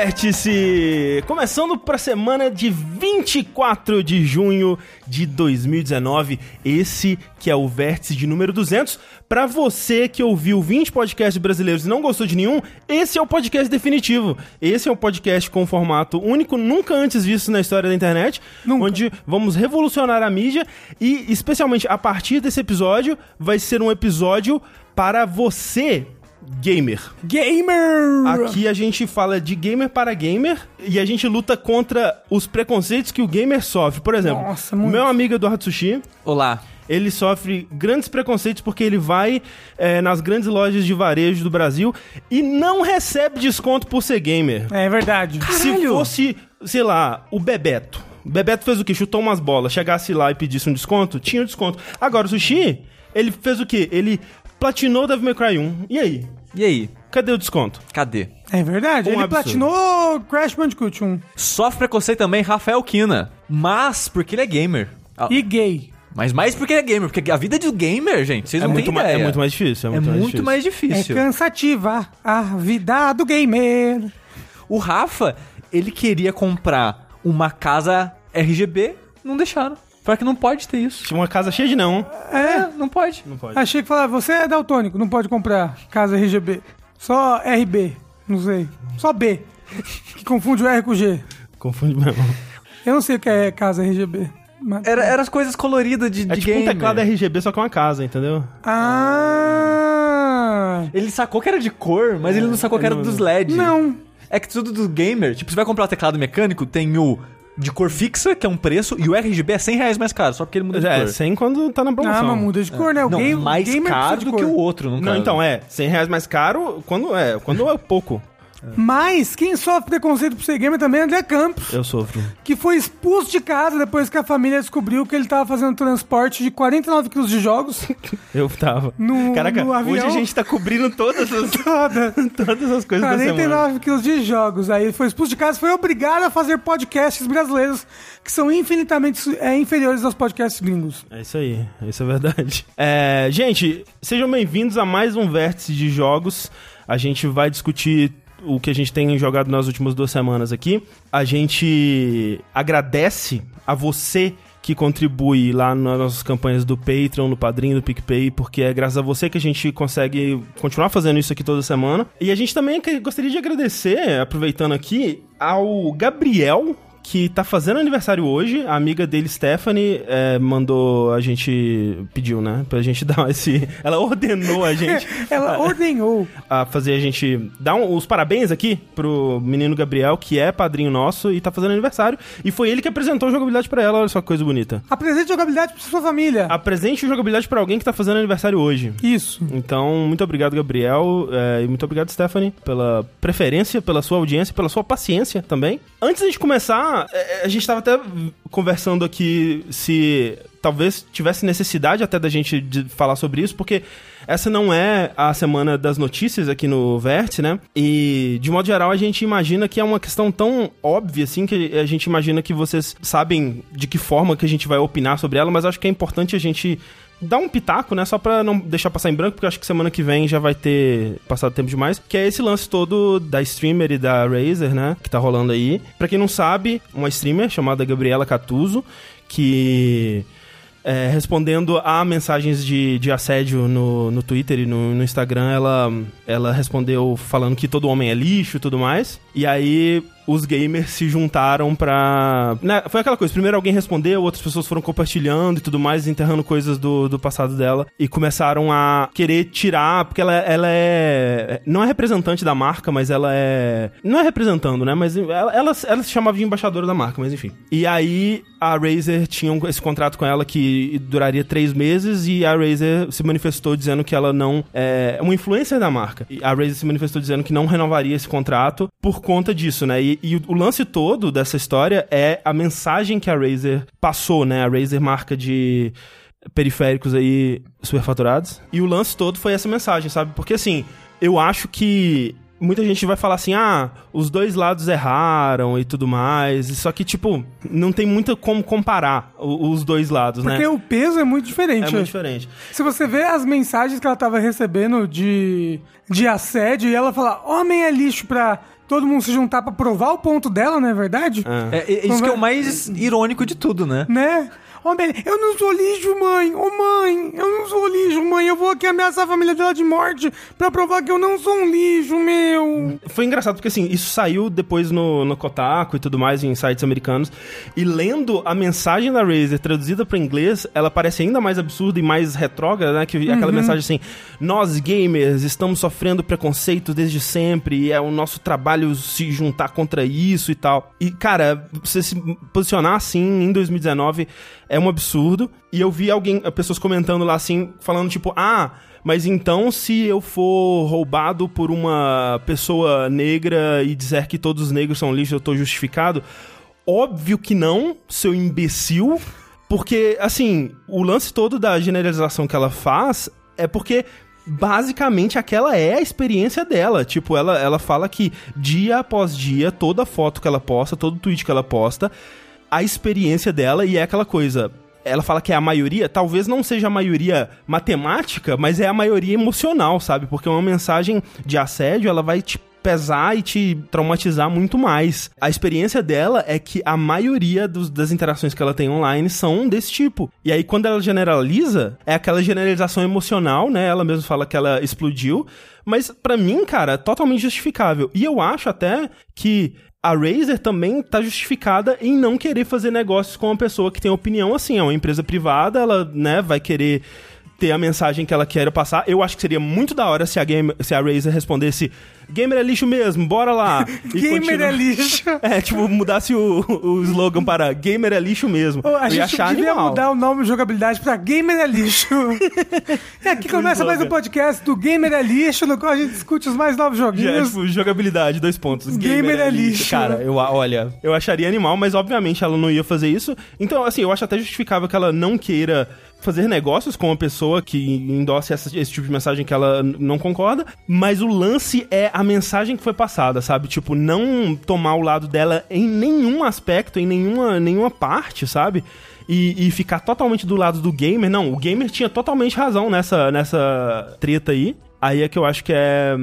Vértice! Começando para a semana de 24 de junho de 2019, esse que é o Vértice de número 200. Para você que ouviu 20 podcasts brasileiros e não gostou de nenhum, esse é o podcast definitivo. Esse é um podcast com formato único, nunca antes visto na história da internet, onde vamos revolucionar a mídia e, especialmente a partir desse episódio, vai ser um episódio para você, gamer. Aqui a gente fala de gamer para gamer e a gente luta contra os preconceitos que o gamer sofre. Por exemplo, meu amigo Eduardo Sushi. Olá. Ele sofre grandes preconceitos porque ele vai nas grandes lojas de varejo do Brasil e não recebe desconto por ser gamer. É verdade. Se fosse, sei lá, o Bebeto. O Bebeto fez o quê? Chutou umas bolas. Chegasse lá e pedisse um desconto, tinha um desconto. Agora o Sushi, ele fez o quê? Ele platinou Devil May Cry 1. E aí? Cadê o desconto? Cadê? É verdade. Ele platinou Crash Bandicoot 1. Sofre preconceito também Rafael Kina. Mas porque ele é gamer. E gay. Mas mais porque ele é gamer. Porque a vida do gamer, gente, vocês não têm ideia. É muito mais difícil. É muito mais difícil. É cansativa a vida do gamer. O Rafa, ele queria comprar uma casa RGB, não deixaram. Falaram que não pode ter isso. Tinha uma casa cheia de não. Não pode. Achei que falava, você é daltônico, não pode comprar casa RGB. Só RB, não sei. Só B, que confunde o R com o G. Confunde mesmo. Eu não sei o que é casa RGB. Mas... Era as coisas coloridas de tipo gamer. Um teclado RGB, só que é uma casa, entendeu? Ele sacou que era de cor, mas ele não sacou que era dos LED. Não. É que tudo do gamer, tipo, você vai comprar um teclado mecânico, tem o de cor fixa, que é um preço, e o RGB é R$100 mais caro, só porque ele muda de cor. É, 100 quando tá na promoção. Mas muda de cor, né? O não, mais caro do que o outro, não Não, então, R$100 mais caro quando é pouco. Mas quem sofre preconceito por ser gamer também é André Campos. Eu sofro. Que foi expulso de casa depois que a família descobriu que ele tava fazendo transporte de 49 quilos de jogos. Eu tava. Caraca, no avião. Hoje a gente tá cobrindo todas as coisas da semana. 49 quilos de jogos. Aí ele foi expulso de casa e foi obrigado a fazer podcasts brasileiros que são infinitamente inferiores aos podcasts gringos. É isso aí, isso é verdade. Gente, sejam bem-vindos a mais um Vértice de Jogos. A gente vai discutir o que a gente tem jogado nas últimas 2 semanas aqui. A gente agradece a você que contribui lá nas nossas campanhas do Patreon, no Padrinho, do PicPay, porque é graças a você que a gente consegue continuar fazendo isso aqui toda semana. E a gente também gostaria de agradecer, aproveitando aqui, ao Gabriel, que tá fazendo aniversário hoje. A amiga dele, Stephanie, mandou a gente... Pediu, né? Pra gente dar esse... Ela ordenou a gente... Ela ordenou. A fazer a gente dar os parabéns aqui pro menino Gabriel, que é padrinho nosso e tá fazendo aniversário. E foi ele que apresentou a jogabilidade pra ela. Olha só que coisa bonita. Apresente jogabilidade pra sua família. Apresente jogabilidade pra alguém que tá fazendo aniversário hoje. Isso. Então, muito obrigado, Gabriel. E muito obrigado, Stephanie, pela preferência, pela sua audiência, pela sua paciência também. Antes de começar, a gente tava até conversando aqui se talvez tivesse necessidade até da gente de falar sobre isso, porque essa não é a semana das notícias aqui no Vértice, né? E, de modo geral, a gente imagina que é uma questão tão óbvia, assim, que a gente imagina que vocês sabem de que forma que a gente vai opinar sobre ela, mas acho que é importante a gente dar um pitaco, né? Só pra não deixar passar em branco, porque eu acho que semana que vem já vai ter passado tempo demais. Que é esse lance todo da streamer e da Razer, né? Que tá rolando aí. Pra quem não sabe, uma streamer chamada Gabriela Catuzzo, que... respondendo a mensagens de assédio no Twitter e no Instagram, ela respondeu falando que todo homem é lixo e tudo mais. E aí os gamers se juntaram pra... Né, foi aquela coisa, primeiro alguém respondeu, outras pessoas foram compartilhando e tudo mais, enterrando coisas do passado dela, e começaram a querer tirar, porque ela não é representante da marca, mas ela é... Não é representando, né, mas ela se chamava de embaixadora da marca, mas enfim. E aí a Razer tinha esse contrato com ela que duraria 3 meses, e a Razer se manifestou dizendo que ela não... É uma influencer da marca. E a Razer se manifestou dizendo que não renovaria esse contrato por conta disso, né, e o lance todo dessa história é a mensagem que a Razer passou, né? A Razer, marca de periféricos aí superfaturados. E o lance todo foi essa mensagem, sabe? Porque, assim, eu acho que muita gente vai falar assim, os dois lados erraram e tudo mais. Só que, tipo, não tem muito como comparar os dois lados, né? Porque o peso é muito diferente. É muito diferente. Se você vê as mensagens que ela tava recebendo de assédio, e ela fala, homem é lixo pra todo mundo se juntar pra provar o ponto dela, não é verdade? Isso que é o mais irônico de tudo, né? Né? Ô, Ben, eu não sou lixo, mãe. Ô, mãe, eu não sou lixo, mãe. Eu vou aqui ameaçar a família dela de morte pra provar que eu não sou um lixo, meu. Foi engraçado porque, assim, isso saiu depois no Kotaku e tudo mais, em sites americanos. E lendo a mensagem da Razer traduzida para inglês, ela parece ainda mais absurda e mais retrógrada, né? Que aquela mensagem assim, nós gamers estamos sofrendo preconceito desde sempre e é o nosso trabalho se juntar contra isso e tal. E, cara, você se posicionar assim em 2019 é um absurdo. E eu vi pessoas comentando lá assim, falando tipo, mas então se eu for roubado por uma pessoa negra e dizer que todos os negros são lixo, eu tô justificado? Óbvio que não, seu imbecil. Porque, assim, o lance todo da generalização que ela faz é porque basicamente aquela é a experiência dela. Tipo, ela fala que dia após dia, toda foto que ela posta, todo tweet que ela posta, a experiência dela, e é aquela coisa. Ela fala que é a maioria, talvez não seja a maioria matemática, mas é a maioria emocional, sabe? Porque uma mensagem de assédio, ela vai te pesar e te traumatizar muito mais. A experiência dela é que a maioria das interações que ela tem online são desse tipo. E aí, quando ela generaliza, é aquela generalização emocional, né? Ela mesma fala que ela explodiu. Mas, pra mim, cara, é totalmente justificável. E eu acho até que a Razer também tá justificada em não querer fazer negócios com uma pessoa que tem opinião assim. É uma empresa privada, ela, né, vai querer ter a mensagem que ela quer passar. Eu acho que seria muito da hora se a Razer respondesse gamer é lixo mesmo, bora lá. Gamer é lixo. Tipo, mudasse o slogan para gamer é lixo mesmo. A gente devia animal. mudar o nome de jogabilidade pra gamer é lixo. Aqui começa mais um podcast do Gamer é Lixo, no qual a gente discute os mais novos joguinhos. Tipo, jogabilidade, 2 pontos. Gamer é lixo. Cara, eu acharia animal, mas obviamente ela não ia fazer isso. Então, assim, eu acho até justificável que ela não queira fazer negócios com uma pessoa que endosse esse tipo de mensagem que ela não concorda, mas o lance é a mensagem que foi passada, sabe? Tipo, não tomar o lado dela em nenhum aspecto, em nenhuma parte, sabe? E ficar totalmente do lado do gamer. Não, o gamer tinha totalmente razão nessa treta aí. Aí é que eu acho que é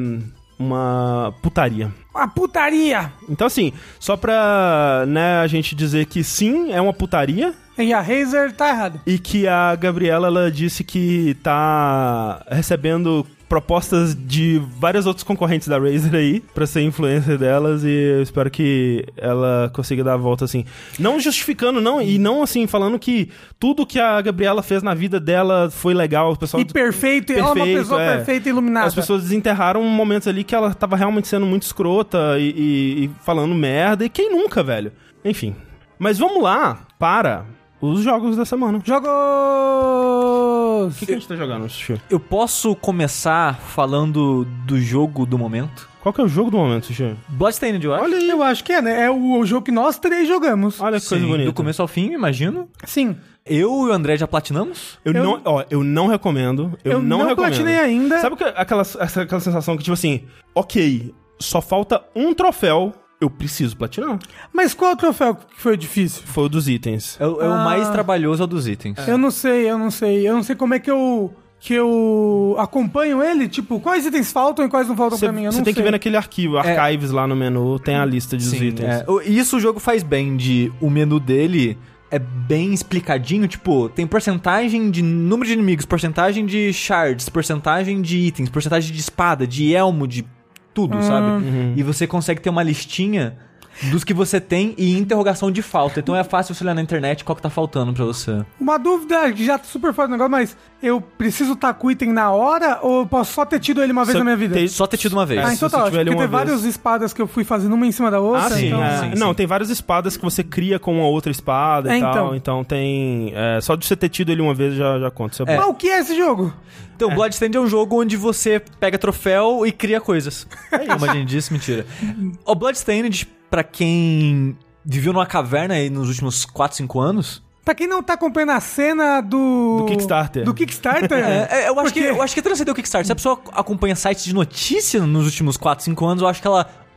uma putaria. Uma putaria! Então, assim, só pra, né, a gente dizer que sim, é uma putaria. E a Razer tá errada. E que a Gabriela, ela disse que tá recebendo propostas de vários outros concorrentes da Razer aí, pra ser influencer delas, e eu espero que ela consiga dar a volta, assim. Não justificando, não, e não, assim, falando que tudo que a Gabriela fez na vida dela foi legal, o pessoal... E perfeito, ela é uma pessoa perfeita e iluminada. As pessoas desenterraram momentos ali que ela tava realmente sendo muito escrota e falando merda, e quem nunca, velho? Enfim. Mas vamos lá para os jogos da semana. Jogos! O que a gente tá jogando, Sushi? Eu posso começar falando do jogo do momento? Qual que é o jogo do momento, Sushi? Bloodstained, eu acho. Olha aí. Eu acho que é, né? É o jogo que nós três jogamos. Olha que coisa bonita. Do começo ao fim, imagino. Sim. Eu e o André já platinamos? Eu não recomendo. Eu não recomendo. Platinei ainda. Sabe aquela sensação que, tipo assim, ok, só falta um troféu, eu preciso platinar. Mas qual troféu que foi difícil? Foi o dos itens. É o mais trabalhoso, é o dos itens. Eu não sei. Eu não sei como é que eu acompanho ele. Tipo, quais itens faltam e quais não faltam pra mim? Eu não sei. Você tem que ver naquele arquivo, Archives lá no menu, tem a lista de itens. E isso o jogo faz bem, o menu dele é bem explicadinho, tipo, tem porcentagem de número de inimigos, porcentagem de shards, porcentagem de itens, porcentagem de espada, de elmo, de tudo, sabe? Uhum. E você consegue ter uma listinha dos que você tem e interrogação de falta. Então é fácil você olhar na internet qual que tá faltando pra você. Uma dúvida, já tá super fora do negócio, mas eu preciso estar com o item na hora ou eu posso só ter tido ele uma vez na minha vida? Só ter tido uma vez. Então tá, porque tem várias espadas que eu fui fazendo uma em cima da outra. Sim, então... Não, tem várias espadas que você cria com uma outra espada e tal. Então tem... só de você ter tido ele uma vez já conta. Mas o que é esse jogo? Então, Bloodstained é um jogo onde você pega troféu e cria coisas. Como a gente disse, mentira. O Bloodstained, pra quem viveu numa caverna aí nos últimos 4, 5 anos... Pra quem não tá acompanhando a cena do Kickstarter. Eu acho que transcendeu o Kickstarter. Se a pessoa acompanha sites de notícia nos últimos 4, 5 anos, eu acho que ela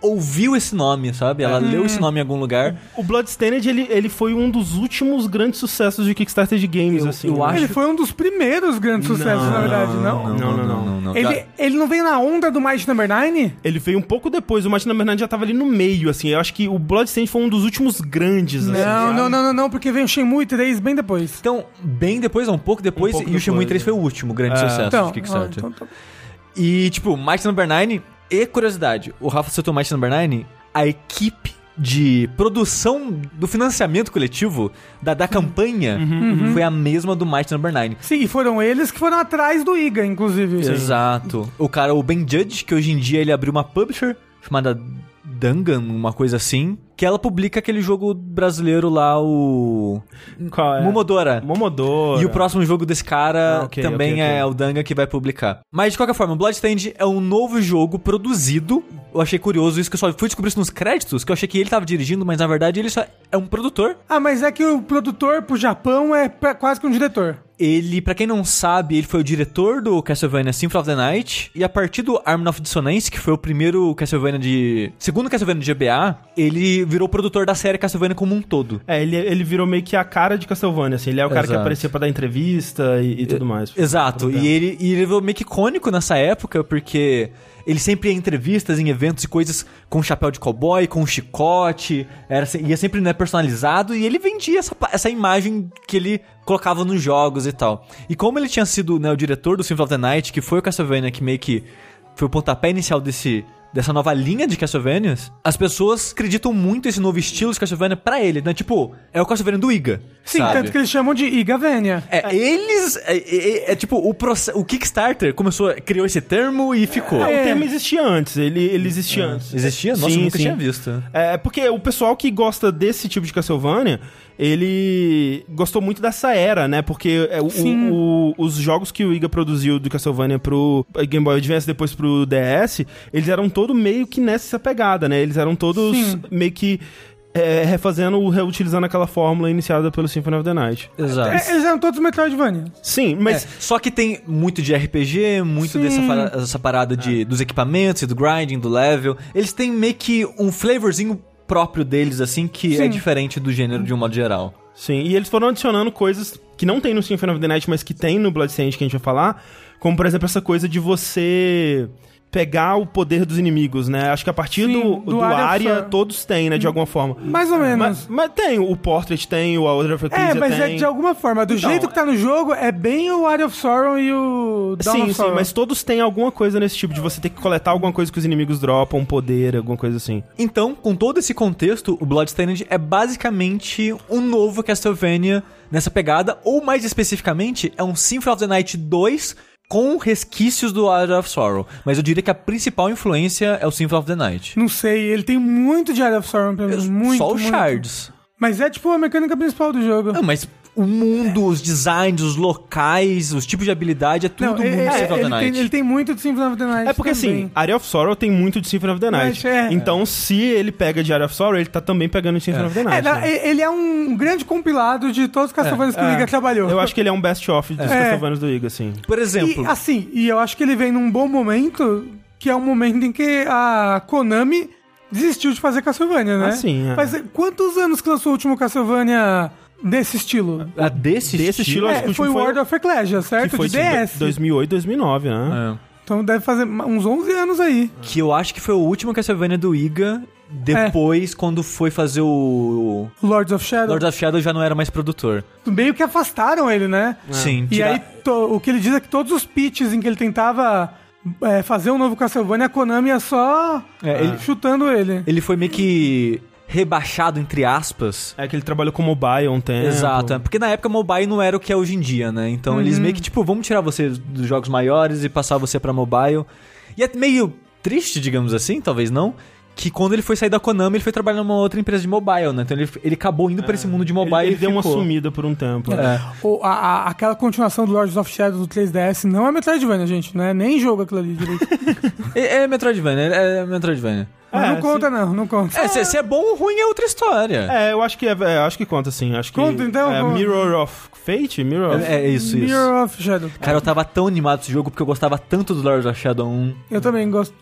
ouviu esse nome, sabe? Ela leu esse nome em algum lugar. O Bloodstained, ele foi um dos últimos grandes sucessos de Kickstarter de games, assim. eu acho- Ele foi um dos primeiros grandes sucessos, na verdade, não? Não. Ele não veio na onda do Mighty No. 9? Ele veio um pouco depois, o Mighty No. 9 já tava ali no meio, assim. Eu acho que o Bloodstained foi um dos últimos grandes, assim. Não, porque veio o Shenmue 3 bem depois. Então, bem depois, um pouco depois, pouco e o Shenmue depois, 3 foi o último grande sucesso de Kickstarter. Então. E, tipo, Mighty No. 9, e curiosidade, o Rafa citou Mighty No. 9, a equipe de produção do financiamento coletivo da campanha foi a mesma do Mighty No. 9. Sim, e foram eles que foram atrás do Iga, inclusive. Exato. O Ben Judge, que hoje em dia ele abriu uma publisher chamada Dangan, uma coisa assim, que ela publica aquele jogo brasileiro lá, o... Qual é? Momodora. Momodora. E o próximo jogo desse cara ok, também ok. é o Dangan que vai publicar. Mas, de qualquer forma, Bloodstained é um novo jogo produzido. Eu achei curioso isso, que eu só fui descobrir isso nos créditos, que eu achei que ele tava dirigindo, mas na verdade ele só é um produtor. Ah, mas é que o produtor pro Japão é quase que um diretor. Ele, pra quem não sabe, ele foi o diretor do Castlevania Symphony of the Night, e a partir do Harmony of Dissonance, que foi o primeiro Castlevania segundo Castlevania de GBA, ele virou produtor da série Castlevania como um todo. Ele virou meio que a cara de Castlevania, assim. Ele é o cara que Exato. aparecia pra dar entrevista e tudo mais. Exato, e ele virou meio que icônico nessa época, porque ele sempre ia em entrevistas, em eventos e coisas com chapéu de cowboy, com chicote, ia sempre, né, personalizado, e ele vendia essa imagem que ele colocava nos jogos e tal. E como ele tinha sido, né, o diretor do Symphony of the Night, que foi o Castlevania que meio que foi o pontapé inicial dessa nova linha de Castlevanias, as pessoas acreditam muito esse novo estilo de Castlevania pra ele, né? Tipo, é o Castlevania do Iga. Sim, sabe? tanto que eles chamam de Igavania. Tipo, o Kickstarter criou esse termo e ficou. O termo existia antes, ele existia antes. Existia? Nossa, Sim, eu nunca sim. tinha visto. É porque o pessoal que gosta desse tipo de Castlevania, ele gostou muito dessa era, né? Porque os jogos que o Iga produziu do Castlevania pro Game Boy Advance, depois pro DS, eles eram todos meio que nessa pegada, né? Eles eram todos meio que reutilizando aquela fórmula iniciada pelo Symphony of the Night. Exato. Eles eram todos Metroidvania. Sim, mas... Só que tem muito de RPG, muito dessa parada dos equipamentos e do grinding, do level. Eles têm meio que um flavorzinho próprio deles, assim, que é diferente do gênero de um modo geral. Sim, e eles foram adicionando coisas que não tem no Symphony of the Night, mas que tem no Bloodstained, que a gente vai falar, como, por exemplo, essa coisa de você pegar o poder dos inimigos, né? Acho que a partir do Aria, todos têm, né? De alguma forma. Mais ou menos. Mas tem, o Portrait tem, o Order of Ecclesia Mas tem. é de alguma forma. Do jeito que tá no jogo, é bem o Area of Sorrow e o Dawn of Sorrow. Sim, mas todos têm alguma coisa nesse tipo, de você ter que coletar alguma coisa que os inimigos dropam, um poder, alguma coisa assim. Então, com todo esse contexto, o Bloodstained é basicamente um novo Castlevania nessa pegada, ou mais especificamente, é um Symphony of the Night 2 com resquícios do Area of Sorrow. Mas eu diria que a principal influência é o Symphony of the Night. Não sei, ele tem muito de Area of Sorrow pra mim. Muito, Só os muito. shards. Mas é tipo a mecânica principal do jogo. Não, mas o mundo, os designs, os locais, os tipos de habilidade, é tudo muito Symphony of the Night. Ele tem muito de Symphony of the Night. É porque também. assim, Area of Sorrow tem muito de Symphony of the Night. Então, se ele pega de Area of Sorrow, ele tá também pegando de Symphony of the Night. Ele é um grande compilado de todos os Castlevanias que o Iga trabalhou. Eu acho que ele é um best-of dos Castlevanias do Iga, assim. Por exemplo... E eu acho que ele vem num bom momento, que é um momento em que a Konami desistiu de fazer Castlevania, né? Mas quantos anos que lançou o último Castlevania desse estilo? Desse estilo? Acho que foi o Order of Ecclesia, certo? Que foi de DS. 2008, 2009, né? Então deve fazer uns 11 anos aí. Que eu acho que foi o último Castlevania do Iga. Depois, quando foi fazer o Lords of Shadow. Lords of Shadow já não era mais produtor. Meio que afastaram ele, né? Sim. E aí, o que ele diz é que todos os pitches em que ele tentava fazer um novo Castlevania, a Konami ia só chutando ele. Ele foi meio que rebaixado, entre aspas. É que ele trabalhou com mobile um tempo. Exato, porque na época mobile não era o que é hoje em dia, né? Então eles meio que, tipo, vamos tirar você dos jogos maiores e passar você pra mobile. E é meio triste, digamos assim, talvez não, que quando ele foi sair da Konami, ele foi trabalhar numa outra empresa de mobile, né? Então ele acabou indo pra esse mundo de mobile Ele e deu uma ficou. sumida por um tempo. Aquela continuação do Lords of Shadow do 3DS não é Metroidvania, gente. Não é nem jogo aquilo ali direito. É Metroidvania, é Metroidvania. Não conta, não conta. Se é bom ou ruim é outra história. Eu acho que acho que conta, sim. Acho conta, que então. Mirror of Fate? Isso. Mirror of Shadow. Cara, eu tava tão animado desse jogo porque eu gostava tanto do Lords of Shadow 1. Eu também gosto,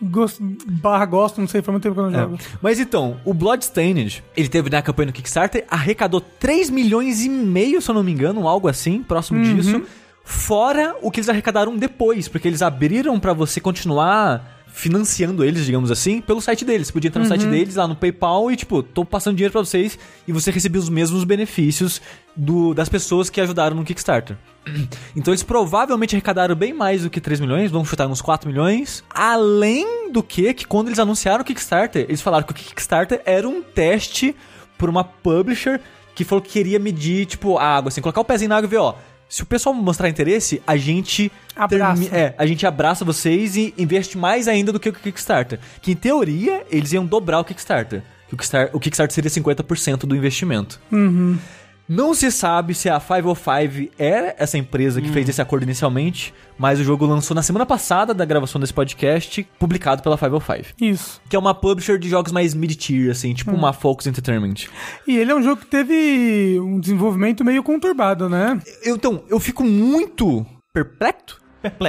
não sei, faz muito tempo que eu não jogo. Mas então, o Bloodstained, ele teve na campanha no Kickstarter, arrecadou 3,5 milhões, se eu não me engano, algo assim, próximo disso. Fora o que eles arrecadaram depois, porque eles abriram pra você continuar financiando eles, digamos assim, pelo site deles. Você podia entrar no site deles, lá no PayPal, e tipo, tô passando dinheiro pra vocês, e você recebia os mesmos benefícios das pessoas que ajudaram no Kickstarter. Então eles provavelmente arrecadaram bem mais do que 3 milhões, vamos chutar uns 4 milhões. Além do que quando eles anunciaram o Kickstarter, eles falaram que o Kickstarter era um teste por uma publisher que falou que queria medir, tipo, a água, assim, colocar o pezinho na água e ver, ó, se o pessoal mostrar interesse, a gente a gente abraça vocês e investe mais ainda do que o Kickstarter. Que em teoria, eles iam dobrar o Kickstarter. O Kickstarter seria 50% do investimento. Não se sabe se a 505 é essa empresa que fez esse acordo inicialmente, mas o jogo lançou na semana passada da gravação desse podcast, publicado pela 505. Isso. Que é uma publisher de jogos mais mid-tier, assim, tipo uma Focus Entertainment. E ele é um jogo que teve um desenvolvimento meio conturbado, né? Então, eu fico muito perplexo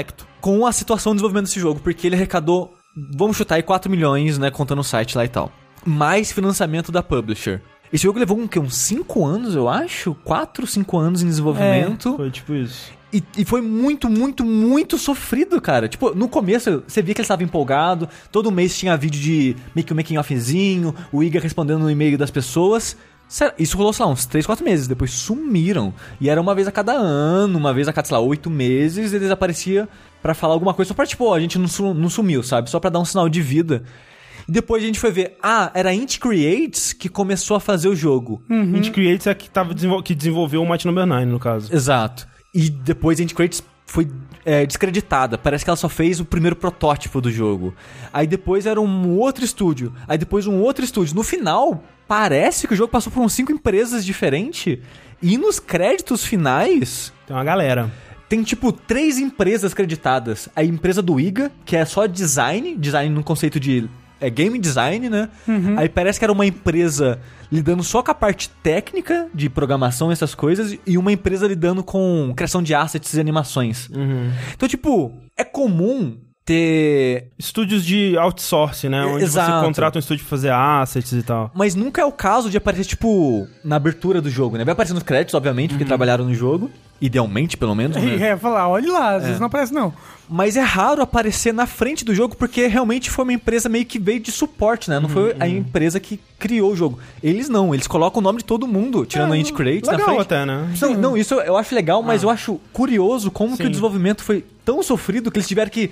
com a situação de desenvolvimento desse jogo, porque ele arrecadou, vamos chutar aí, 4 milhões, né, contando o site lá e tal. Mais financiamento da publisher. Esse jogo levou uns 5 anos, eu acho? 4, 5 anos em desenvolvimento. Foi tipo isso. E foi muito, muito, muito sofrido, cara. Tipo, no começo, você via que eles estavam empolgados. Todo mês tinha vídeo de making-offzinho, o Iga respondendo no e-mail das pessoas. Isso rolou, sei lá, uns 3, 4 meses. Depois sumiram. E era uma vez a cada ano, uma vez a cada, sei lá, 8 meses. Eles apareciam pra falar alguma coisa. Só pra, tipo, a gente não sumiu, sabe? Só pra dar um sinal de vida. E depois a gente foi ver, era a Inti Creates que começou a fazer o jogo. Inti Creates é que desenvolveu o Might Number 9, no caso. Exato. E depois a Inti Creates foi descreditada. Parece que ela só fez o primeiro protótipo do jogo. Aí depois era um outro estúdio. Aí depois um outro estúdio. No final, parece que o jogo passou por uns 5 empresas diferentes. E nos créditos finais... Tem uma galera. Tem, tipo, 3 empresas creditadas. A empresa do Iga, que é só design no conceito de... game design, né? Aí parece que era uma empresa lidando só com a parte técnica de programação e essas coisas, e uma empresa lidando com criação de assets e animações. Então, tipo, é comum ter... estúdios de outsourcing, né? Onde você contrata um estúdio pra fazer assets e tal. Mas nunca é o caso de aparecer, tipo, na abertura do jogo, né? Vai aparecer nos créditos, obviamente, porque trabalharam no jogo. Idealmente, pelo menos, né? Falar, olha lá, às vezes não aparece, não. Mas é raro aparecer na frente do jogo, porque realmente foi uma empresa meio que veio de suporte, né? Não foi a empresa que criou o jogo. Eles não, eles colocam o nome de todo mundo, tirando a Inti Creates na frente. Legal até, né? Não, isso eu acho legal, mas eu acho curioso como que o desenvolvimento foi tão sofrido que eles tiveram que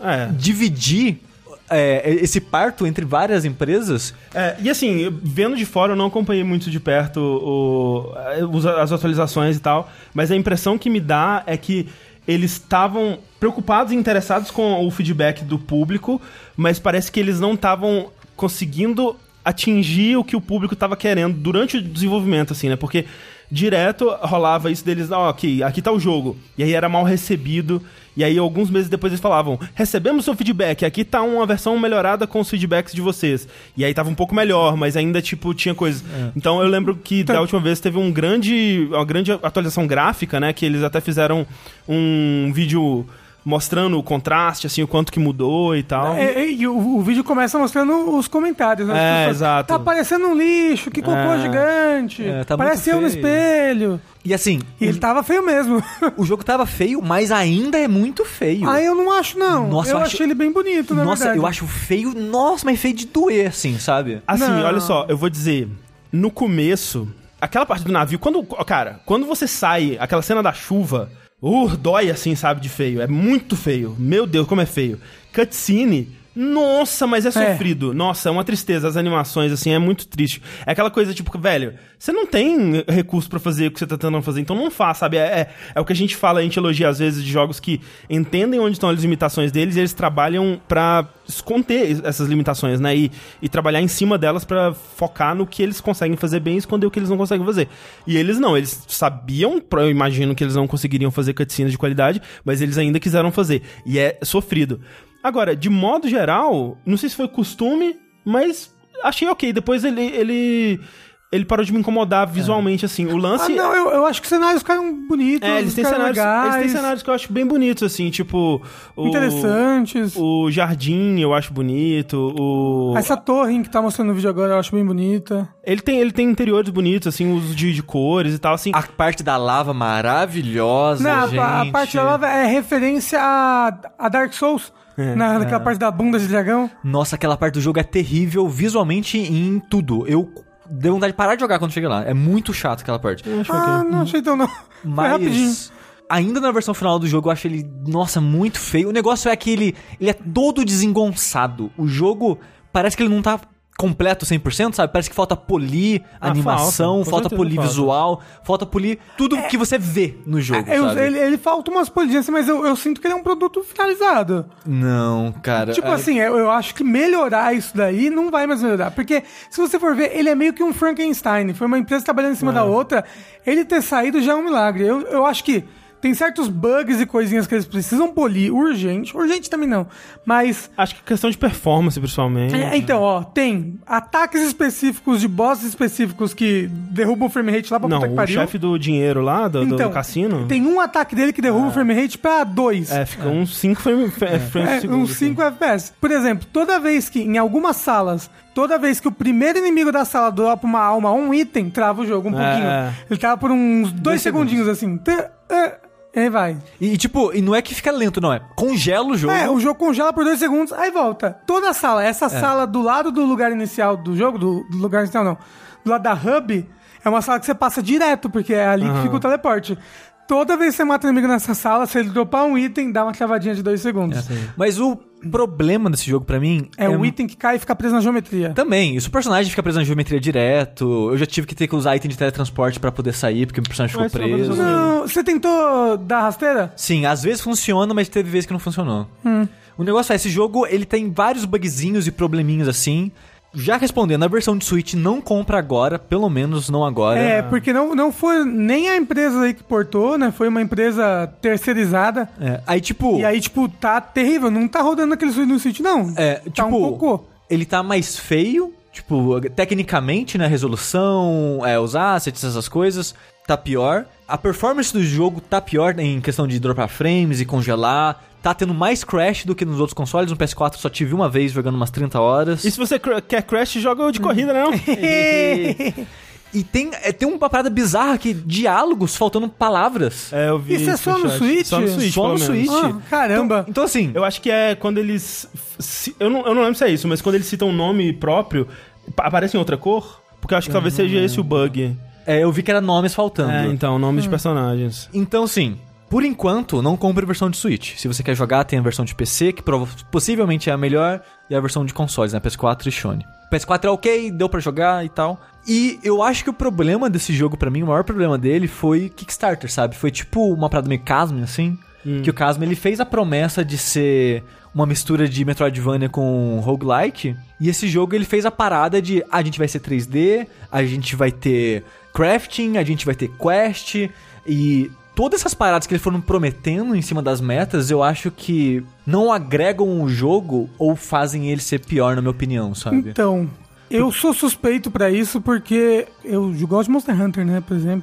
dividir esse parto entre várias empresas. E assim, vendo de fora, eu não acompanhei muito de perto as atualizações e tal, mas a impressão que me dá é que eles estavam preocupados e interessados com o feedback do público, mas parece que eles não estavam conseguindo atingir o que o público estava querendo durante o desenvolvimento, assim, né? Porque direto rolava isso deles, aqui tá o jogo. E aí era mal recebido. E aí, alguns meses depois, eles falavam, recebemos seu feedback, aqui tá uma versão melhorada com os feedbacks de vocês. E aí tava um pouco melhor, mas ainda, tipo, tinha coisas. Então, eu lembro que da última vez teve uma grande atualização gráfica, né? Que eles até fizeram um vídeo mostrando o contraste, assim, o quanto que mudou e tal. E o vídeo começa mostrando os comentários, né? Exato. Tá parecendo um lixo, que cocô gigante. Tá parece eu no espelho. E assim... ele tava feio mesmo. O jogo tava feio, mas ainda é muito feio. Eu não acho, não. Nossa, eu achei ele bem bonito, na verdade. Nossa, eu acho feio... Nossa, mas feio de doer, assim, sabe? Assim, olha só, eu vou dizer... No começo, aquela parte do navio... Quando você sai, aquela cena da chuva... dói assim, sabe, de feio. É muito feio. Meu Deus, como é feio. Cutscene... Nossa, mas é sofrido. Nossa, é uma tristeza. As animações, assim, é muito triste. É aquela coisa, tipo, velho, você não tem recurso pra fazer o que você tá tentando fazer, então não faz, sabe? É o que a gente fala, a gente elogia às vezes de jogos que entendem onde estão as limitações deles e eles trabalham pra esconder essas limitações, né? E trabalhar em cima delas pra focar no que eles conseguem fazer bem e esconder o que eles não conseguem fazer. E eles não, eles sabiam, eu imagino que eles não conseguiriam fazer cutscenes de qualidade, mas eles ainda quiseram fazer. E é sofrido. Agora, de modo geral, não sei se foi costume, mas achei ok. Depois ele parou de me incomodar visualmente, assim. O lance... não, eu acho que os cenários ficaram bonitos. Eles têm cenários que eu acho bem bonitos, assim, tipo... interessantes. O jardim eu acho bonito. Essa torre que tá mostrando no vídeo agora eu acho bem bonita. Ele tem interiores bonitos, assim, uso de cores e tal, assim. A parte da lava maravilhosa, gente. A parte da lava é referência a Dark Souls. Naquela parte da bunda de dragão. Nossa, aquela parte do jogo é terrível visualmente em tudo. Deu vontade de parar de jogar quando cheguei lá. É muito chato aquela parte. Não achei tão não. Foi rapidinho. Ainda na versão final do jogo, eu acho ele, nossa, muito feio. O negócio é que ele é todo desengonçado. O jogo parece que ele não tá completo 100%, sabe? Parece que falta polir animação, falta polir visual, falta polir tudo que você vê no jogo, sabe? Ele falta umas polidinhas, mas eu sinto que ele é um produto finalizado. Não, cara. Tipo assim, eu acho que melhorar isso daí não vai mais melhorar. Porque, se você for ver, ele é meio que um Frankenstein. Foi uma empresa trabalhando em cima da outra. Ele ter saído já é um milagre. Eu acho que tem certos bugs e coisinhas que eles precisam polir urgente. Urgente também não, mas... Acho que questão de performance, principalmente. Então, tem ataques específicos de bosses específicos que derrubam o frame rate lá pra puta que pariu. O chefe do dinheiro lá, do cassino... Tem um ataque dele que derruba o frame rate pra 2. Fica uns 5 frames por segundo. Uns 5 FPS. Por exemplo, toda vez que, em algumas salas... Toda vez que o primeiro inimigo da sala dropa uma alma ou um item, trava o jogo um pouquinho. Ele tava por uns 2 segundinhos assim. Aí vai. E tipo, e não é que fica lento, não. Congela o jogo. O jogo congela por 2 segundos, aí volta. Toda a sala, essa sala do lado do lugar inicial do jogo, do lugar inicial não, do lado da hub, é uma sala que você passa direto, porque é ali que fica o teleporte. Toda vez que você mata um inimigo nessa sala, se ele dropar um item, dá uma travadinha de 2 segundos. Mas o problema desse jogo, pra mim... É o item que cai e fica preso na geometria. Também. E se o personagem fica preso na geometria direto, eu já tive que usar item de teletransporte pra poder sair, porque o personagem ficou preso. Não, você tentou dar rasteira? Sim, às vezes funciona, mas teve vezes que não funcionou. O negócio é, esse jogo, ele tem vários bugzinhos e probleminhos assim... Já respondendo, a versão de Switch não compra agora, pelo menos não agora. Porque não foi nem a empresa aí que portou, né? Foi uma empresa terceirizada. Aí, tipo... E aí, tipo, tá terrível. Não tá rodando aquele Switch no Switch, não. Tá um cocô. Ele tá mais feio, tipo, tecnicamente, né? Resolução, os assets, essas coisas, tá pior. A performance do jogo tá pior em questão de dropar frames e congelar. Tá tendo mais crash do que nos outros consoles. No PS4 só tive uma vez jogando umas 30 horas. E se você quer crash, joga de corrida, não? E tem uma parada bizarra que diálogos faltando palavras. Eu vi. Isso é só no Switch? Só no Switch. Só no Switch. Caramba. Então assim... Eu acho que é quando eles... Eu não lembro se é isso, mas quando eles citam um nome próprio, aparece em outra cor? Porque eu acho que talvez seja esse o bug. Eu vi que era nomes faltando. Então, nomes de personagens. Então, sim... Por enquanto, não compre a versão de Switch. Se você quer jogar, tem a versão de PC, que possivelmente é a melhor, e a versão de consoles, né? PS4 e Sony. PS4 é ok, deu pra jogar e tal. E eu acho que o problema desse jogo, pra mim, o maior problema dele foi Kickstarter, sabe? Foi tipo uma parada meio Casme, assim. Que o Casme, ele fez a promessa de ser uma mistura de Metroidvania com roguelike. E esse jogo, ele fez a parada de... a gente vai ser 3D, a gente vai ter crafting, a gente vai ter quest, e... Todas essas paradas que eles foram prometendo em cima das metas, eu acho que não agregam o jogo ou fazem ele ser pior, na minha opinião, sabe? Então, eu sou suspeito pra isso porque eu gosto de Monster Hunter, né, por exemplo.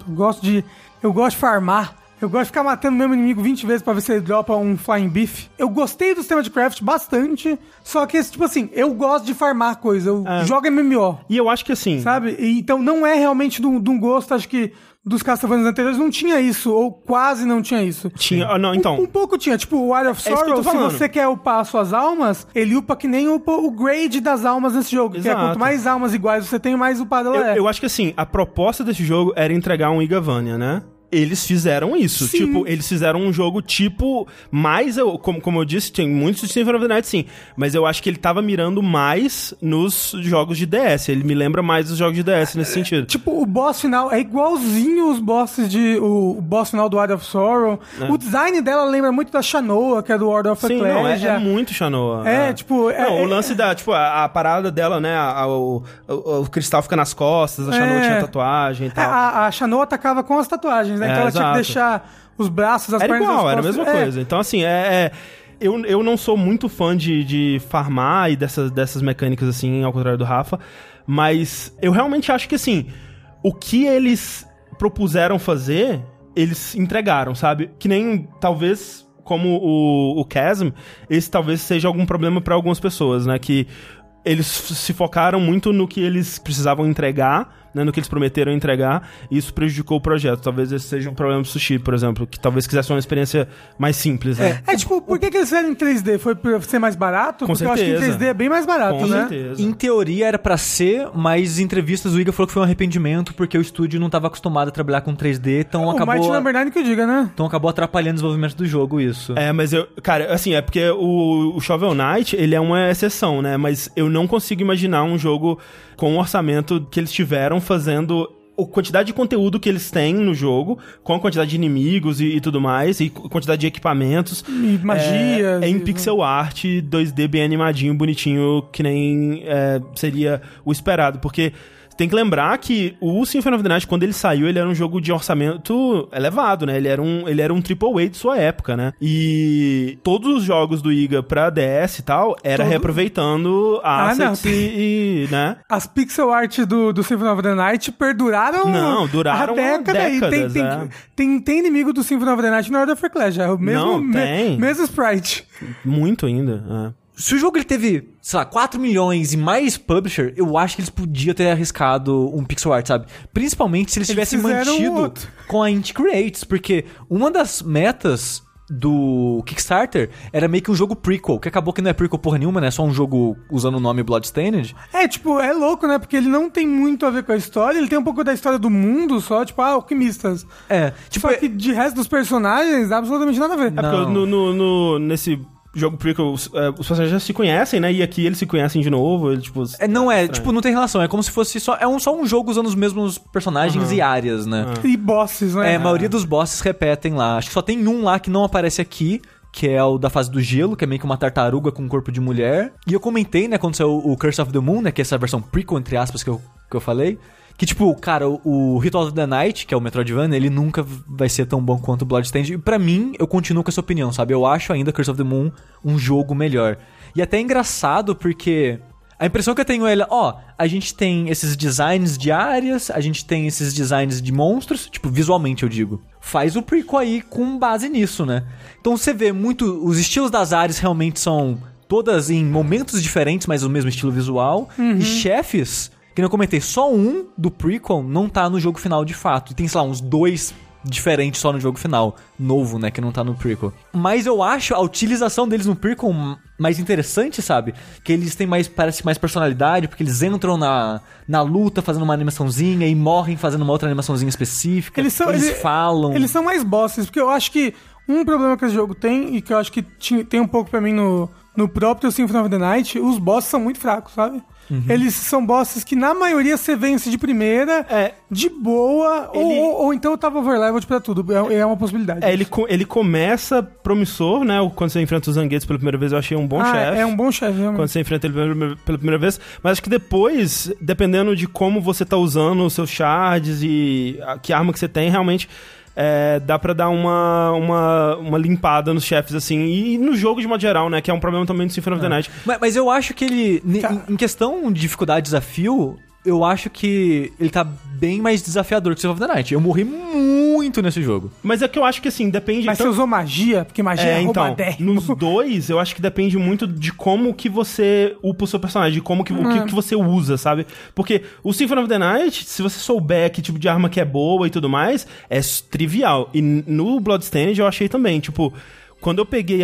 Eu gosto de farmar. Eu gosto de ficar matando o mesmo inimigo 20 vezes pra ver se ele dropa um Flying Beef. Eu gostei do sistema de craft bastante, só que, tipo assim, eu gosto de farmar coisa. Eu jogo MMO. E eu acho que assim... Sabe? Então não é realmente de um gosto, acho que... Dos Castlevania anteriores não tinha isso, ou quase não tinha isso. Tinha, não, então... Um pouco tinha, tipo, o Eye of Sorrow, se você quer upar as suas almas, ele upa que nem upa o grade das almas nesse jogo. Exato. Que é quanto mais almas iguais você tem, mais upado ela é. Eu acho que assim, a proposta desse jogo era entregar um Igavania, né? Eles fizeram isso. Sim. Tipo, eles fizeram um jogo tipo... Mais, como eu disse, tem muitos de Symphony of the Night, sim. Mas eu acho que ele tava mirando mais nos jogos de DS. Ele me lembra mais dos jogos de DS nesse sentido. Tipo, o boss final é igualzinho os bosses de... O boss final do Eye of Sorrow. O design dela lembra muito da Shanoa, que é do World of Ecclesia. Sim, não, é muito Shanoa. Tipo... o lance da... Tipo, a parada dela, né? O cristal fica nas costas, a Shanoa tinha tatuagem e tal. A Shanoa atacava com as tatuagens, né? Então ela tinha que deixar os braços, as pernas... Era igual, era a mesma coisa. Então, assim, eu não sou muito fã de farmar e dessas mecânicas, assim, ao contrário do Rafa, mas eu realmente acho que, assim, o que eles propuseram fazer, eles entregaram, sabe? Que nem, talvez, como o Chasm, esse talvez seja algum problema pra algumas pessoas, né? Que eles se focaram muito no que eles precisavam entregar, né, no que eles prometeram entregar, e isso prejudicou o projeto. Talvez esse seja um problema do Sushi, por exemplo, que talvez quisesse uma experiência mais simples, né? Tipo, por que eles fizeram em 3D? Foi pra ser mais barato? Com certeza. Eu acho que em 3D é bem mais barato, Com né? certeza. Em teoria era pra ser, mas em entrevistas o Iga falou que foi um arrependimento porque o estúdio não tava acostumado a trabalhar com 3D, então acabou... O Might Number 9 que eu diga, né? Então acabou atrapalhando o desenvolvimento do jogo, isso. Mas cara, assim, é porque o Shovel Knight, ele é uma exceção, né? Mas eu não consigo imaginar um jogo com o orçamento que eles tiveram fazendo a quantidade de conteúdo que eles têm no jogo, com a quantidade de inimigos e tudo mais, e quantidade de equipamentos. E magias. Em pixel art, 2D bem animadinho, bonitinho, que nem seria o esperado. Porque tem que lembrar que o Symphony of the Night, quando ele saiu, ele era um jogo de orçamento elevado, né? Ele era um AAA de sua época, né? E todos os jogos do Iga pra DS e tal, era reaproveitando assets e, né? As pixel art do Symphony of the Night perduraram duraram décadas. Tem inimigo do Symphony of the Night na Order of Ecclesia. É o mesmo, mesmo sprite. Muito ainda, Se o jogo ele teve, sei lá, 4 milhões e mais publisher, eu acho que eles podiam ter arriscado um pixel art, sabe? Principalmente se eles tivessem mantido com a Inti Creates, porque uma das metas do Kickstarter era meio que um jogo prequel, que acabou que não é prequel porra nenhuma, né? Só um jogo usando o nome Bloodstained. É louco, né? Porque ele não tem muito a ver com a história, ele tem um pouco da história do mundo só, tipo, alquimistas. Só que de resto dos personagens, absolutamente nada a ver. Porque nesse jogo prequel, os personagens já se conhecem, né? E aqui eles se conhecem de novo. Ele, tipo, não tem relação. É como se fosse só um jogo usando os mesmos personagens e áreas, né? E bosses, né? A maioria dos bosses repetem lá. Acho que só tem um lá que não aparece aqui, que é o da fase do gelo, que é meio que uma tartaruga com um corpo de mulher. E eu comentei, né, quando saiu o Curse of the Moon, né, que é essa versão prequel, entre aspas, que eu falei. Que, tipo, cara, o Ritual of the Night, que é o Metroidvania, ele nunca vai ser tão bom quanto o Bloodstained. E pra mim, eu continuo com essa opinião, sabe? Eu acho ainda Curse of the Moon um jogo melhor. E até é engraçado, porque a impressão que eu tenho é, a gente tem esses designs de áreas, a gente tem esses designs de monstros, tipo, visualmente eu digo. Faz o prequel aí com base nisso, né? Então você vê muito, os estilos das áreas realmente são todas em momentos diferentes, mas o mesmo estilo visual. E chefes... Que eu comentei, só um do prequel não tá no jogo final de fato. E tem, sei lá, uns 2 diferentes só no jogo final. Novo, né, que não tá no prequel. Mas eu acho a utilização deles no prequel mais interessante, sabe? Que eles têm parece mais personalidade, porque eles entram na luta fazendo uma animaçãozinha e morrem fazendo uma outra animaçãozinha específica. Eles falam. Eles são mais bosses, porque eu acho que um problema que esse jogo tem, e que eu acho que tem um pouco pra mim no próprio Symphony of the Night, os bosses são muito fracos, sabe? Eles são bosses que na maioria você vence de primeira, de boa, ou então eu tava overleveled pra tudo. É uma possibilidade. Ele começa promissor, né? Quando você enfrenta os Zanguetes pela primeira vez, eu achei um bom chefe. É um bom chefe, realmente. Quando você enfrenta ele pela primeira vez. Mas acho que depois, dependendo de como você tá usando os seus shards e que arma que você tem, realmente... dá pra dar uma limpada nos chefes, assim, e no jogo de modo geral, né, que é um problema também do Symphony of the Night. Mas eu acho que ele, em questão de dificuldade e desafio, eu acho que ele tá bem mais desafiador que o Symphony of the Night. Eu morri muito nesse jogo. Mas é que eu acho que, assim, depende... Mas você usou magia? Porque magia é roubadérrimo. Nos dois, eu acho que depende muito de como que você upa o seu personagem, de como que, o que você usa, sabe? Porque o Symphony of the Night, se você souber que tipo de arma que é boa e tudo mais, é trivial. E no Bloodstained eu achei também, tipo... Quando eu peguei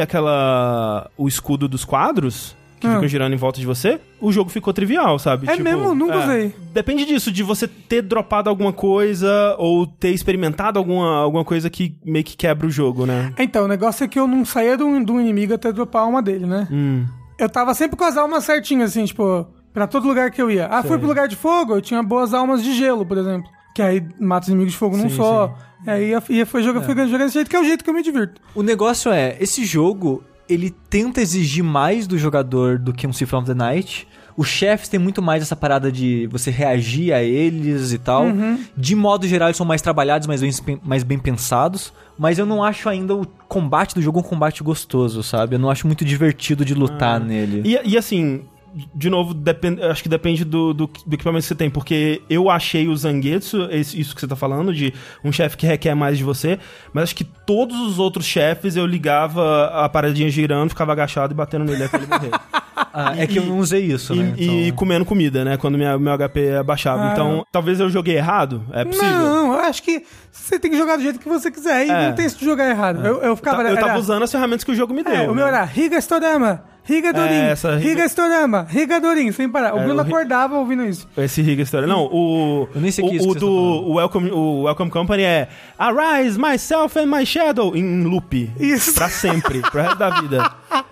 o escudo dos quadros... que ficam girando em volta de você, o jogo ficou trivial, sabe? É tipo, mesmo? Nunca usei. Depende disso, de você ter dropado alguma coisa ou ter experimentado alguma coisa que meio que quebra o jogo, né? Então, o negócio é que eu não saía do inimigo até dropar a alma dele, né? Eu tava sempre com as almas certinhas, assim, tipo, pra todo lugar que eu ia. Fui pro lugar de fogo, eu tinha boas almas de gelo, por exemplo. Que aí mata os inimigos de fogo num só. Aí foi jogando desse jeito, que é o jeito que eu me divirto. O negócio esse jogo... ele tenta exigir mais do jogador do que um Symphony of the Night, Os chefes têm muito mais essa parada de você reagir a eles e tal. De modo geral, eles são mais trabalhados, mais bem pensados. Mas eu não acho ainda o combate do jogo um combate gostoso, sabe? Eu não acho muito divertido de lutar nele. E assim... De novo, acho que depende do equipamento que você tem, porque eu achei o Zangetsu, isso que você tá falando, de um chefe que requer mais de você, mas acho que todos os outros chefes eu ligava a paradinha girando, ficava agachado e batendo nele até ele morrer. É que eu não usei isso, né? E comendo comida, né? Quando meu HP abaixava. Então, talvez eu joguei errado? É possível? Não, eu acho que você tem que jogar do jeito que você quiser e não tem isso de jogar errado. Eu tava usando as ferramentas que o jogo me deu. O meu era Higa Storama, Higa Dorin, Higa Storama, Higa Dorin, sem parar. O Bruno acordava ouvindo isso. Esse Higa Storama. Não, eu nem sei que isso o Welcome Company é Arise, Myself and My Shadow em loop. Isso. Pra sempre, pro resto da vida.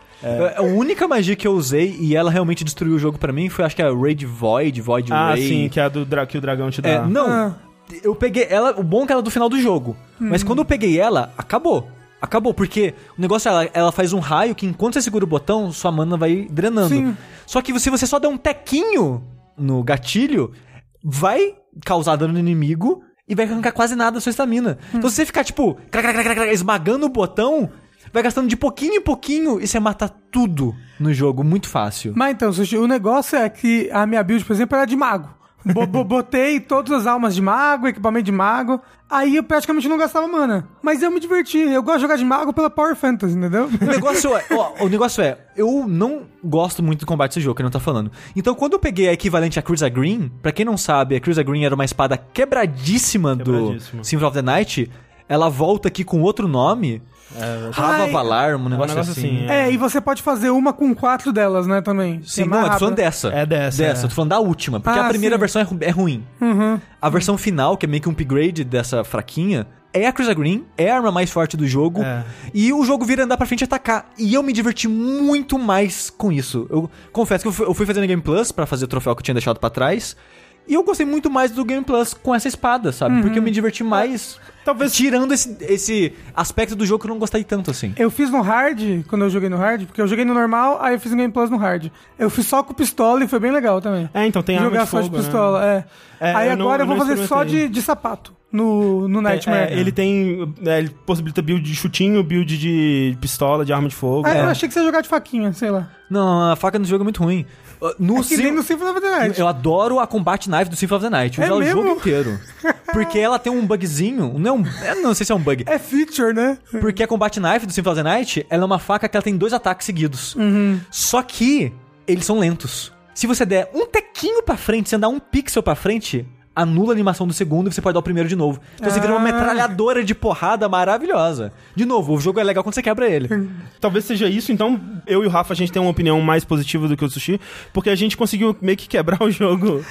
A única magia que eu usei e ela realmente destruiu o jogo pra mim foi, acho que a Raid Void Ray. Ah, sim, que é a que o dragão te dá. Eu peguei ela, o bom é que ela é do final do jogo. Mas quando eu peguei ela, acabou. Acabou, porque o negócio é, ela faz um raio que enquanto você segura o botão, sua mana vai drenando. Sim. Só que se você só der um tequinho no gatilho, vai causar dano no inimigo e vai arrancar quase nada da sua estamina. Então se você ficar, tipo, esmagando o botão, vai gastando de pouquinho em pouquinho e você mata tudo no jogo, muito fácil. Mas então, Sushi, o negócio é que a minha build, por exemplo, era de mago. Botei todas as almas de mago, equipamento de mago. Aí eu praticamente não gastava mana. Mas eu me diverti. Eu gosto de jogar de mago pela Power Fantasy, entendeu? O negócio é, eu não gosto muito do combate desse jogo, que ele não tá falando. Então quando eu peguei a equivalente a Cruza Green, pra quem não sabe, a Cruza Green era uma espada quebradíssima do Symphony of the Night. Ela volta aqui com outro nome. Rava Valar, um negócio assim. E você pode fazer uma com 4 delas, né, também. Sim, não, eu tô falando dessa. É dessa. Eu tô falando da última, porque a primeira versão é ruim. A versão final, que é meio que um upgrade dessa fraquinha, é a Cruza Green, é a arma mais forte do jogo, e o jogo vira andar pra frente e atacar. E eu me diverti muito mais com isso. Eu confesso que eu fui fazendo Game Plus pra fazer o troféu que eu tinha deixado pra trás, e eu gostei muito mais do Game Plus com essa espada, sabe? Porque eu me diverti mais... Talvez tirando esse aspecto do jogo que eu não gostei tanto, assim. Eu fiz no hard, quando eu joguei no hard, porque eu joguei no normal, aí eu fiz no Game Plus no hard. Eu fiz só com pistola e foi bem legal também. Então tem arma de fogo, jogar só de pistola, aí agora eu vou fazer só de sapato no Nightmare. Ele tem... ele possibilita build de chutinho, build de pistola, de arma de fogo. Eu achei que você ia jogar de faquinha, sei lá. Não, a faca no jogo é muito ruim. Nem no Symphony of the Night. Eu adoro a Combat Knife do Symphony of the Night. Eu uso ela o jogo inteiro. Porque ela tem um bugzinho. Não sei se é um bug. É feature, né? Porque a Combat Knife do Symphony of the Night, ela é uma faca que ela tem 2 ataques seguidos. Só que eles são lentos. Se você der um tequinho pra frente, se andar um pixel pra frente, anula a animação do segundo e você pode dar o primeiro de novo. Então você vira uma metralhadora de porrada maravilhosa. De novo, o jogo é legal quando você quebra ele. Talvez seja isso, então eu e o Rafa, a gente tem uma opinião mais positiva do que o Sushi, porque a gente conseguiu meio que quebrar o jogo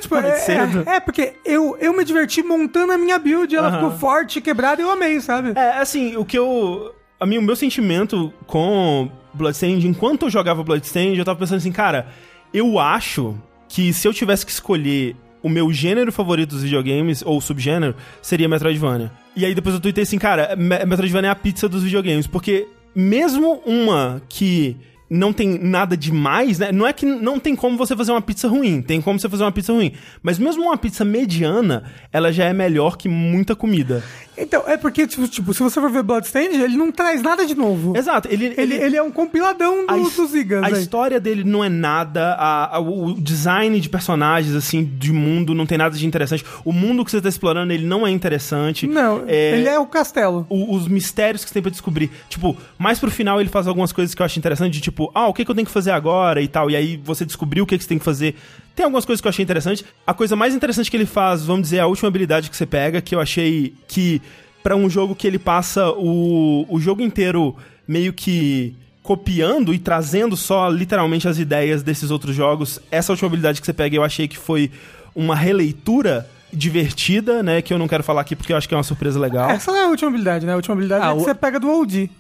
cedo. Porque eu me diverti montando a minha build, ela ficou forte, quebrada e eu amei, sabe? Assim, o meu sentimento com Bloodstained, enquanto eu jogava Bloodstained, eu tava pensando assim, cara, eu acho que se eu tivesse que escolher o meu gênero favorito dos videogames, ou subgênero, seria Metroidvania. E aí depois eu tuitei assim, cara, Metroidvania é a pizza dos videogames, porque mesmo uma que não tem nada demais, né? Não é que não tem como você fazer uma pizza ruim, tem como você fazer uma pizza ruim. Mas mesmo uma pizza mediana, ela já é melhor que muita comida. Então, é porque, tipo, se você for ver Bloodstained, ele não traz nada de novo. Exato. Ele é um compiladão dos Igas. A história dele não é nada, o design de personagens, assim, de mundo, não tem nada de interessante. O mundo que você tá explorando, ele não é interessante. Não, ele é o castelo. Os mistérios que você tem pra descobrir. Tipo, mais pro final ele faz algumas coisas que eu acho interessante, de tipo, o que eu tenho que fazer agora e tal. E aí você descobriu o que você tem que fazer. Tem algumas coisas que eu achei interessante. A coisa mais interessante que ele faz, vamos dizer, a última habilidade que você pega, que eu achei que, pra um jogo que ele passa o jogo inteiro meio que copiando e trazendo só literalmente as ideias desses outros jogos, essa última habilidade que você pega, eu achei que foi uma releitura divertida, né? Que eu não quero falar aqui porque eu acho que é uma surpresa legal. Essa não é a última habilidade, né? A última habilidade é que você pega do OG.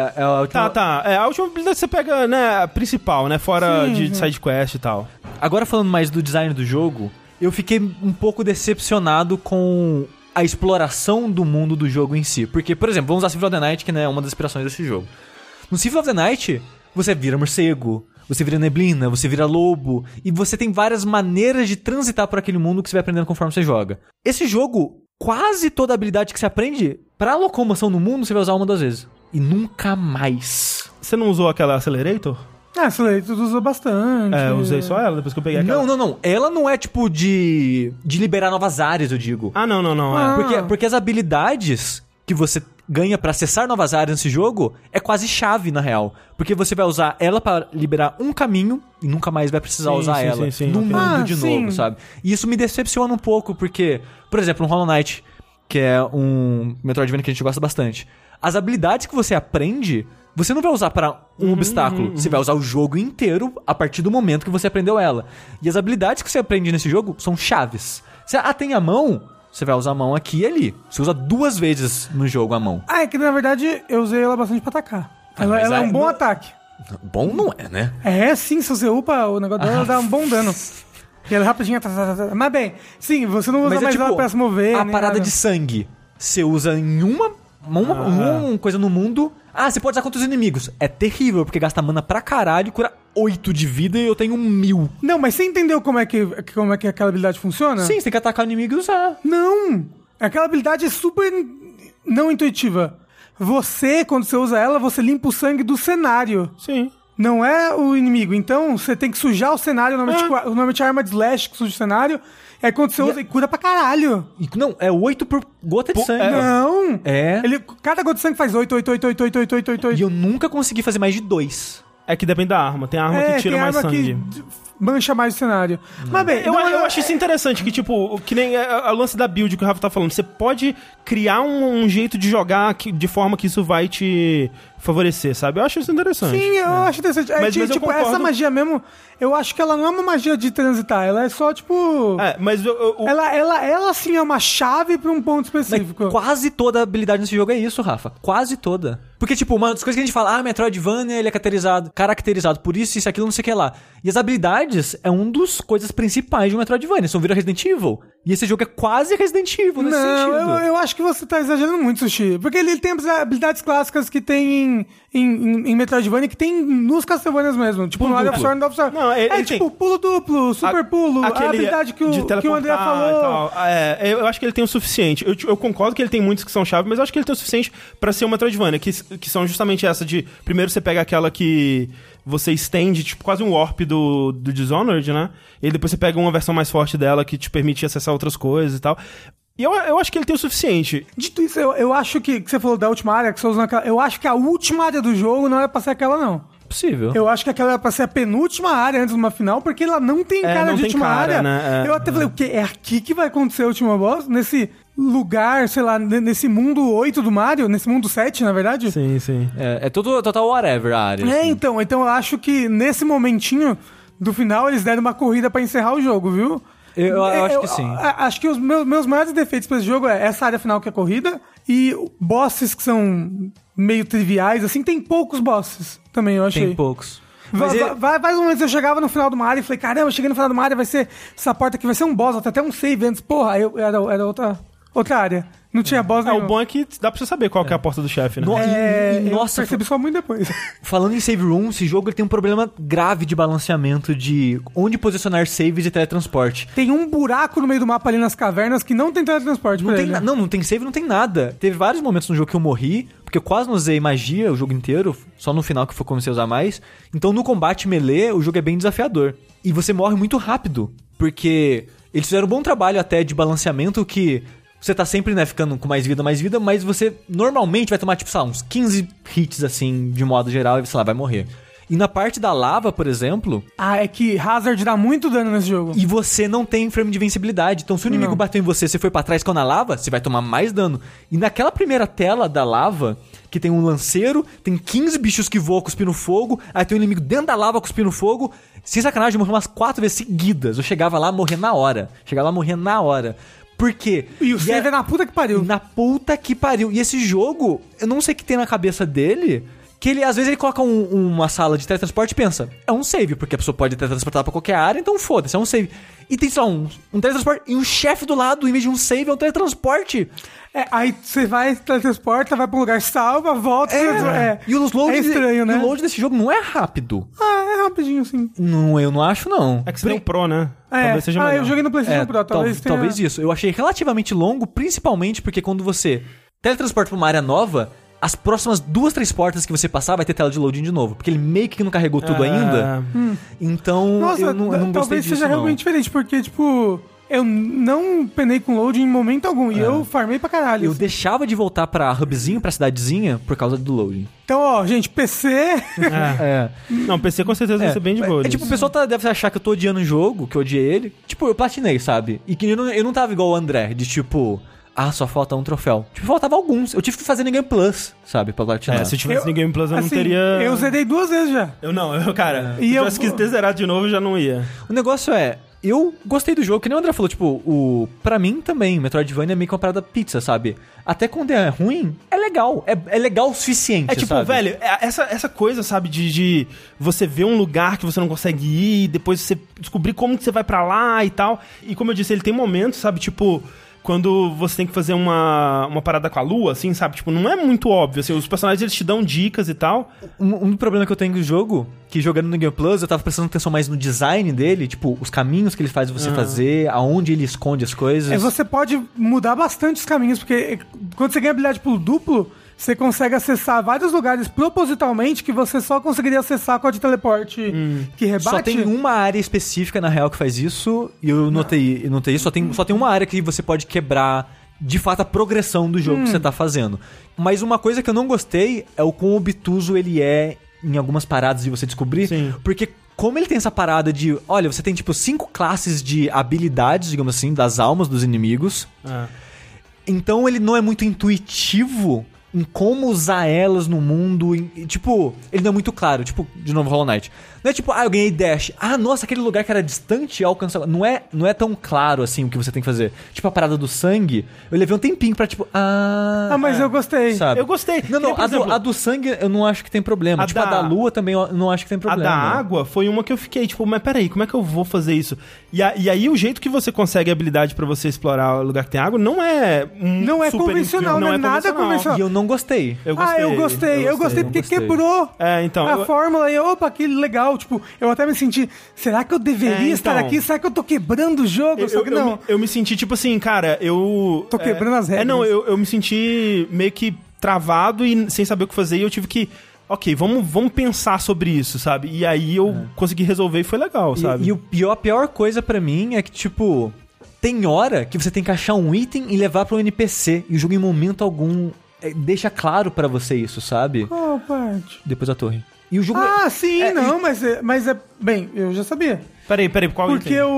A última... Tá. A última habilidade que você pega, né, a principal, né? Fora de side quest e tal. Agora falando mais do design do jogo, eu fiquei um pouco decepcionado com a exploração do mundo do jogo em si. Porque, por exemplo, vamos usar Symphony of the Night, que né, é uma das inspirações desse jogo. No Symphony of the Night, você vira morcego, você vira neblina, você vira lobo, e você tem várias maneiras de transitar por aquele mundo que você vai aprendendo conforme você joga. Esse jogo, quase toda habilidade que você aprende, pra locomoção no mundo, você vai usar uma 2 vezes. E nunca mais. Você não usou aquela Accelerator? Accelerator tu usou bastante. Eu usei só ela, depois que eu peguei aquela. Não. Ela não é tipo de liberar novas áreas, eu digo. Não. Porque as habilidades que você ganha pra acessar novas áreas nesse jogo é quase chave, na real. Porque você vai usar ela pra liberar um caminho e nunca mais vai precisar usar ela no mundo de novo, sabe? E isso me decepciona um pouco, porque, por exemplo, no Hollow Knight, que é um Metroidvania que a gente gosta bastante, as habilidades que você aprende, você não vai usar para um obstáculo. Você vai usar o jogo inteiro a partir do momento que você aprendeu ela. E as habilidades que você aprende nesse jogo são chaves. Você tem a mão, você vai usar a mão aqui e ali. Você usa 2 vezes no jogo a mão. É que na verdade eu usei ela bastante pra atacar. Ela é um bom ataque. Bom não é, né? É, sim, se você upa o negócio dela, ela dá um bom dano. E ela é rapidinha. Mas bem, sim, você não usa mais ela pra se mover. A parada nada de sangue, você usa em uma coisa no mundo. Você pode usar contra os inimigos. É terrível, porque gasta mana pra caralho, cura 8 de vida e eu tenho 1000. Não, mas você entendeu como é que aquela habilidade funciona? Sim, você tem que atacar o inimigo e usar. Não! Aquela habilidade é super não intuitiva. Você, quando você usa ela, você limpa o sangue do cenário. Sim. Não é o inimigo. Então, você tem que sujar o cenário. Normalmente a arma de slash que suja o cenário. É quando você usa e cura pra caralho. Não, é 8 por gota de sangue. Não. É. Cada gota de sangue faz 8. E eu nunca consegui fazer mais de 2. É que depende da arma. Tem arma que tira mais sangue. Que mancha mais o cenário. Mas bem, eu acho isso interessante, que tipo, que nem a lance da build que o Rafa tá falando. Você pode criar um jeito de jogar de forma que isso vai te favorecer, sabe? Eu acho isso interessante. Sim, eu acho interessante. Mas tipo, eu concordo. Essa magia mesmo, eu acho que ela não é uma magia de transitar, ela é só, tipo... mas ela sim é uma chave pra um ponto específico. Mas quase toda habilidade nesse jogo é isso, Rafa. Quase toda. Porque, tipo, uma das coisas que a gente fala, Metroidvania, ele é caracterizado por isso, aquilo, não sei o que lá. E as habilidades é uma das coisas principais de um Metroidvania. São vira Resident Evil. E esse jogo é quase Resident Evil nesse sentido. Eu acho que você tá exagerando muito, Sushi. Porque ele tem as habilidades clássicas que tem em Metroidvania, que tem nos Castlevanias mesmo. Tipo, no Area of Sorrow e of Sorrow. Não, ele tipo, tem pulo duplo, super pulo, a habilidade que o André falou. Eu acho que ele tem o suficiente. Eu concordo que ele tem muitos que são chave, mas eu acho que ele tem o suficiente pra ser um Metroidvania, que são justamente essa de... Primeiro você pega aquela que você estende, tipo, quase um warp do Dishonored, né? E depois você pega uma versão mais forte dela que te permite acessar outras coisas e tal. E eu acho que ele tem o suficiente. Dito isso, eu acho que você falou da última área, que você usou naquela... Eu acho que a última área do jogo não era pra ser aquela, não. Possível. Eu acho que aquela era pra ser a penúltima área antes de uma final, porque ela não tem cara de última área. Né? Eu até falei, o quê? É aqui que vai acontecer a última boss? Nesse lugar, sei lá, nesse mundo 8 do Mario? Nesse mundo 7, na verdade? Sim. É tudo total whatever a área. Assim. Então eu acho que nesse momentinho do final eles deram uma corrida pra encerrar o jogo, viu? Eu acho que sim. Acho que os meus maiores defeitos pra esse jogo é essa área final que é a corrida e bosses que são meio triviais, assim, tem poucos bosses também, eu achei. Tem poucos. Vários momentos eu chegava no final de uma área e falei, caramba, eu cheguei no final de uma área, vai ser essa porta aqui, vai ser um boss, até um save antes. Porra, era outra área. Não tinha boss nenhum. O bom é que dá pra você saber qual que é a porta do chefe, né? Nossa, eu percebi só muito depois. Falando em save room, esse jogo ele tem um problema grave de balanceamento de onde posicionar saves e teletransporte. Tem um buraco no meio do mapa ali nas cavernas que não tem teletransporte pra ele. Não tem save, não tem nada. Teve vários momentos no jogo que eu morri, porque eu quase não usei magia o jogo inteiro, só no final que eu comecei a usar mais. Então no combate melee, o jogo é bem desafiador. E você morre muito rápido, porque eles fizeram um bom trabalho até de balanceamento que... Você tá sempre, né, ficando com mais vida, mas você normalmente vai tomar, tipo, sei lá, uns 15 hits, assim, de modo geral, e, sei lá, vai morrer. E na parte da lava, por exemplo... é que Hazard dá muito dano nesse jogo. E você não tem frame de invencibilidade. Então, se o inimigo bateu em você, você foi pra trás com na lava, você vai tomar mais dano. E naquela primeira tela da lava, que tem um lanceiro, tem 15 bichos que voam cuspindo fogo, aí tem um inimigo dentro da lava cuspindo fogo... Sem sacanagem, eu morri umas 4 vezes seguidas. Eu chegava lá, morria na hora. Por quê? E o save é na puta que pariu. Na puta que pariu. E esse jogo, eu não sei o que tem na cabeça dele, que ele, às vezes, ele coloca uma sala de teletransporte e pensa, é um save, porque a pessoa pode teletransportar pra qualquer área, então foda-se, é um save. E tem, sei lá, um teletransporte e um chefe do lado, em vez de um save, é um teletransporte. Aí você vai, teletransporta, vai pra um lugar, salva, volta... E os loads, é estranho, né? O load desse jogo não é rápido. É rapidinho, sim. Não, eu não acho, não. É que você tem o Pro, né? Talvez seja melhor. Eu joguei no PlayStation Pro, talvez isso. Eu achei relativamente longo, principalmente porque quando você teletransporta pra uma área nova, as próximas 2, 3 portas que você passar vai ter tela de loading de novo. Porque ele meio que não carregou tudo ainda. Então, nossa, eu não gostei disso, talvez seja realmente diferente, porque, tipo... Eu não penei com loading em momento algum. E eu farmei pra caralho. Eu deixava de voltar pra hubzinho, pra cidadezinha, por causa do loading. Então, ó, gente, PC... Não, PC com certeza vai ser bem de boa. Tipo, o pessoal deve achar que eu tô odiando o jogo, que eu odiei ele. Tipo, eu platinei, sabe? E que eu não tava igual o André, de tipo... só falta um troféu. Tipo, faltava alguns. Eu tive que fazer Game Plus, sabe? Pra platinar. Se eu tivesse Game Plus, eu não teria... Eu zerei 2 vezes já. Cara, se eu tivesse que ter zerado de novo, eu já não ia. O negócio é... Eu gostei do jogo, que nem o André falou, tipo, pra mim também, Metroidvania é meio que uma parada pizza, sabe? Até quando é ruim, é legal. É legal o suficiente, tipo, sabe? velho, essa coisa, sabe, de você ver um lugar que você não consegue ir, depois você descobrir como que você vai pra lá e tal. E como eu disse, ele tem momentos, sabe, tipo... Quando você tem que fazer uma parada com a lua, assim, sabe? Tipo, não é muito óbvio, assim, os personagens, eles te dão dicas e tal. Um problema que eu tenho com o jogo, que jogando no Game Plus, eu tava prestando atenção mais no design dele, tipo, os caminhos que ele faz você fazer, aonde ele esconde as coisas. Você pode mudar bastante os caminhos, porque quando você ganha habilidade pulo duplo, você consegue acessar vários lugares propositalmente que você só conseguiria acessar com a de teleporte que rebate. Só tem uma área específica, na real, que faz isso, e eu notei isso. Só tem uma área que você pode quebrar, de fato, a progressão do jogo que você tá fazendo. Mas uma coisa que eu não gostei é o quão obtuso ele é em algumas paradas de você descobrir. Sim. Porque como ele tem essa parada de... Olha, você tem, tipo, 5 classes de habilidades, digamos assim, das almas dos inimigos. Então ele não é muito intuitivo em como usar elas no mundo. Tipo, ele não é muito claro. Tipo, de novo, Hollow Knight. Não é tipo, eu ganhei dash. Nossa, aquele lugar que era distante alcançar. Não é tão claro assim o que você tem que fazer. Tipo, a parada do sangue, eu levei um tempinho pra tipo, mas eu gostei. Sabe? Eu gostei. Não, a do sangue eu não acho que tem problema. A da lua também eu não acho que tem problema. A da água foi uma que eu fiquei, tipo, mas peraí, como é que eu vou fazer isso? E aí o jeito que você consegue a habilidade pra você explorar o lugar que tem água não é não é convencional, não é nada convencional. E eu não gostei. Eu gostei porque quebrou a fórmula e opa, que legal. Tipo, eu até me senti, será que eu deveria estar aqui? Será que eu tô quebrando o jogo? Só que não. Eu me senti, tipo assim, cara, eu... Tô quebrando as regras. Eu me senti meio que travado e sem saber o que fazer e eu tive que... Ok, vamos pensar sobre isso, sabe? E aí eu consegui resolver e foi legal, sabe? E a pior coisa pra mim é que, tipo... Tem hora que você tem que achar um item e levar pra um NPC. E o jogo em momento algum deixa claro pra você isso, sabe? Qual parte? Depois da torre. E o jogo mas é... Bem, eu já sabia. Peraí, qual porque item?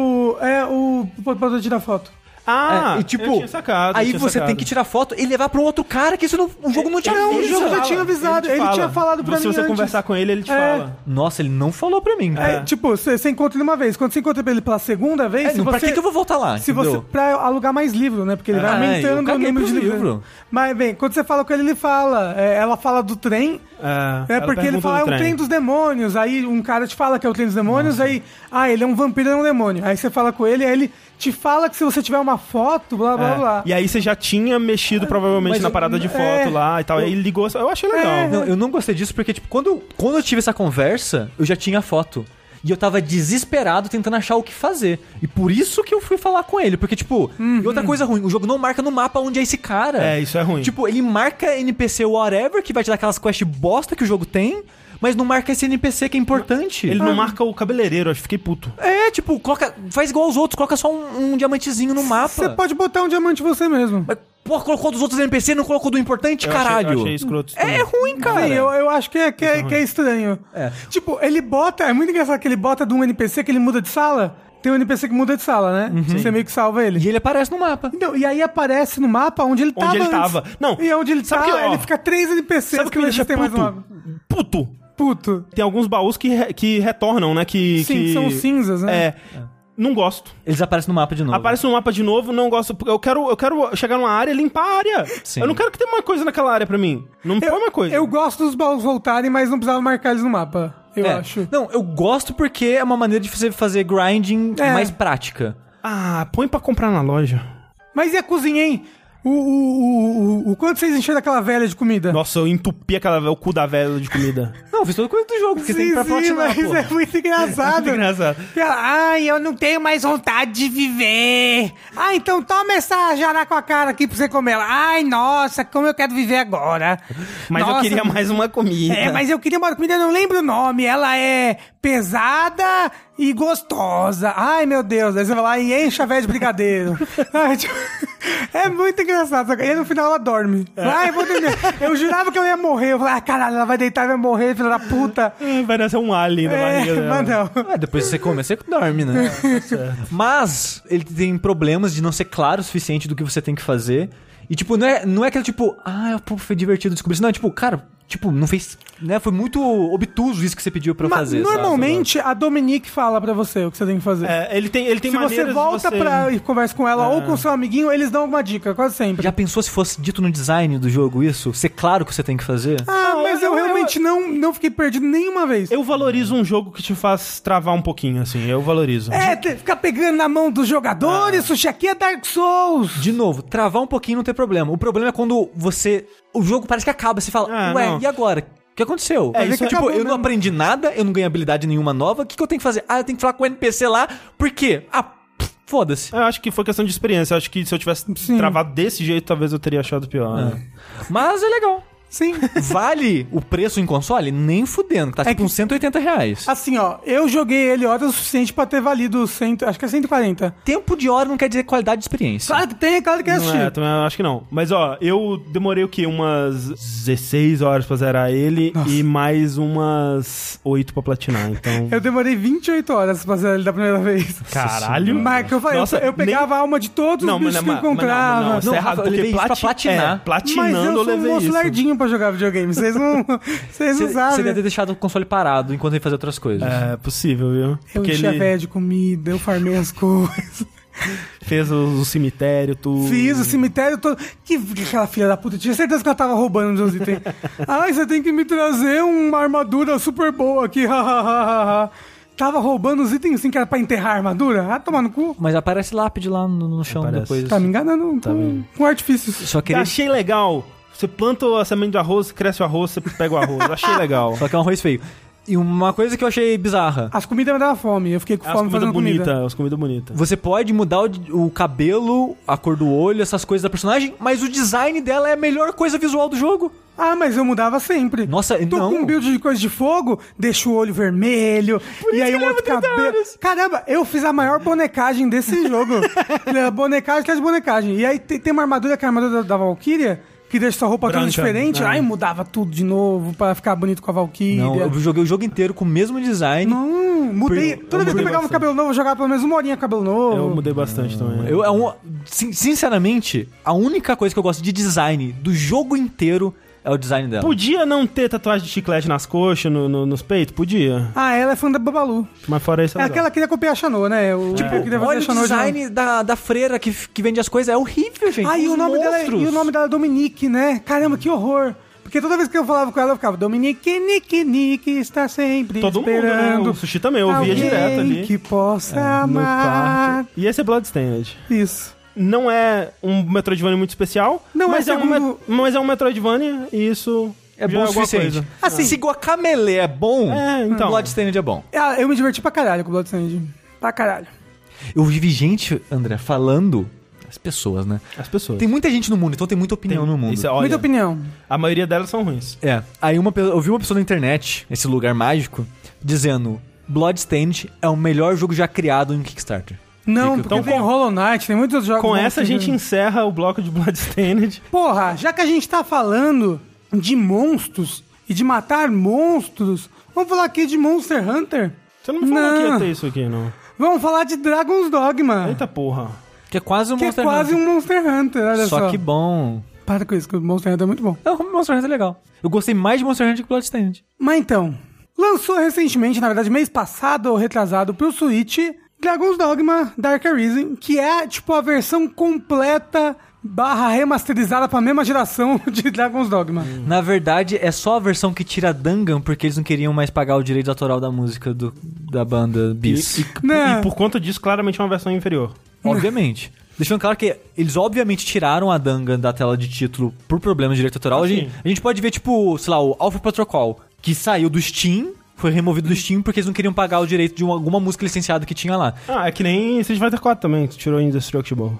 o pra tirar foto. E tipo, eu tinha sacado, aí você tem que tirar foto e levar pra um outro cara que o jogo não tinha visto. O jogo já tinha avisado, ele tinha falado pra mim. Se você conversar com ele te fala. Nossa, ele não falou pra mim. Tipo, você encontra ele uma vez. Quando você encontra ele pela segunda vez... pra que eu vou voltar lá? Pra alugar mais livro, né? Porque ele vai aumentando o número de livros. Mas, bem, quando você fala com ele fala. Ela fala do trem. Porque ele fala, é um trem dos demônios. Aí um cara te fala que é o trem dos demônios. Aí, ele é um vampiro, ele é um demônio. Aí você fala com ele, aí ele te fala que se você tiver uma foto, blá, blá, blá. E aí você já tinha mexido provavelmente na parada de foto lá e tal. Aí ele ligou, eu achei legal. Não, eu não gostei disso porque, tipo, quando eu tive essa conversa, eu já tinha foto. E eu tava desesperado tentando achar o que fazer. E por isso que eu fui falar com ele. Porque, tipo, e outra coisa ruim, o jogo não marca no mapa onde é esse cara. Isso é ruim. Tipo, ele marca NPC whatever, que vai te dar aquelas quest bosta que o jogo tem, mas não marca esse NPC que é importante. Ele não marca o cabeleireiro, acho que fiquei puto. Tipo, faz igual aos outros, coloca só um diamantezinho no mapa. Você pode botar um diamante você mesmo. Mas, colocou dos outros NPC e não colocou do importante, caralho. Eu achei escroto. É ruim, cara. Sim, eu acho que é estranho. Tipo, ele bota... É muito engraçado que ele bota de um NPC que ele muda de sala. Tem um NPC que muda de sala, né? Você meio que salva ele. E ele aparece no mapa. Então, e aí aparece no mapa onde ele tava. Não. E onde ele tava, ele fica 3 NPCs. Sabe o que me deixa mais no mapa. Puto. Tem alguns baús que retornam, né? Sim, são cinzas, né? Não gosto. Eles aparecem no mapa de novo. Aparece no mapa de novo, não gosto. Eu quero chegar numa área e limpar a área. Sim. Eu não quero que tenha uma coisa naquela área pra mim. Não põe uma coisa. Eu gosto dos baús voltarem, mas não precisava marcar eles no mapa. Eu acho. Não, eu gosto porque é uma maneira de você fazer grinding mais prática. Ah, põe pra comprar na loja. Mas e a cozinha, hein? O quanto vocês encheram aquela velha de comida? Nossa, eu entupi o cu da velha de comida. Não, eu fiz toda coisa do jogo, porque tem pra platinar, mas pô. É muito engraçado. Muito engraçado. Ai, eu não tenho mais vontade de viver. Ah, então toma essa jará com a cara aqui pra você comer. Ai, nossa, como eu quero viver agora. Mas nossa, eu queria mais uma comida. Mas eu queria uma comida, eu não lembro o nome. Ela é pesada e gostosa. Ai, meu Deus. Aí você vai lá e enche a velha de brigadeiro. Ai, tipo, é muito engraçado. E aí no final ela dorme. Ai, eu vou dormir. Eu jurava que ela ia morrer. Eu falei, caralho, ela vai deitar e vai morrer, filha da puta. Vai nascer um alien na barriga dela. Mas não. Depois você come, você dorme, né? Mas ele tem problemas de não ser claro o suficiente do que você tem que fazer. E, tipo, não é aquele tipo, foi divertido descobrir isso. Não, é tipo, cara, não fez, né? Foi muito obtuso isso que você pediu pra fazer. Normalmente, a Dominique fala pra você o que você tem que fazer. Ele tem maneiras se você volta e conversa com ela ou com seu amiguinho, eles dão alguma dica, quase sempre. Já pensou se fosse dito no design do jogo isso? Ser claro o que você tem que fazer? Mas eu realmente não fiquei perdido nenhuma vez. Eu valorizo um jogo que te faz travar um pouquinho, assim. Eu valorizo. Ficar pegando na mão dos jogadores, isso aqui é Dark Souls. De novo, travar um pouquinho não tem problema. O problema é quando o jogo parece que acaba, você fala, e agora? O que aconteceu? Eu não aprendi nada, eu não ganhei habilidade nenhuma nova, o que eu tenho que fazer? Eu tenho que falar com o NPC lá, por quê? Foda-se. Eu acho que foi questão de experiência, eu acho que se eu tivesse travado desse jeito, talvez eu teria achado pior. Né? Mas é legal. Sim. Vale o preço em console? Nem fudendo, tá tipo uns R$180. Assim, eu joguei ele horas o suficiente pra ter valido acho que é 140. Tempo de hora não quer dizer qualidade de experiência. Claro que tem, claro que é assistir. Também acho que não. Mas, eu demorei o quê? Umas 16 horas pra zerar ele. Nossa. E mais umas 8 pra platinar, então... Eu demorei 28 horas pra zerar ele da primeira vez. Caralho! Mas que eu falei, eu pegava a alma de todos os bichos que eu encontrava. Não, errado, eu levei isso pra platinar. Platinando eu levei isso. Mas eu sou um moço lerdinho pra jogar videogame. Vocês não sabem. Você deve ter deixado o console parado enquanto ele fazia outras coisas. É possível, viu? Eu enchi a véia de comida, eu farmei as coisas. Fez o cemitério, tudo. Fiz o cemitério todo. Que aquela filha da puta, tinha certeza que ela tava roubando os itens. Você tem que me trazer uma armadura super boa aqui, Tava roubando os itens assim que era pra enterrar a armadura? Tomar no cu. Mas aparece lápide lá no chão depois. Tá me enganando com artifícios. Só que achei legal. Você planta a semente de arroz, cresce o arroz, você pega o arroz. Achei legal. Só que é um arroz feio. E uma coisa que eu achei bizarra. As comidas me davam fome. Eu fiquei com fome fazendo comida. As comidas bonitas. Você pode mudar o cabelo, a cor do olho, essas coisas da personagem, mas o design dela é a melhor coisa visual do jogo. Mas eu mudava sempre. Nossa, Tô com um build de coisa de fogo, deixo o olho vermelho, e aí o outro cabelo... Caramba, eu fiz a maior bonecagem desse jogo. Bonecagem atrás de bonecagem. E aí tem uma armadura, que é a armadura da Valkyria, que deixa sua roupa toda diferente. Aí mudava tudo de novo pra ficar bonito com a Valkyria. Não, eu joguei o jogo inteiro com o mesmo design. Não, mudei. Toda vez que eu pegava um cabelo novo, eu jogava pelo menos uma horinha cabelo novo. Eu mudei bastante também. Sinceramente, a única coisa que eu gosto de design do jogo inteiro é o design dela. Podia não ter tatuagem de chiclete nas coxas, nos peitos? Podia. Ela é fã da Babalu. Mas fora isso, é aquela que queria copiar a Chanô, né? Olha o design da freira que vende as coisas. É horrível, gente. E o nome dela é Dominique, né? Caramba, que horror. Porque toda vez que eu falava com ela, eu ficava Dominique, Nick, está sempre todo esperando. Mundo, né? O Sushi também, eu ouvia direto ali. Que possa amar. E esse é Bloodstained. Isso. Não é um Metroidvania muito especial, mas é um Metroidvania e isso é bom o suficiente. Assim, se Guacamelee é bom, então Bloodstained é bom. Eu me diverti pra caralho com o Bloodstained. Pra caralho. Eu vi gente, André, falando... As pessoas, né? As pessoas. Tem muita gente no mundo, então tem muita opinião no mundo. Muita opinião. A maioria delas são ruins. Aí eu vi uma pessoa na internet, esse lugar mágico, dizendo Bloodstained é o melhor jogo já criado em Kickstarter. Não, porque tem Hollow Knight, tem muitos jogos... Com essa a gente encerra o bloco de Bloodstained. Porra, já que a gente tá falando de monstros e de matar monstros, vamos falar aqui de Monster Hunter? Você não me falou que ia ter isso aqui, não. Vamos falar de Dragon's Dogma. Eita porra. Que é quase um Monster Hunter. Quase um Monster Hunter, olha só. Só que bom. Para com isso, que o Monster Hunter é muito bom. O Monster Hunter é legal. Eu gostei mais de Monster Hunter que Bloodstained. Mas então, lançou recentemente, na verdade mês passado ou retrasado, pro Switch... Dragon's Dogma Dark Arisen, que é, tipo, a versão completa / remasterizada pra mesma geração de Dragon's Dogma. Na verdade, é só a versão que tira Dangan, porque eles não queriam mais pagar o direito autoral da música da banda Bis. E por conta disso, claramente é uma versão inferior. Obviamente. Deixando claro que eles obviamente tiraram a Dangan da tela de título por problema de direito autoral. A gente pode ver, tipo, sei lá, o Alpha Protocol, que saiu do Steam, foi removido do Steam porque eles não queriam pagar o direito de alguma música licenciada que tinha lá. É que nem Street Fighter 4 também, tirou Indestructible.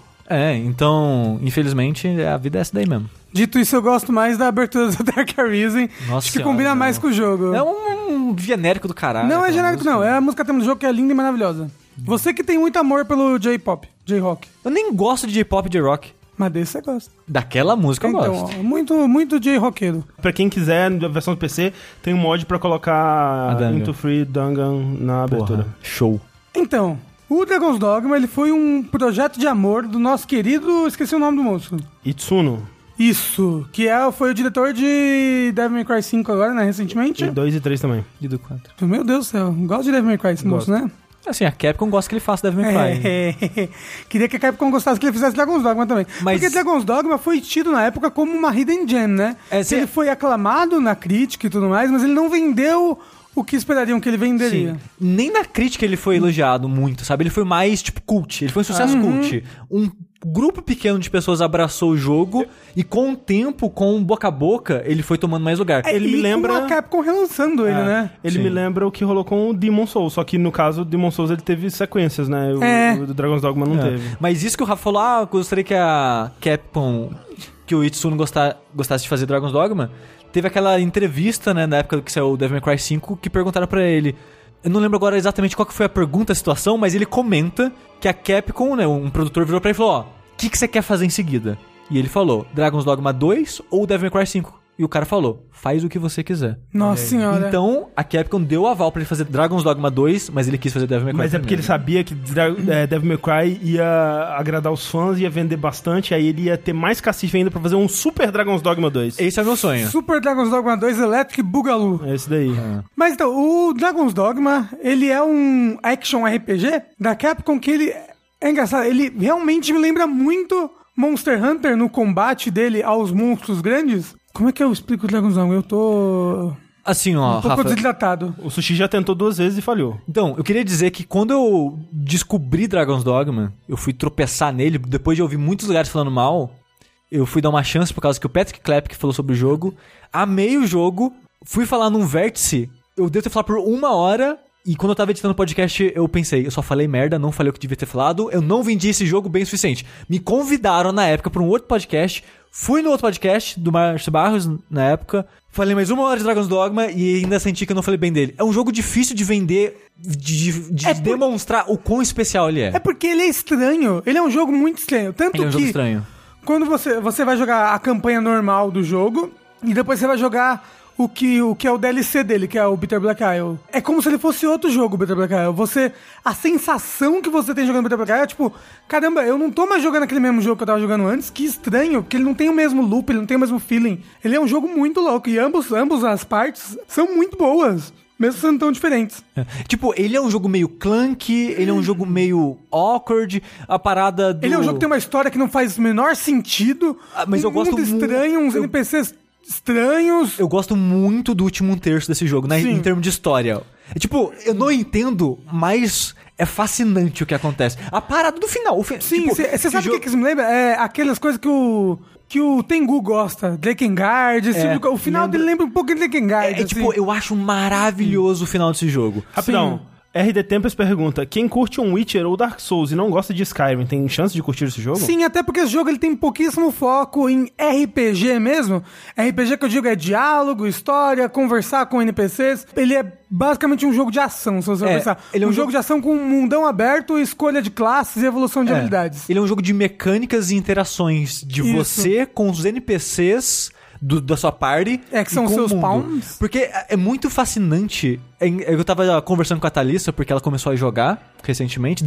Então, infelizmente, a vida é essa daí mesmo. Dito isso, eu gosto mais da abertura do Dark Arisen. Nossa, acho que combina mais com o jogo. É um genérico do caralho. Não é genérico, não. É a música tema do jogo que é linda e maravilhosa. Você que tem muito amor pelo J-Pop, J-Rock. Eu nem gosto de J-Pop e J-Rock. Mas desse você gosta. Daquela música eu gosto. Ó, muito J-Rockeiro. Pra quem quiser, na versão do PC, tem um mod pra colocar Into Free Dangan na abertura. Show. Então, o Dragon's Dogma, ele foi um projeto de amor do nosso querido... Esqueci o nome do moço. Itsuno. Isso, que foi o diretor de Devil May Cry 5 agora, né, recentemente. E 2 e 3 também. E do 4. Meu Deus do céu, gosto de Devil May Cry esse moço, né? Assim, a Capcom gosta que ele faça Devil May Cry. Queria que a Capcom gostasse que ele fizesse Dragon's Dogma também. Porque Dragon's Dogma foi tido na época como uma hidden gem, né? Ele foi aclamado na crítica e tudo mais, mas ele não vendeu o que esperariam que ele venderia. Sim. Nem na crítica ele foi elogiado muito, sabe? Ele foi mais, tipo, cult. Ele foi um sucesso cult. Um grupo pequeno de pessoas abraçou o jogo e com o tempo, com boca a boca, ele foi tomando mais lugar. Ele me lembra... com a Capcom relançando ele, né? Ele me lembra o que rolou com o Demon's Souls, só que no caso, o Demon's Souls ele teve sequências, né? O do Dragon's Dogma não teve. Mas isso que o Rafa falou, gostaria que a Capcom, que o Itsuno gostasse de fazer Dragon's Dogma, teve aquela entrevista, né, na época que saiu o Devil May Cry 5, que perguntaram pra ele... Eu não lembro agora exatamente qual que foi a pergunta, a situação, mas ele comenta que a Capcom, né, um produtor virou pra ele e falou, o que você quer fazer em seguida? E ele falou, Dragon's Dogma 2 ou Devil May Cry 5? E o cara falou, faz o que você quiser. Nossa senhora. Então, a Capcom deu aval pra ele fazer Dragon's Dogma 2, mas ele quis fazer Devil May Cry. Mas é porque ele sabia que Devil May Cry ia agradar os fãs, ia vender bastante, aí ele ia ter mais cacife ainda pra fazer um Super Dragon's Dogma 2. Esse é o meu sonho. Super Dragon's Dogma 2 Electric Boogaloo. É esse daí. Mas então, o Dragon's Dogma, ele é um action RPG da Capcom que ele... É engraçado, ele realmente me lembra muito Monster Hunter no combate dele aos monstros grandes. Como é que eu explico o Dragon's Dogma? Eu tô... Assim, ó, um pouco Rafa, desidratado. O Sushi já tentou 2 vezes e falhou. Então, eu queria dizer que quando eu descobri Dragon's Dogma, eu fui tropeçar nele, depois de ouvir muitos lugares falando mal, eu fui dar uma chance por causa que o Patrick Clapp falou sobre o jogo, amei o jogo, fui falar num vértice, eu devo ter falado por 1 hora... E quando eu tava editando o podcast, eu pensei, eu só falei merda, não falei o que devia ter falado, eu não vendi esse jogo bem o suficiente. Me convidaram na época pra um outro podcast, fui no outro podcast do Márcio Barros, na época, falei mais 1 hora de Dragon's Dogma e ainda senti que eu não falei bem dele. É um jogo difícil de vender, de demonstrar o quão especial ele é. É porque ele é estranho, ele é um jogo muito estranho. Tanto ele é um que jogo estranho. Quando você vai jogar a campanha normal do jogo, e depois você vai jogar... O que é o DLC dele, que é o Bitter Black Isle. É como se ele fosse outro jogo, o Bitter Black Isle. A sensação que você tem jogando Bitter Black Isle é tipo, caramba, eu não tô mais jogando aquele mesmo jogo que eu tava jogando antes, que estranho, porque ele não tem o mesmo loop, ele não tem o mesmo feeling. Ele é um jogo muito louco, e ambos as partes são muito boas. Mesmo sendo tão diferentes. Tipo, ele é um jogo meio clunky, ele é um jogo meio awkward, a parada do... Ele é um jogo que tem uma história que não faz o menor sentido. Mas eu gosto muito... estranho, uns NPCs... estranhos. Eu gosto muito do último terço desse jogo, né? Em termos de história. É, tipo, eu não entendo, mas é fascinante o que acontece. A parada do final. Sim, você tipo, sabe o que isso me lembra? É aquelas coisas que o Tengu gosta. Drakengard, o final dele lembra um pouco de Drakengard. Assim. Tipo, eu acho maravilhoso o final desse jogo. Rapidão. Sim. RD Tempest pergunta, quem curte um Witcher ou Dark Souls e não gosta de Skyrim, tem chance de curtir esse jogo? Sim, até porque esse jogo ele tem pouquíssimo foco em RPG mesmo. RPG que eu digo é diálogo, história, conversar com NPCs. Ele é basicamente um jogo de ação, se você pensar. Ele é um jogo de ação com um mundão aberto, escolha de classes e evolução de habilidades. Ele é um jogo de mecânicas e interações de você com os NPCs... da sua party. Que são os seus pawns. Porque é muito fascinante. Eu tava conversando com a Thalissa, porque ela começou a jogar recentemente,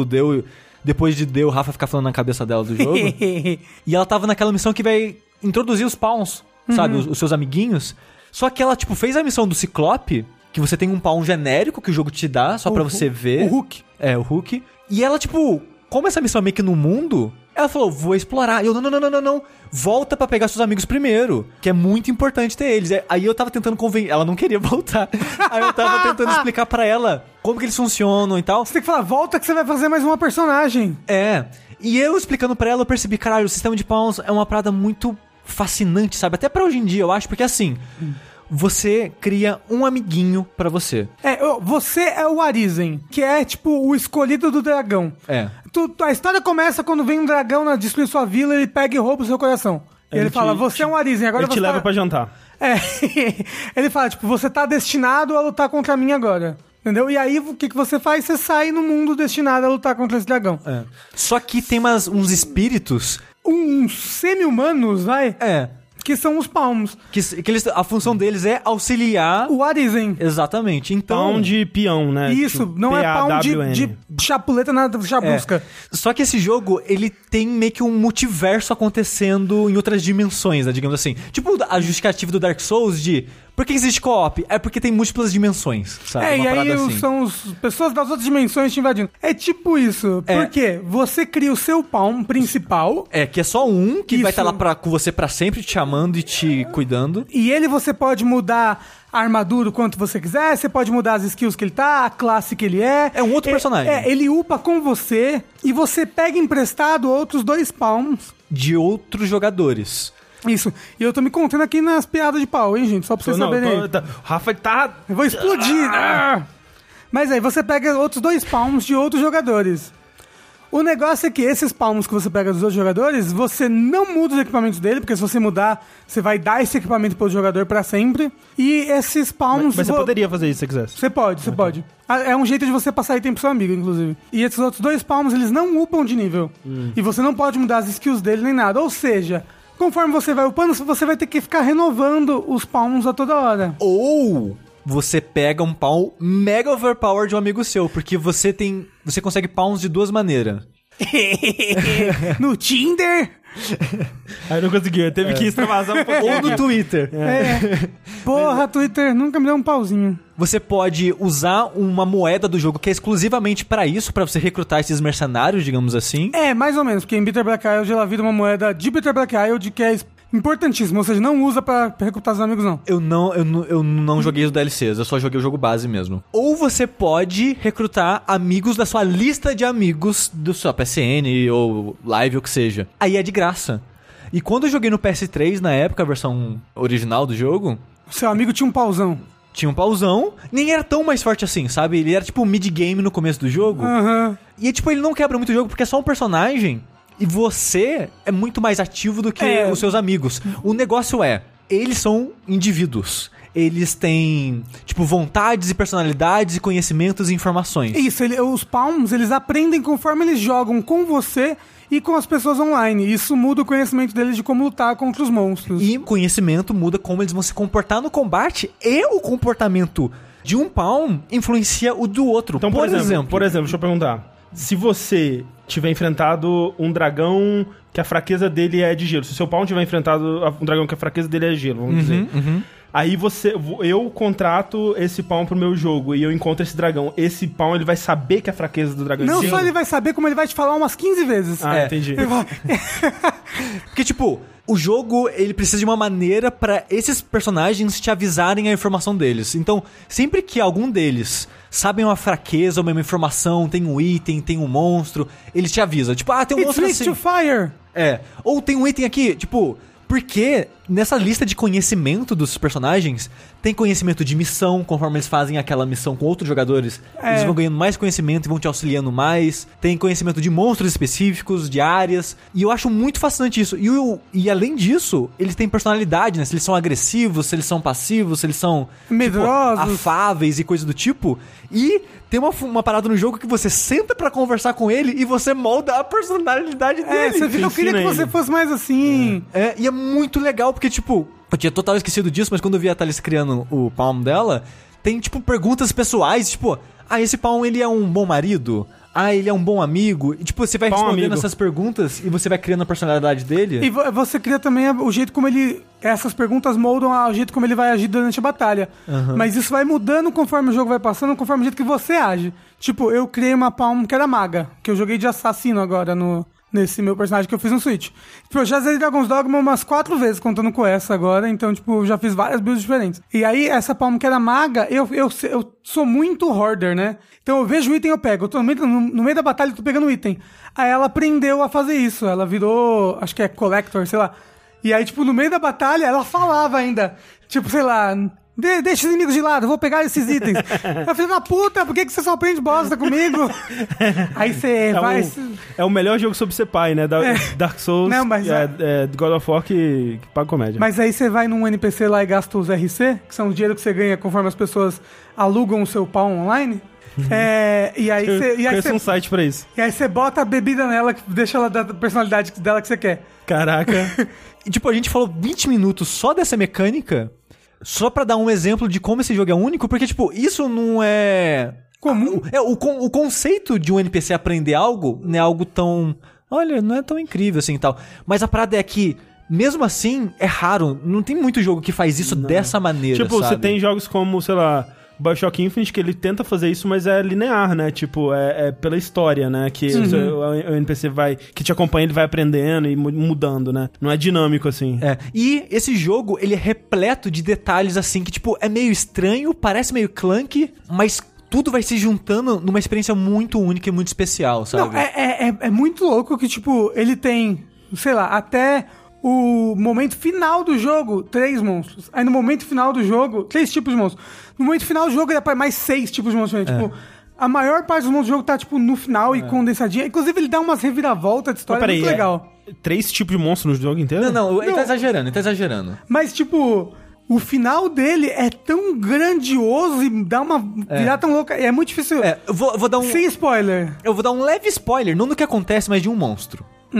depois de o Rafa ficar falando na cabeça dela do jogo. E ela tava naquela missão que vai introduzir os pawns, sabe? Os seus amiguinhos. Só que ela, tipo, fez a missão do Ciclope que você tem um palm genérico que o jogo te dá, só pra você ver. O Hook. É, o Hook. E ela, tipo, como essa missão é meio que no mundo, ela falou, vou explorar. E eu, não. Volta pra pegar seus amigos primeiro, que é muito importante ter eles. Aí eu tava tentando convencer, ela não queria voltar. Aí eu tava tentando explicar pra ela como que eles funcionam e tal. Você tem que falar, volta que você vai fazer mais uma personagem. É. E eu explicando pra ela, eu percebi, caralho, o sistema de palms é uma parada muito fascinante, sabe? Até pra hoje em dia, eu acho, porque assim... Você cria um amiguinho pra você. Você é o Arisen, que é, tipo, o escolhido do dragão. A história começa quando vem um dragão destruir sua vila, ele pega e rouba o seu coração. E ele fala, você é um Arisen, agora ele te leva pra jantar. Ele fala, tipo, você tá destinado a lutar contra mim agora. Entendeu? E aí, o que você faz? Você sai no mundo destinado a lutar contra esse dragão. Só que tem uns espíritos... Uns semi-humanos, vai? Que são os palmos. A função deles é auxiliar... O Arisen. Exatamente. Então... Palm de peão, né? Isso, tipo, não é palm de chapuleta na chabusca. Só que esse jogo, ele tem meio que um multiverso acontecendo em outras dimensões, né, digamos assim. Tipo a justificativa do Dark Souls de... Por que existe co-op? É porque tem múltiplas dimensões, sabe? E aí assim. São as pessoas das outras dimensões te invadindo. É tipo isso. Porque você cria o seu palm principal. Que é só um, que vai estar lá com você pra sempre, te amando e te cuidando. E ele você pode mudar a armadura o quanto você quiser, você pode mudar as skills que ele tá, a classe que ele é. É um outro personagem. Ele upa com você e você pega emprestado outros 2 palms. De outros jogadores. Isso. E eu tô me contando aqui nas piadas de pau, hein, gente? Só pra vocês saberem. O Rafa tá... Eu vou explodir. Mas aí você pega outros 2 palms de outros jogadores. O negócio é que esses palmos que você pega dos outros jogadores, você não muda os equipamentos dele, porque se você mudar, você vai dar esse equipamento pro jogador pra sempre. E esses palmos... Mas você poderia fazer isso se você quisesse. Você pode. É um jeito de você passar item pro seu amigo, inclusive. E esses outros 2 palmos, eles não upam de nível. E você não pode mudar as skills dele nem nada. Ou seja... Conforme você vai upando, você vai ter que ficar renovando os palms a toda hora. Ou você pega um palm mega overpower de um amigo seu, porque você consegue palms de 2 maneiras. No Tinder? Aí não conseguiu, teve que extravasar um pouco. Ou no Twitter. Porra, Twitter nunca me deu um pauzinho. Você pode usar uma moeda do jogo que é exclusivamente pra isso, pra você recrutar esses mercenários, digamos assim. Mais ou menos, porque em Bitter Black Isle ela vira uma moeda de Bitter Black Isle que é importantíssimo, ou seja, não usa pra recrutar os amigos, não. Eu não joguei os DLCs, eu só joguei o jogo base mesmo. Ou você pode recrutar amigos da sua lista de amigos do seu PSN ou Live, ou que seja. Aí é de graça. E quando eu joguei no PS3, na época, a versão original do jogo... Seu amigo tinha um pauzão. Tinha um pauzão, nem era tão mais forte assim, sabe? Ele era tipo mid-game no começo do jogo. E tipo, ele não quebra muito o jogo porque é só um personagem... E você é muito mais ativo do que os seus amigos. O negócio eles são indivíduos. Eles têm, tipo, vontades e personalidades e conhecimentos e informações. Isso, os palms, eles aprendem conforme eles jogam com você e com as pessoas online. Isso muda o conhecimento deles de como lutar contra os monstros. E conhecimento muda como eles vão se comportar no combate e o comportamento de um palm influencia o do outro. Então, por exemplo, deixa eu perguntar. Se você tiver enfrentado um dragão que a fraqueza dele é de gelo, se o seu palm tiver enfrentado um dragão que a fraqueza dele é de gelo, vamos dizer. Aí eu contrato esse palm pro meu jogo e eu encontro esse dragão. Esse palm, ele vai saber que a fraqueza do dragão é de gelo? Não só ele vai saber, como ele vai te falar umas 15 vezes. Entendi. Porque, tipo, o jogo, ele precisa de uma maneira pra esses personagens te avisarem a informação deles. Então, sempre que algum deles sabem uma fraqueza, uma informação, tem um item, tem um monstro, eles te avisam. Tipo, tem um monstro assim. To fire. Ou tem um item aqui, tipo... Porque nessa lista de conhecimento dos personagens, tem conhecimento de missão, conforme eles fazem aquela missão com outros jogadores, eles vão ganhando mais conhecimento e vão te auxiliando mais. Tem conhecimento de monstros específicos, de áreas, e eu acho muito fascinante isso. E além disso, eles têm personalidade, né? Se eles são agressivos, se eles são passivos, se eles são medrosos, tipo, afáveis e coisa do tipo. E tem uma parada no jogo que você senta pra conversar com ele e você molda a personalidade dele. Eu queria que você fosse mais assim. E é muito legal, porque, tipo, eu tinha total esquecido disso, mas quando eu vi a Thalys criando o palm dela, tem, tipo, perguntas pessoais, tipo, esse palm, ele é um bom marido? Ele é um bom amigo? E, tipo, você vai respondendo essas perguntas e você vai criando a personalidade dele. E você cria também o jeito como ele essas perguntas moldam o jeito como ele vai agir durante a batalha. Mas isso vai mudando conforme o jogo vai passando, conforme o jeito que você age. Tipo, eu criei uma palm que era maga, que eu joguei de assassino agora nesse meu personagem que eu fiz no Switch. Tipo, eu já zerei Dragon's Dogma umas 4 vezes, contando com essa agora, então, tipo, já fiz várias builds diferentes. E aí, essa palm que era maga, eu sou muito hoarder, né? Então eu vejo o item, eu pego. Eu tô no meio da batalha, eu tô pegando o item. Aí ela aprendeu a fazer isso. Ela virou, acho que é collector, sei lá. E aí, tipo, no meio da batalha, ela falava ainda. Tipo, sei lá, deixa os inimigos de lado, eu vou pegar esses itens. Eu falei, puta, por que você só aprende bosta comigo? Aí você vai... É o melhor jogo sobre ser pai, né? Dark Souls, não, mas God of War que paga comédia. Mas aí você vai num NPC lá e gasta os RC, que são o dinheiro que você ganha conforme as pessoas alugam o seu pau online... e aí você um site pra isso. E aí você bota a bebida nela, que deixa ela da personalidade dela que você quer. Caraca. E tipo, a gente falou 20 minutos só dessa mecânica, só pra dar um exemplo de como esse jogo é único, porque tipo, isso não é comum. O conceito de um NPC aprender algo não é algo tão... Olha, não é tão incrível assim e tal. Mas a parada é que, mesmo assim, é raro. Não tem muito jogo que faz isso dessa maneira, tipo, sabe? Você tem jogos como, sei lá... BioShock Infinite, que ele tenta fazer isso, mas é linear, né? Tipo, é pela história, né? Que o NPC que te acompanha, ele vai aprendendo e mudando, né? Não é dinâmico, assim. E esse jogo, ele é repleto de detalhes, assim, que, tipo, é meio estranho, parece meio clunky, mas tudo vai se juntando numa experiência muito única e muito especial, sabe? Não, é muito louco que, tipo, ele tem, sei lá, até... O momento final do jogo, 3 monstros. Aí no momento final do jogo, 3 tipos de monstros. No momento final do jogo, ele é mais 6 tipos de monstros. Tipo, a maior parte dos monstros do jogo tá, tipo, no final e condensadinha. Inclusive, ele dá umas reviravoltas de história muito legal. 3 tipos de monstros no jogo inteiro? Não, ele tá exagerando. Mas, tipo... O final dele é tão grandioso e dá uma virada tão louca. É muito difícil. Eu vou dar um... Sem spoiler. Eu vou dar um leve spoiler, não do que acontece, mas de um monstro.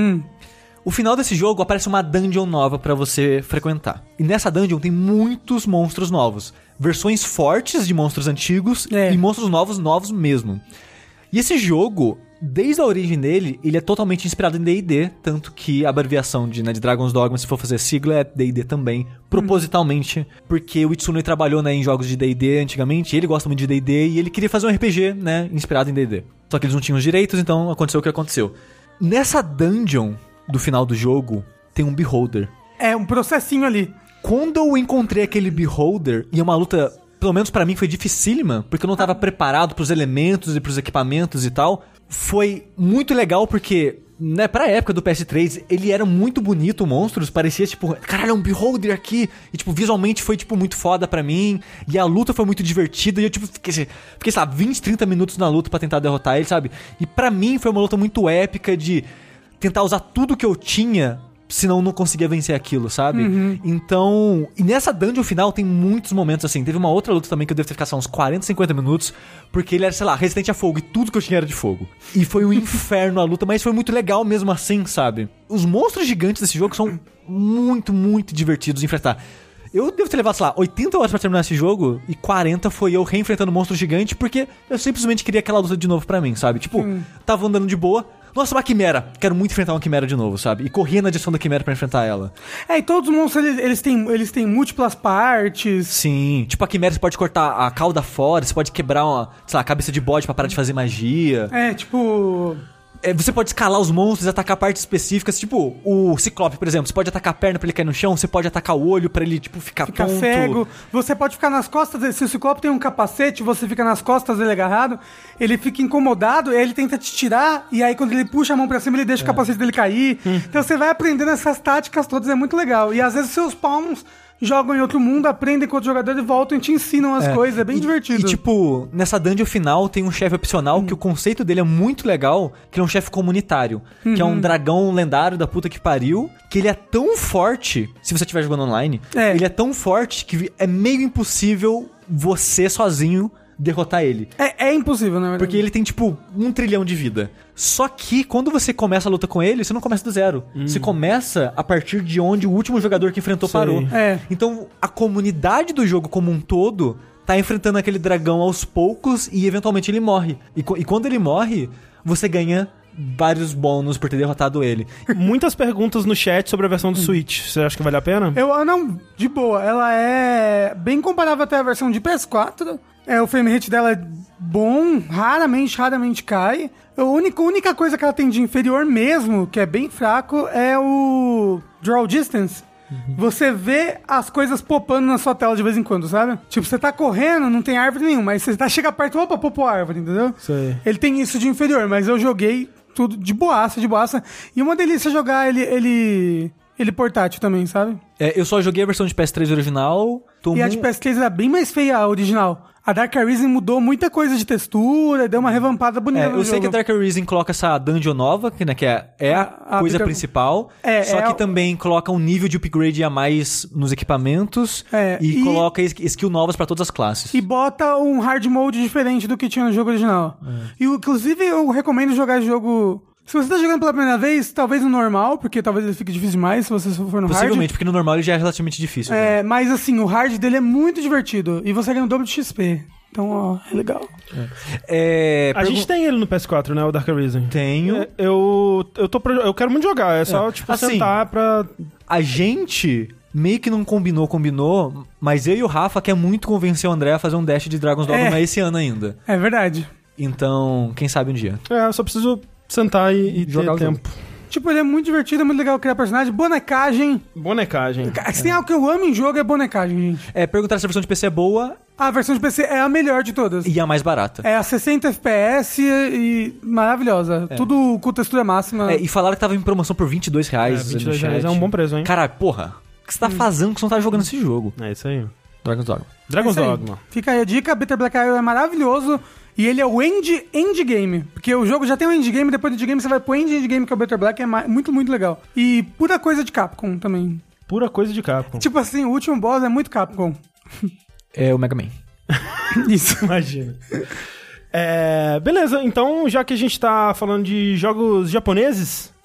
O final desse jogo aparece uma dungeon nova pra você frequentar. E nessa dungeon tem muitos monstros novos. Versões fortes de monstros antigos e monstros novos mesmo. E esse jogo, desde a origem dele, ele é totalmente inspirado em D&D. Tanto que a abreviação de Dragon's Dogma, se for fazer sigla, é D&D também. Propositalmente. Porque o Itsunoi trabalhou em jogos de D&D antigamente. Ele gosta muito de D&D e ele queria fazer um RPG, inspirado em D&D. Só que eles não tinham os direitos, então aconteceu o que aconteceu. Nessa dungeon... do final do jogo, tem um Beholder. É, um processinho ali. Quando eu encontrei aquele Beholder, e é uma luta, pelo menos pra mim, foi dificílima, porque eu não tava preparado pros elementos e pros equipamentos e tal, foi muito legal porque, pra época do PS3, ele era muito bonito, o Monstros, parecia, tipo, caralho, é um Beholder aqui, e, tipo, visualmente foi, tipo, muito foda pra mim, e a luta foi muito divertida, e eu, tipo, fiquei sabe, 20, 30 minutos na luta pra tentar derrotar ele, sabe? E pra mim foi uma luta muito épica de... tentar usar tudo que eu tinha, senão eu não conseguia vencer aquilo, sabe? Então... E nessa dungeon final tem muitos momentos assim. Teve uma outra luta também que eu devo ter ficado uns 40, 50 minutos, porque ele era, sei lá, resistente a fogo e tudo que eu tinha era de fogo. E foi um inferno a luta, mas foi muito legal mesmo assim, sabe? Os monstros gigantes desse jogo são muito, muito divertidos de enfrentar. Eu devo ter levado, sei lá, 80 horas pra terminar esse jogo e 40 foi eu reenfrentando um monstro gigante porque eu simplesmente queria aquela luta de novo pra mim, sabe? Tipo, tava andando de boa... Nossa, uma quimera. Quero muito enfrentar uma quimera de novo, sabe? E corria na direção da quimera pra enfrentar ela. E todos os monstros, eles têm múltiplas partes. Sim. Tipo, a quimera você pode cortar a cauda fora, você pode quebrar sei lá, a cabeça de bode pra parar de fazer magia. Você pode escalar os monstros e atacar partes específicas. Tipo, o Ciclope, por exemplo. Você pode atacar a perna pra ele cair no chão. Você pode atacar o olho pra ele, tipo, ficar tonto. Cego. Você pode ficar nas costas. Se o Ciclope tem um capacete, você fica nas costas dele agarrado. Ele fica incomodado, aí ele tenta te tirar. E aí, quando ele puxa a mão pra cima, ele deixa o capacete dele cair. Então, você vai aprendendo essas táticas todas. É muito legal. E, às vezes, seus palmos... jogam em outro mundo, aprendem com outro jogador e voltam e te ensinam as coisas. É bem divertido. E, tipo, nessa dungeon final tem um chefe opcional que o conceito dele é muito legal, que ele é um chefe comunitário. Que é um dragão lendário da puta que pariu, que ele é tão forte, se você estiver jogando online, ele é tão forte que é meio impossível você sozinho derrotar ele. É impossível, na verdade. Porque ele tem, tipo, 1 trilhão de vida. Só que, quando você começa a luta com ele, você não começa do zero. Você começa a partir de onde o último jogador que enfrentou parou. Então, a comunidade do jogo como um todo tá enfrentando aquele dragão aos poucos e, eventualmente, ele morre. E quando ele morre, você ganha vários bônus por ter derrotado ele. Muitas perguntas no chat sobre a versão do Switch. Você acha que vale a pena? Não, de boa. Ela é bem comparável até a versão de PS4. O frame rate dela é bom, raramente cai. A única coisa que ela tem de inferior mesmo, que é bem fraco, é o draw distance. Você vê as coisas popando na sua tela de vez em quando, sabe? Tipo, você tá correndo, não tem árvore nenhuma, mas você chega perto, opa, popou a árvore, entendeu? Sei. Ele tem isso de inferior, mas eu joguei tudo de boaça. E uma delícia jogar ele portátil também, sabe? Eu só joguei a versão de PS3 original. E a de PS3 era bem mais feia, a original. A Dark Arisen mudou muita coisa de textura, deu uma revampada bonita no eu sei jogo. que a Dark Arisen coloca essa dungeon nova, que, né, que é a coisa principal, só que também coloca um nível de upgrade a mais nos equipamentos e coloca skill novas pra todas as classes. E bota um hard mode diferente do que tinha no jogo original. E, inclusive, eu recomendo jogar esse jogo... Se você tá jogando pela primeira vez, talvez no normal, porque talvez ele fique difícil demais se você for no hard. Possivelmente, porque no normal ele já é relativamente difícil. Mas assim, o hard dele é muito divertido. E você ganha o dobro de XP. Então, é legal. A gente tem ele no PS4, né? O Dark Arisen. Tenho. Eu quero muito jogar. É só, assim, sentar pra... A gente... meio que não combinou, mas eu e o Rafa quer muito convencer o André a fazer um dash de Dragon's Dogma esse ano ainda. É verdade. Então, quem sabe um dia. Eu só preciso sentar e jogar ter tempo. Tipo, ele é muito divertido, é muito legal criar personagem. Bonecagem. Se tem algo que eu amo em jogo, é bonecagem, gente. Perguntar se a versão de PC é boa. A versão de PC é a melhor de todas. E a mais barata. É a 60 FPS e maravilhosa. Tudo com textura máxima. E falaram que tava em promoção por R$22. R$22 é um bom preço, hein? Caralho, porra. O que você tá fazendo que você não tá jogando esse jogo? É isso aí. Dragon's Dogma. Fica aí a dica, Bitter Black Isle é maravilhoso. E ele é o endgame. Porque o jogo já tem um endgame, depois do endgame você vai pro endgame, que é o Bitter Black, é muito, muito legal. E pura coisa de Capcom também. Pura coisa de Capcom. Tipo assim, o último boss é muito Capcom. É o Mega Man. Isso. Imagina. Beleza, então já que a gente tá falando de jogos japoneses,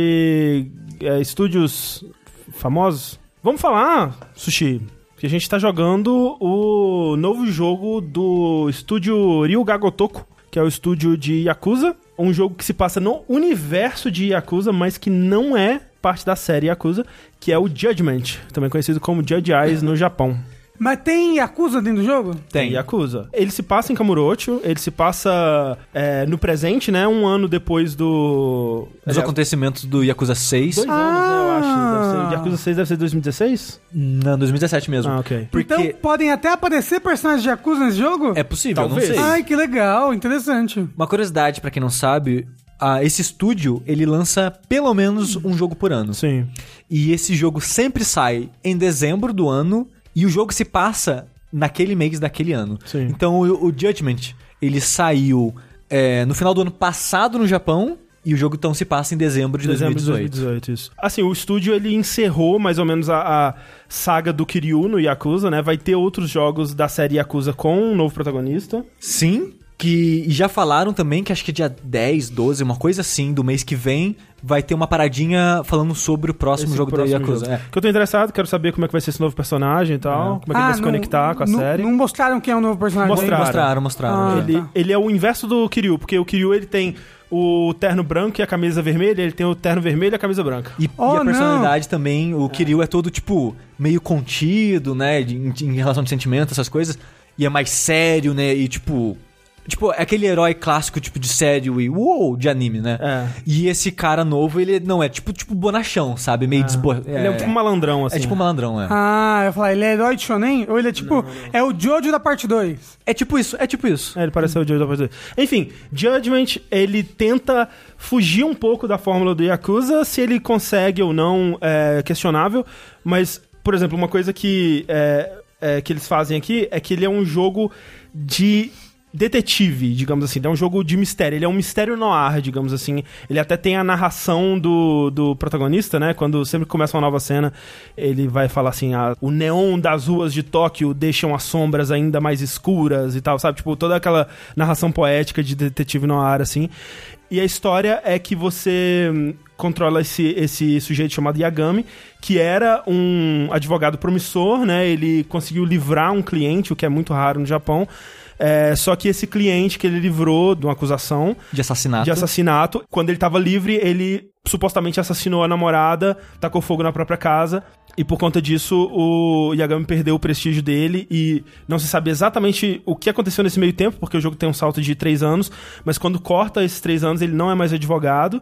de estúdios famosos, vamos falar, Sushi, que a gente tá jogando o novo jogo do estúdio Ryuga Gotoku, que é o estúdio de Yakuza. Um jogo que se passa no universo de Yakuza, mas que não é parte da série Yakuza, que é o Judgment, também conhecido como Judge Eyes no Japão. Mas tem Yakuza dentro do jogo? Tem Yakuza. Ele se passa em Kamurocho, ele se passa no presente, né? Um ano depois dos acontecimentos do Yakuza 6. 2 anos, né, eu acho. Yakuza 6 deve ser 2016? Não, 2017 mesmo. Ok. Porque... Então podem até aparecer personagens de Yakuza nesse jogo? É possível, talvez. Não sei. Ai, que legal, interessante. Uma curiosidade pra quem não sabe... esse estúdio, ele lança pelo menos um jogo por ano. Sim. E esse jogo sempre sai em dezembro do ano e o jogo se passa naquele mês daquele ano. Sim. Então o Judgment, ele saiu no final do ano passado no Japão e o jogo então se passa em dezembro de 2018. Isso. Assim, o estúdio ele encerrou mais ou menos a saga do Kiryu no Yakuza, né? Vai ter outros jogos da série Yakuza com um novo protagonista. Sim. Que já falaram também que acho que dia 10, 12, uma coisa assim, do mês que vem, vai ter uma paradinha falando sobre o próximo jogo da Yakuza. Que eu tô interessado, quero saber como é que vai ser esse novo personagem e tal, como é que ele vai se conectar com a série. Não mostraram quem é o novo personagem? Mostraram. Ele é o inverso do Kiryu, porque o Kiryu ele tem o terno branco e a camisa vermelha, ele tem o terno vermelho e a camisa branca. E a personalidade também, o Kiryu é todo, tipo, meio contido, né, em relação de sentimento, essas coisas, e é mais sério, né, e tipo, é aquele herói clássico, tipo, de sério e de anime, né? E esse cara novo, ele não é tipo bonachão, sabe? Meio ele é tipo um malandrão, assim. É tipo um malandrão, eu ia falar, ele é herói de shonen? Ou ele é tipo, é o Jojo da parte 2? É tipo isso. Ele parece ser o Jojo da parte 2. Enfim, Judgment, ele tenta fugir um pouco da fórmula do Yakuza, se ele consegue ou não, é questionável, mas, por exemplo, uma coisa que eles fazem aqui é que ele é um jogo de detetive, digamos assim. Ele é um jogo de mistério. Ele é um mistério noir, digamos assim. Ele até tem a narração do protagonista, né? Quando sempre começa uma nova cena, ele vai falar assim, o neon das ruas de Tóquio deixam as sombras ainda mais escuras e tal, sabe? Tipo, toda aquela narração poética de detetive noir, assim. E a história é que você controla esse sujeito chamado Yagami, que era um advogado promissor, né? Ele conseguiu livrar um cliente, o que é muito raro no Japão, Só que esse cliente que ele livrou de uma acusação... De assassinato. Quando ele tava livre, ele supostamente assassinou a namorada, tacou fogo na própria casa... E por conta disso, o Yagami perdeu o prestígio dele e não se sabe exatamente o que aconteceu nesse meio tempo, porque o jogo tem um salto de 3 anos, mas quando corta esses 3 anos, ele não é mais advogado,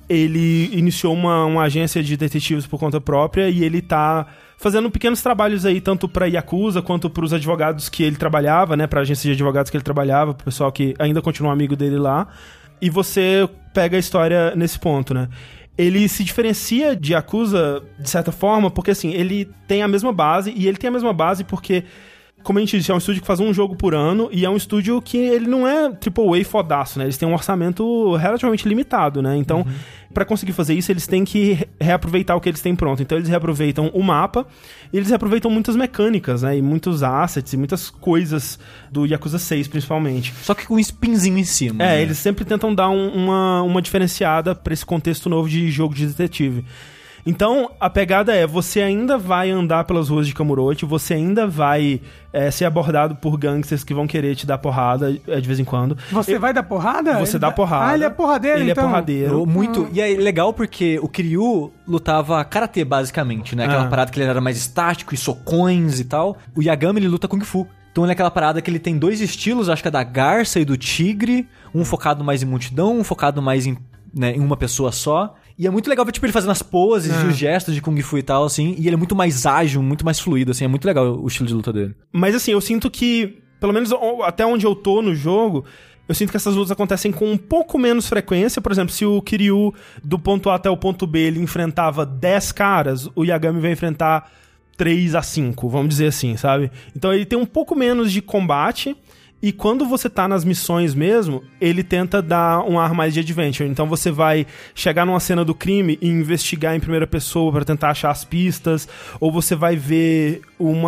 ele iniciou uma agência de detetives por conta própria e ele tá fazendo pequenos trabalhos aí, tanto pra Yakuza quanto pros advogados que ele trabalhava, né, pra agência de advogados que ele trabalhava, pro pessoal que ainda continua amigo dele lá, e você pega a história nesse ponto, né. Ele se diferencia de Yakuza, de certa forma, porque, assim, ele tem a mesma base, e ele tem a mesma base porque, como a gente disse, é um estúdio que faz um jogo por ano, e é um estúdio que ele não é AAA fodaço, né? Eles têm um orçamento relativamente limitado, né? Então, pra conseguir fazer isso, eles têm que reaproveitar o que eles têm pronto. Então, eles reaproveitam o mapa, e eles reaproveitam muitas mecânicas, né? E muitos assets, e muitas coisas do Yakuza 6, principalmente. Só que com um spinzinho em cima. Né? Eles sempre tentam dar uma diferenciada pra esse contexto novo de jogo de detetive. Então, a pegada você ainda vai andar pelas ruas de Kamurocho, você ainda vai ser abordado por gangsters que vão querer te dar porrada de vez em quando. Você vai dar porrada? Você dá porrada. Ele é porradeiro, Ele então. é porradeiro. Muito. E é legal porque o Kiryu lutava karatê, basicamente, né? Aquela parada que ele era mais estático e socões e tal. O Yagami, ele luta Kung Fu. Então ele é aquela parada que ele tem 2 estilos, acho que é da garça e do tigre. Um focado mais em multidão, um focado mais em uma pessoa só. E é muito legal ver, tipo, ele fazendo as poses e os gestos de Kung Fu e tal, assim. E ele é muito mais ágil, muito mais fluido, assim. É muito legal o estilo de luta dele. Mas, assim, eu sinto que, pelo menos até onde eu tô no jogo, eu sinto que essas lutas acontecem com um pouco menos frequência. Por exemplo, se o Kiryu, do ponto A até o ponto B, ele enfrentava 10 caras, o Yagami vai enfrentar 3 a 5, vamos dizer assim, sabe? Então ele tem um pouco menos de combate. E quando você tá nas missões mesmo, ele tenta dar um ar mais de adventure. Então você vai chegar numa cena do crime e investigar em primeira pessoa pra tentar achar as pistas, ou você vai ver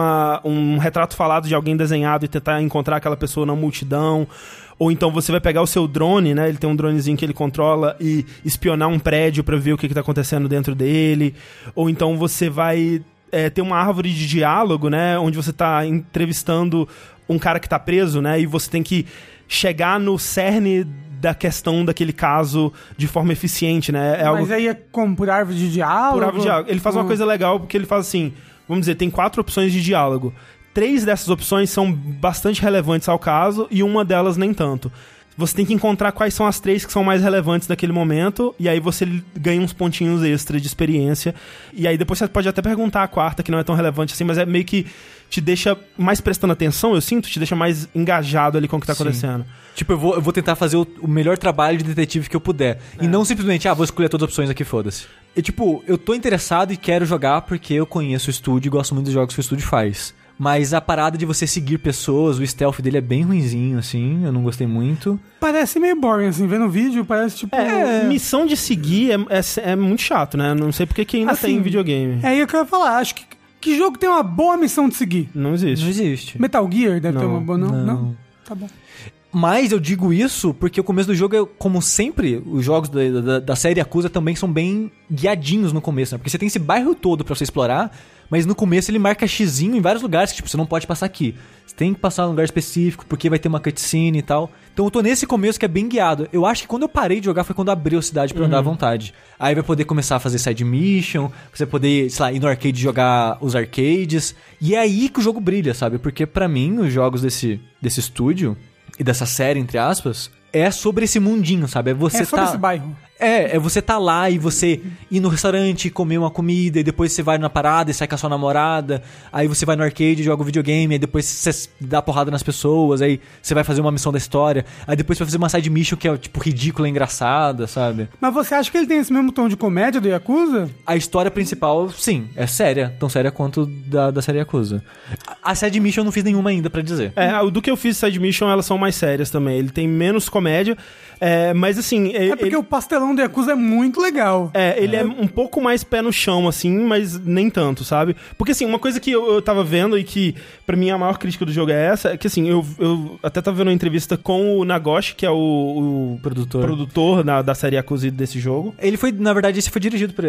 um retrato falado de alguém desenhado e tentar encontrar aquela pessoa na multidão. Ou então você vai pegar o seu drone, né? Ele tem um dronezinho que ele controla e espionar um prédio pra ver o que tá acontecendo dentro dele. Ou então você vai ter uma árvore de diálogo, né? Onde você tá entrevistando um cara que tá preso, né? E você tem que chegar no cerne da questão daquele caso de forma eficiente, né? Mas aí é como por árvore de diálogo? Por árvore de diálogo. Ele faz uma coisa legal, porque ele faz assim, vamos dizer, tem 4 opções de diálogo. 3 dessas opções são bastante relevantes ao caso e uma delas nem tanto. Você tem que encontrar quais são as 3 que são mais relevantes naquele momento, e aí você ganha uns pontinhos extra de experiência. E aí depois você pode até perguntar a 4ª, que não é tão relevante assim, mas é meio que te deixa mais prestando atenção, eu sinto, te deixa mais engajado ali com o que tá acontecendo. Tipo, eu vou tentar fazer o melhor trabalho de detetive que eu puder. E não simplesmente, vou escolher todas as opções aqui, foda-se. E tipo, eu tô interessado e quero jogar porque eu conheço o estúdio e gosto muito dos jogos que o estúdio faz. Mas a parada de você seguir pessoas, o stealth dele é bem ruinzinho, assim, eu não gostei muito. Parece meio boring, assim, vendo o vídeo, parece tipo... Missão de seguir é muito chato, né? Não sei porque que ainda assim, tem videogame. É aí que eu ia falar, acho que jogo tem uma boa missão de seguir? Não existe. Não existe. Metal Gear deve ter uma boa, não? Tá bom. Mas eu digo isso porque o começo do jogo, como sempre, os jogos da série Yakuza também são bem guiadinhos no começo, né? Porque você tem esse bairro todo pra você explorar, mas no começo ele marca xizinho em vários lugares, que tipo, você não pode passar aqui. Você tem que passar num lugar específico, porque vai ter uma cutscene e tal. Então eu tô nesse começo que é bem guiado. Eu acho que quando eu parei de jogar foi quando abriu a cidade pra andar à vontade. Aí vai poder começar a fazer side mission, você vai poder, sei lá, ir no arcade jogar os arcades. E é aí que o jogo brilha, sabe? Porque pra mim, os jogos desse estúdio e dessa série, entre aspas, é sobre esse mundinho, sabe? É sobre esse bairro. É você tá lá e você ir no restaurante, comer uma comida, e depois você vai na parada e sai com a sua namorada, aí você vai no arcade e joga o videogame, aí depois você dá porrada nas pessoas, aí você vai fazer uma missão da história, aí depois você vai fazer uma side mission que é, tipo, ridícula e engraçada, sabe? Mas você acha que ele tem esse mesmo tom de comédia do Yakuza? A história principal, sim, é séria, tão séria quanto da série Yakuza. A side mission eu não fiz nenhuma ainda, pra dizer. Do que eu fiz side mission, elas são mais sérias também. Ele tem menos comédia, mas assim... porque o pastelão do Yakuza é muito legal. Ele é um pouco mais pé no chão, assim, mas nem tanto, sabe? Porque, assim, uma coisa que eu tava vendo e que, pra mim, a maior crítica do jogo é essa, é que, assim, eu até tava vendo uma entrevista com o Nagoshi, que é o produtor da série Yakuza desse jogo. Ele foi, na verdade, esse foi dirigido por ele.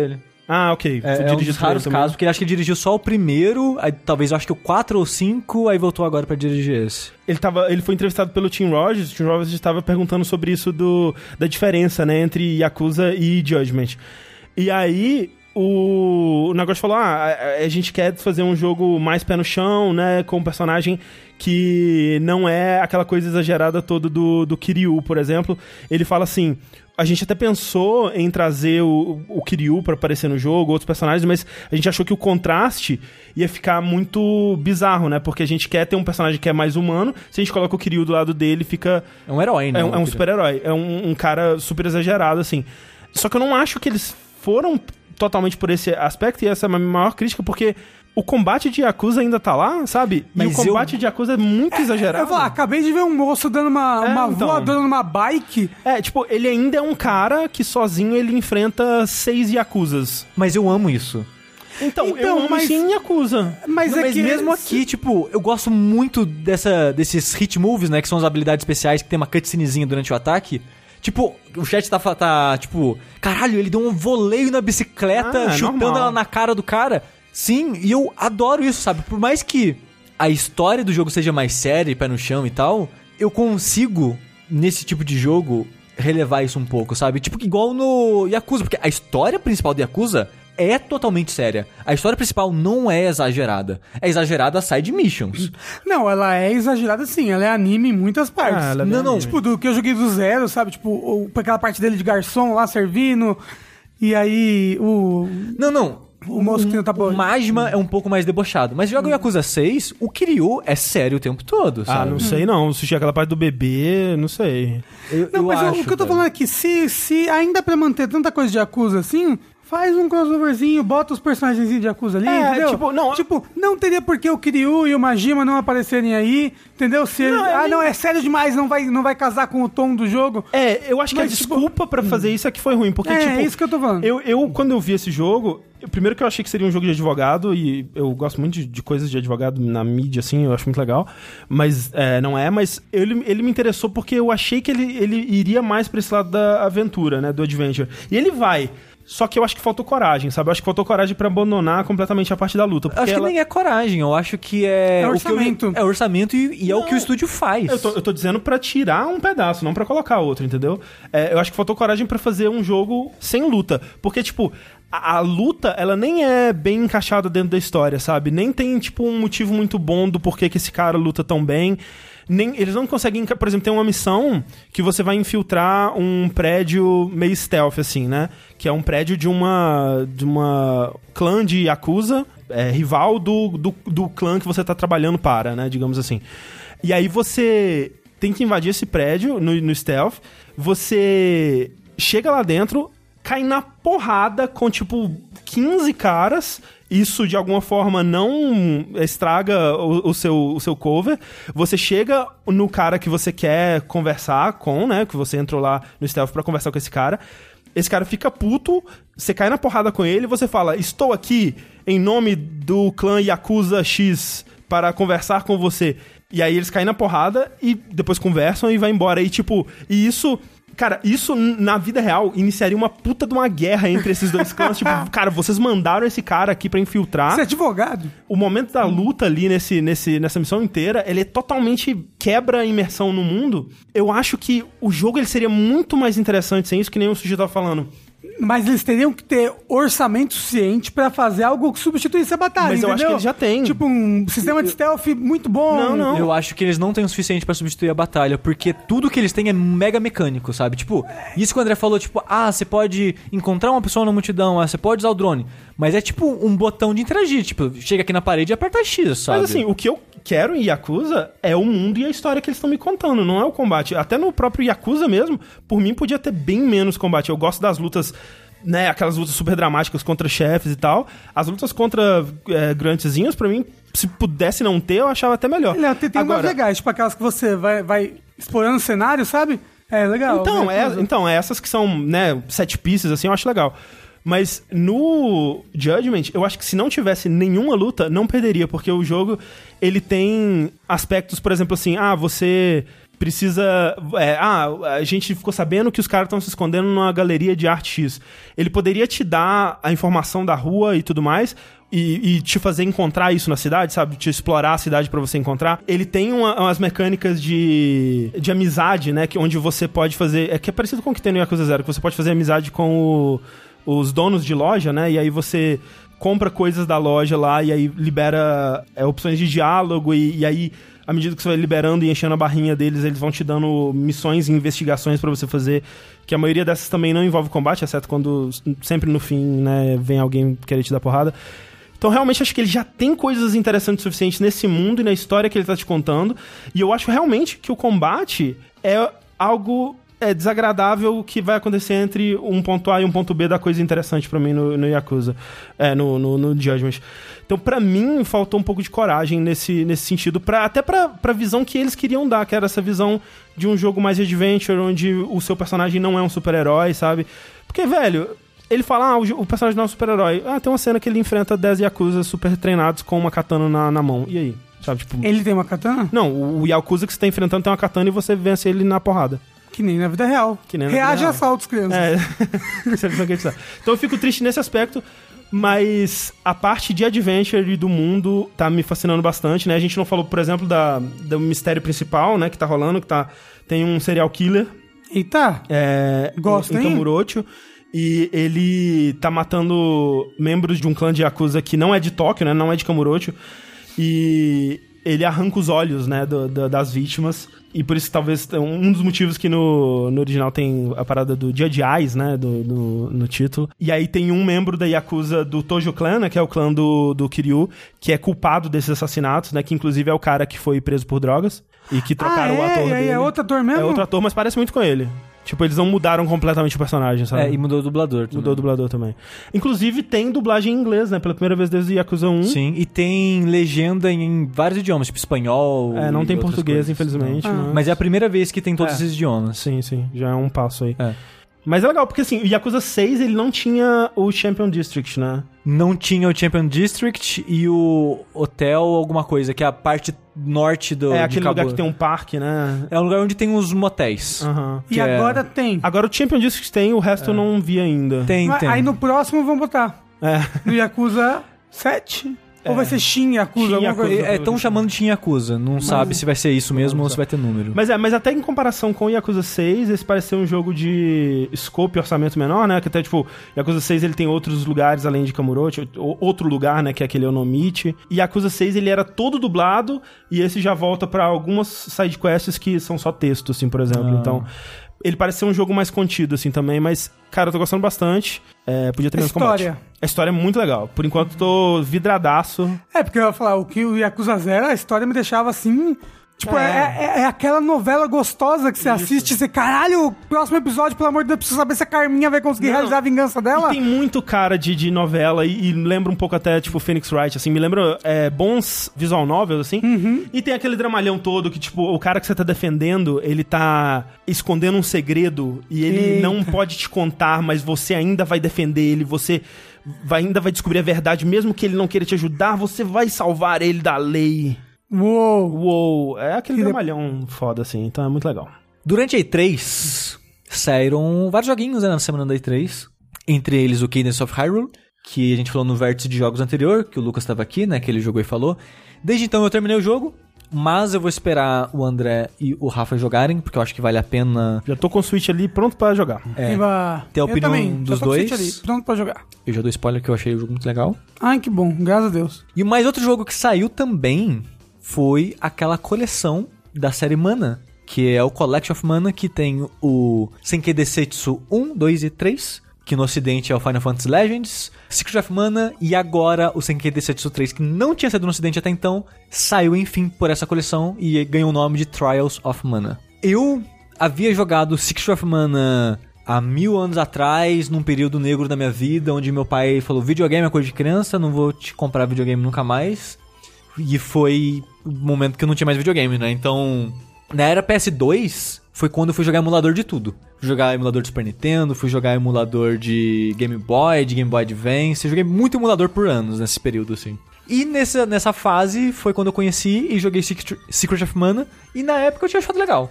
Ah, ok. É um dos raros casos, porque ele acho que ele dirigiu só o primeiro, aí, talvez eu acho que o 4 ou 5, aí voltou agora pra dirigir esse. Ele foi entrevistado pelo Tim Rogers, o Tim Rogers estava perguntando sobre isso da diferença, né, entre Yakuza e Judgment. E aí, o negócio falou, a gente quer fazer um jogo mais pé no chão, né, com um personagem que não é aquela coisa exagerada toda do Kiryu, por exemplo. Ele fala assim, a gente até pensou em trazer o Kiryu pra aparecer no jogo, outros personagens, mas a gente achou que o contraste ia ficar muito bizarro, né, porque a gente quer ter um personagem que é mais humano, se a gente coloca o Kiryu do lado dele, fica... É um herói, né? É um super-herói, é um cara super exagerado, assim. Só que eu não acho que eles foram totalmente por esse aspecto, e essa é a minha maior crítica, porque o combate de Yakuza ainda tá lá, sabe? Mas e o combate de Yakuza é muito exagerado. Acabei de ver um moço dando uma voadora numa bike. Tipo, ele ainda é um cara que sozinho ele enfrenta 6 Yakuzas. Mas eu amo isso. Então eu amo sim Yakuza. Mas mesmo aqui, tipo, eu gosto muito desses hit moves, né? Que são as habilidades especiais que tem uma cutscenezinha durante o ataque. Tipo, o chat tá tipo... Caralho, ele deu um voleio na bicicleta, chutando ela na cara do cara. Sim, e eu adoro isso, sabe? Por mais que a história do jogo seja mais séria, pé no chão e tal, eu consigo, nesse tipo de jogo, relevar isso um pouco, sabe? Tipo, igual no Yakuza, porque a história principal do Yakuza é totalmente séria. A história principal não é exagerada. É exagerada as side missions. Não, ela é exagerada sim. Ela é anime em muitas partes. Não. Tipo, do que eu joguei do zero, sabe? Tipo, aquela parte dele de garçom lá, servindo. E aí, Não. O moço que tá o Majima é um pouco mais debochado. Mas joga o Yakuza 6, o Kiryu é sério o tempo todo, sabe? Não sei não. Se aquela parte do bebê, não sei. O que eu tô falando é que se ainda pra manter tanta coisa de Yakuza assim... Faz um crossoverzinho, bota os personagens de Yakuza ali, entendeu? Tipo, não teria por que o Kiryu e o Majima não aparecerem aí, entendeu? É sério demais, não vai casar com o tom do jogo. Eu acho que a desculpa pra fazer isso é que foi ruim, porque, é isso que eu tô falando. Eu quando eu vi esse jogo, primeiro que eu achei que seria um jogo de advogado, e eu gosto muito de coisas de advogado na mídia, assim, eu acho muito legal, mas não é, mas ele me interessou porque eu achei que ele iria mais pra esse lado da aventura, né, do adventure. E ele vai... Só que eu acho que faltou coragem, sabe? Eu acho que faltou coragem pra abandonar completamente a parte da luta. Eu acho que nem é coragem, eu acho que é... orçamento. É orçamento e é o que o estúdio faz. Eu tô dizendo pra tirar um pedaço, não pra colocar outro, entendeu? Eu acho que faltou coragem pra fazer um jogo sem luta. Porque, tipo, a luta, ela nem é bem encaixada dentro da história, sabe? Nem tem, tipo, um motivo muito bom do porquê que esse cara luta tão bem. Eles não conseguem... Por exemplo, tem uma missão que você vai infiltrar um prédio meio stealth, assim, né? Que é um prédio de uma clã de Yakuza, rival do clã que você tá trabalhando para, né? Digamos assim. E aí você tem que invadir esse prédio no stealth. Você chega lá dentro, cai na porrada com, tipo, 15 caras... Isso, de alguma forma, não estraga o seu cover. Você chega no cara que você quer conversar com, né? Que você entrou lá no stealth pra conversar com esse cara. Esse cara fica puto, você cai na porrada com ele e você fala, estou aqui em nome do clã Yakuza X para conversar com você. E aí eles caem na porrada e depois conversam e vai embora. E tipo, isso... Cara, isso na vida real iniciaria uma puta de uma guerra entre esses dois clãs. Tipo, cara, vocês mandaram esse cara aqui pra infiltrar. Você é advogado? O momento da luta ali nessa missão inteira, ele totalmente quebra a imersão no mundo. Eu acho que o jogo ele seria muito mais interessante sem isso, que nem o Suji tava falando. Mas eles teriam que ter orçamento suficiente pra fazer algo que substituísse a batalha, mas entendeu? Eu acho que eles já têm. Tipo, um sistema de stealth muito bom. Não. Eu acho que eles não têm o suficiente pra substituir a batalha, porque tudo que eles têm é mega mecânico, sabe? Tipo, isso que o André falou, tipo, você pode encontrar uma pessoa na multidão, você pode usar o drone. Mas é tipo um botão de interagir, tipo, chega aqui na parede e aperta X, sabe? Mas assim, o que eu quero em Yakuza é o mundo e a história que eles estão me contando, não é o combate. Até no próprio Yakuza mesmo, por mim podia ter bem menos combate. Eu gosto das lutas, né, aquelas lutas super dramáticas contra chefes e tal. As lutas contra grantezinhos, pra mim, se pudesse não ter, eu achava até melhor. Não, tem umas legais, tipo aquelas que você vai explorando o cenário, sabe? É legal. Então, essas que são, né, set pieces, assim, eu acho legal. Mas no Judgment, eu acho que se não tivesse nenhuma luta, não perderia, porque o jogo, ele tem aspectos, por exemplo, assim, você precisa... a gente ficou sabendo que os caras estão se escondendo numa galeria de arte X. Ele poderia te dar a informação da rua e tudo mais... E te fazer encontrar isso na cidade, sabe? Te explorar a cidade pra você encontrar. Ele tem umas mecânicas de amizade, né? Onde você pode fazer... que é parecido com o que tem no Yakuza 0, que você pode fazer amizade com os donos de loja, né? E aí você compra coisas da loja lá e aí libera opções de diálogo e aí... À medida que você vai liberando e enchendo a barrinha deles, eles vão te dando missões e investigações pra você fazer, que a maioria dessas também não envolve combate, exceto quando sempre no fim, né, vem alguém querer te dar porrada. Então, realmente, acho que ele já tem coisas interessantes o suficiente nesse mundo e na história que ele tá te contando. E eu acho realmente que o combate é algo desagradável que vai acontecer entre um ponto A e um ponto B da coisa interessante pra mim no Yakuza. No Judgment. Então, pra mim, faltou um pouco de coragem nesse sentido, até pra visão que eles queriam dar, que era essa visão de um jogo mais adventure, onde o seu personagem não é um super-herói, sabe? Porque, velho... Ele fala, o personagem não é um super-herói. Tem uma cena que ele enfrenta 10 Yakuza super treinados com uma katana na mão. E aí? Sabe, tipo... Ele tem uma katana? Não, o Yakuza que você tá enfrentando tem uma katana e você vence ele na porrada. Que nem na vida real. Reage a assaltos, crianças. Então eu fico triste nesse aspecto, mas a parte de adventure e do mundo tá me fascinando bastante, né? A gente não falou, por exemplo, do mistério principal, né? Que tá rolando, tem um serial killer. Eita! Gosto, em Kamurocho. E ele tá matando membros de um clã de Yakuza que não é de Tóquio, né? Não é de Kamurocho. E ele arranca os olhos, né? Das vítimas. E por isso talvez um dos motivos que no original tem a parada do Dia de Eyes, né? No título. E aí tem um membro da Yakuza do Tojo Clan, né? Que é o clã do Kiryu, que é culpado desses assassinatos, né? Que inclusive é o cara que foi preso por drogas. E que trocaram o ator dele. É outro ator mesmo? É outro ator, mas parece muito com ele. Tipo, eles não mudaram completamente o personagem, sabe? E mudou o dublador também. Mudou o dublador também. Inclusive, tem dublagem em inglês, né? Pela primeira vez desde Yakuza 1. Sim, e tem legenda em vários idiomas, tipo espanhol. Não tem português, infelizmente. Mas é a primeira vez que tem todos esses idiomas. Sim, já é um passo aí. Mas é legal, porque assim, o Yakuza 6, ele não tinha o Champion District, né? Não tinha o Champion District e o hotel alguma coisa, que é a parte norte do... aquele lugar que tem um parque, né? É um lugar onde tem os motéis. E agora tem. Agora o Champion District tem, o resto eu não vi ainda. Tem. Aí no próximo vão botar. No Yakuza 7... Ou vai ser Shin Yakuza? Estão chamando de Shin Yakuza. Não sabe se vai ser isso mesmo ou se vai ter número. Mas até em comparação com o Yakuza 6, esse parece ser um jogo de scope e orçamento menor, né? Que até, tipo, Yakuza 6 ele tem outros lugares além de Kamurocho, outro lugar, né? Que é aquele Onomichi. E Yakuza 6 ele era todo dublado e esse já volta pra algumas sidequests que são só texto, assim, por exemplo. Então... Ele parece ser um jogo mais contido, assim, também, mas, cara, eu tô gostando bastante. Podia ter menos combate. A história é muito legal. Por enquanto, tô vidradaço. Porque eu ia falar, o que o Yakuza 0, a história me deixava assim... Tipo, é aquela novela gostosa que você assiste e você, caralho, próximo episódio, pelo amor de Deus, preciso saber se a Carminha vai conseguir realizar a vingança dela. E tem muito cara de novela e lembra um pouco até, tipo, Phoenix Wright, assim, me lembra bons visual novels, assim. E tem aquele dramalhão todo que, tipo, o cara que você tá defendendo, ele tá escondendo um segredo e ele não pode te contar, mas você ainda vai defender ele, você... ainda vai descobrir a verdade, mesmo que ele não queira te ajudar, você vai salvar ele da lei. Uou! É aquele dramalhão foda, assim, então é muito legal. Durante a E3, saíram vários joguinhos, né, na semana da E3. Entre eles o Cadence of Hyrule, que a gente falou no vértice de jogos anterior, que o Lucas estava aqui, né, que ele jogou e falou. Desde então eu terminei o jogo, mas eu vou esperar o André e o Rafa jogarem, porque eu acho que vale a pena... Já tô com o Switch ali pronto pra jogar. Ter a opinião dos dois. Ali, pronto pra jogar. Eu já dou spoiler que eu achei o jogo muito legal. Ai, que bom, graças a Deus. E mais outro jogo que saiu também foi aquela coleção da série Mana, que é o Collection of Mana, que tem o Senkei Densetsu 1, 2 e 3, que no ocidente é o Final Fantasy Legends, Secret of Mana, e agora o Senkei Densetsu 3, que não tinha saído no ocidente até então, saiu enfim por essa coleção e ganhou o nome de Trials of Mana. Eu havia jogado Secret of Mana há 1000 anos atrás, num período negro da minha vida, onde meu pai falou, videogame é coisa de criança, não vou te comprar videogame nunca mais. E foi o momento que eu não tinha mais videogame, né? Então, na era PS2, foi quando eu fui jogar emulador de tudo. Fui jogar emulador de Super Nintendo, fui jogar emulador de Game Boy, de Game Boy Advance. Eu joguei muito emulador por anos nesse período, assim. E nessa fase foi quando eu conheci e joguei Secret of Mana. E na época eu tinha achado legal.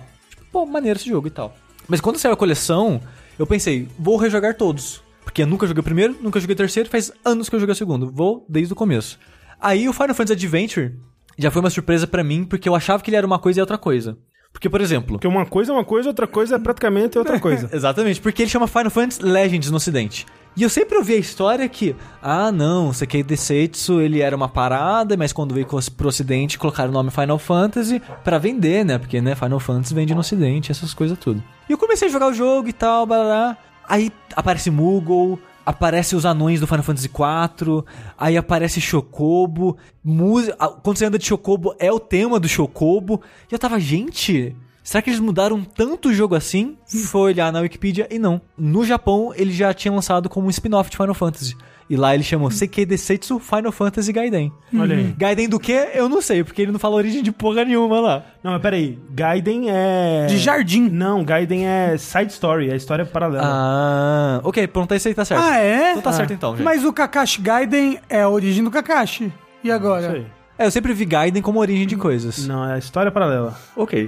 pô, maneiro esse jogo e tal. Mas quando saiu a coleção, eu pensei, vou rejogar todos. Porque eu nunca joguei o primeiro, nunca joguei o terceiro, faz anos que eu joguei o segundo. Vou desde o começo. Aí o Final Fantasy Adventure já foi uma surpresa pra mim, porque eu achava que ele era uma coisa e outra coisa. Porque, por exemplo... Porque uma coisa é uma coisa, outra coisa é praticamente outra coisa. Exatamente, porque ele chama Final Fantasy Legends no ocidente. E eu sempre ouvi a história que, não, Seikei Densetsu, ele era uma parada, mas quando veio pro ocidente, colocaram o nome Final Fantasy pra vender, né? Porque, né, Final Fantasy vende no ocidente, essas coisas tudo. E eu comecei a jogar o jogo e tal, blá. Aí aparece Moogle, aparece os anões do Final Fantasy IV, aí aparece Chocobo, quando você anda de Chocobo é o tema do Chocobo, e eu tava, gente, será que eles mudaram tanto o jogo assim? Foi olhar na Wikipedia e não. No Japão ele já tinha lançado como um spin-off de Final Fantasy. E lá ele chamou Seikei Densetsu Final Fantasy Gaiden. Olha aí. Gaiden do quê? Eu não sei, porque ele não fala origem de porra nenhuma lá. Não, mas peraí. Gaiden é... de jardim. Não, Gaiden é side story, é história paralela. Ok, pronto, esse aí tá certo. É? Então tá certo então, gente. Mas o Kakashi Gaiden é a origem do Kakashi. E agora? Isso aí. Eu sempre vi Gaiden como origem de coisas. Não, é história paralela. Ok.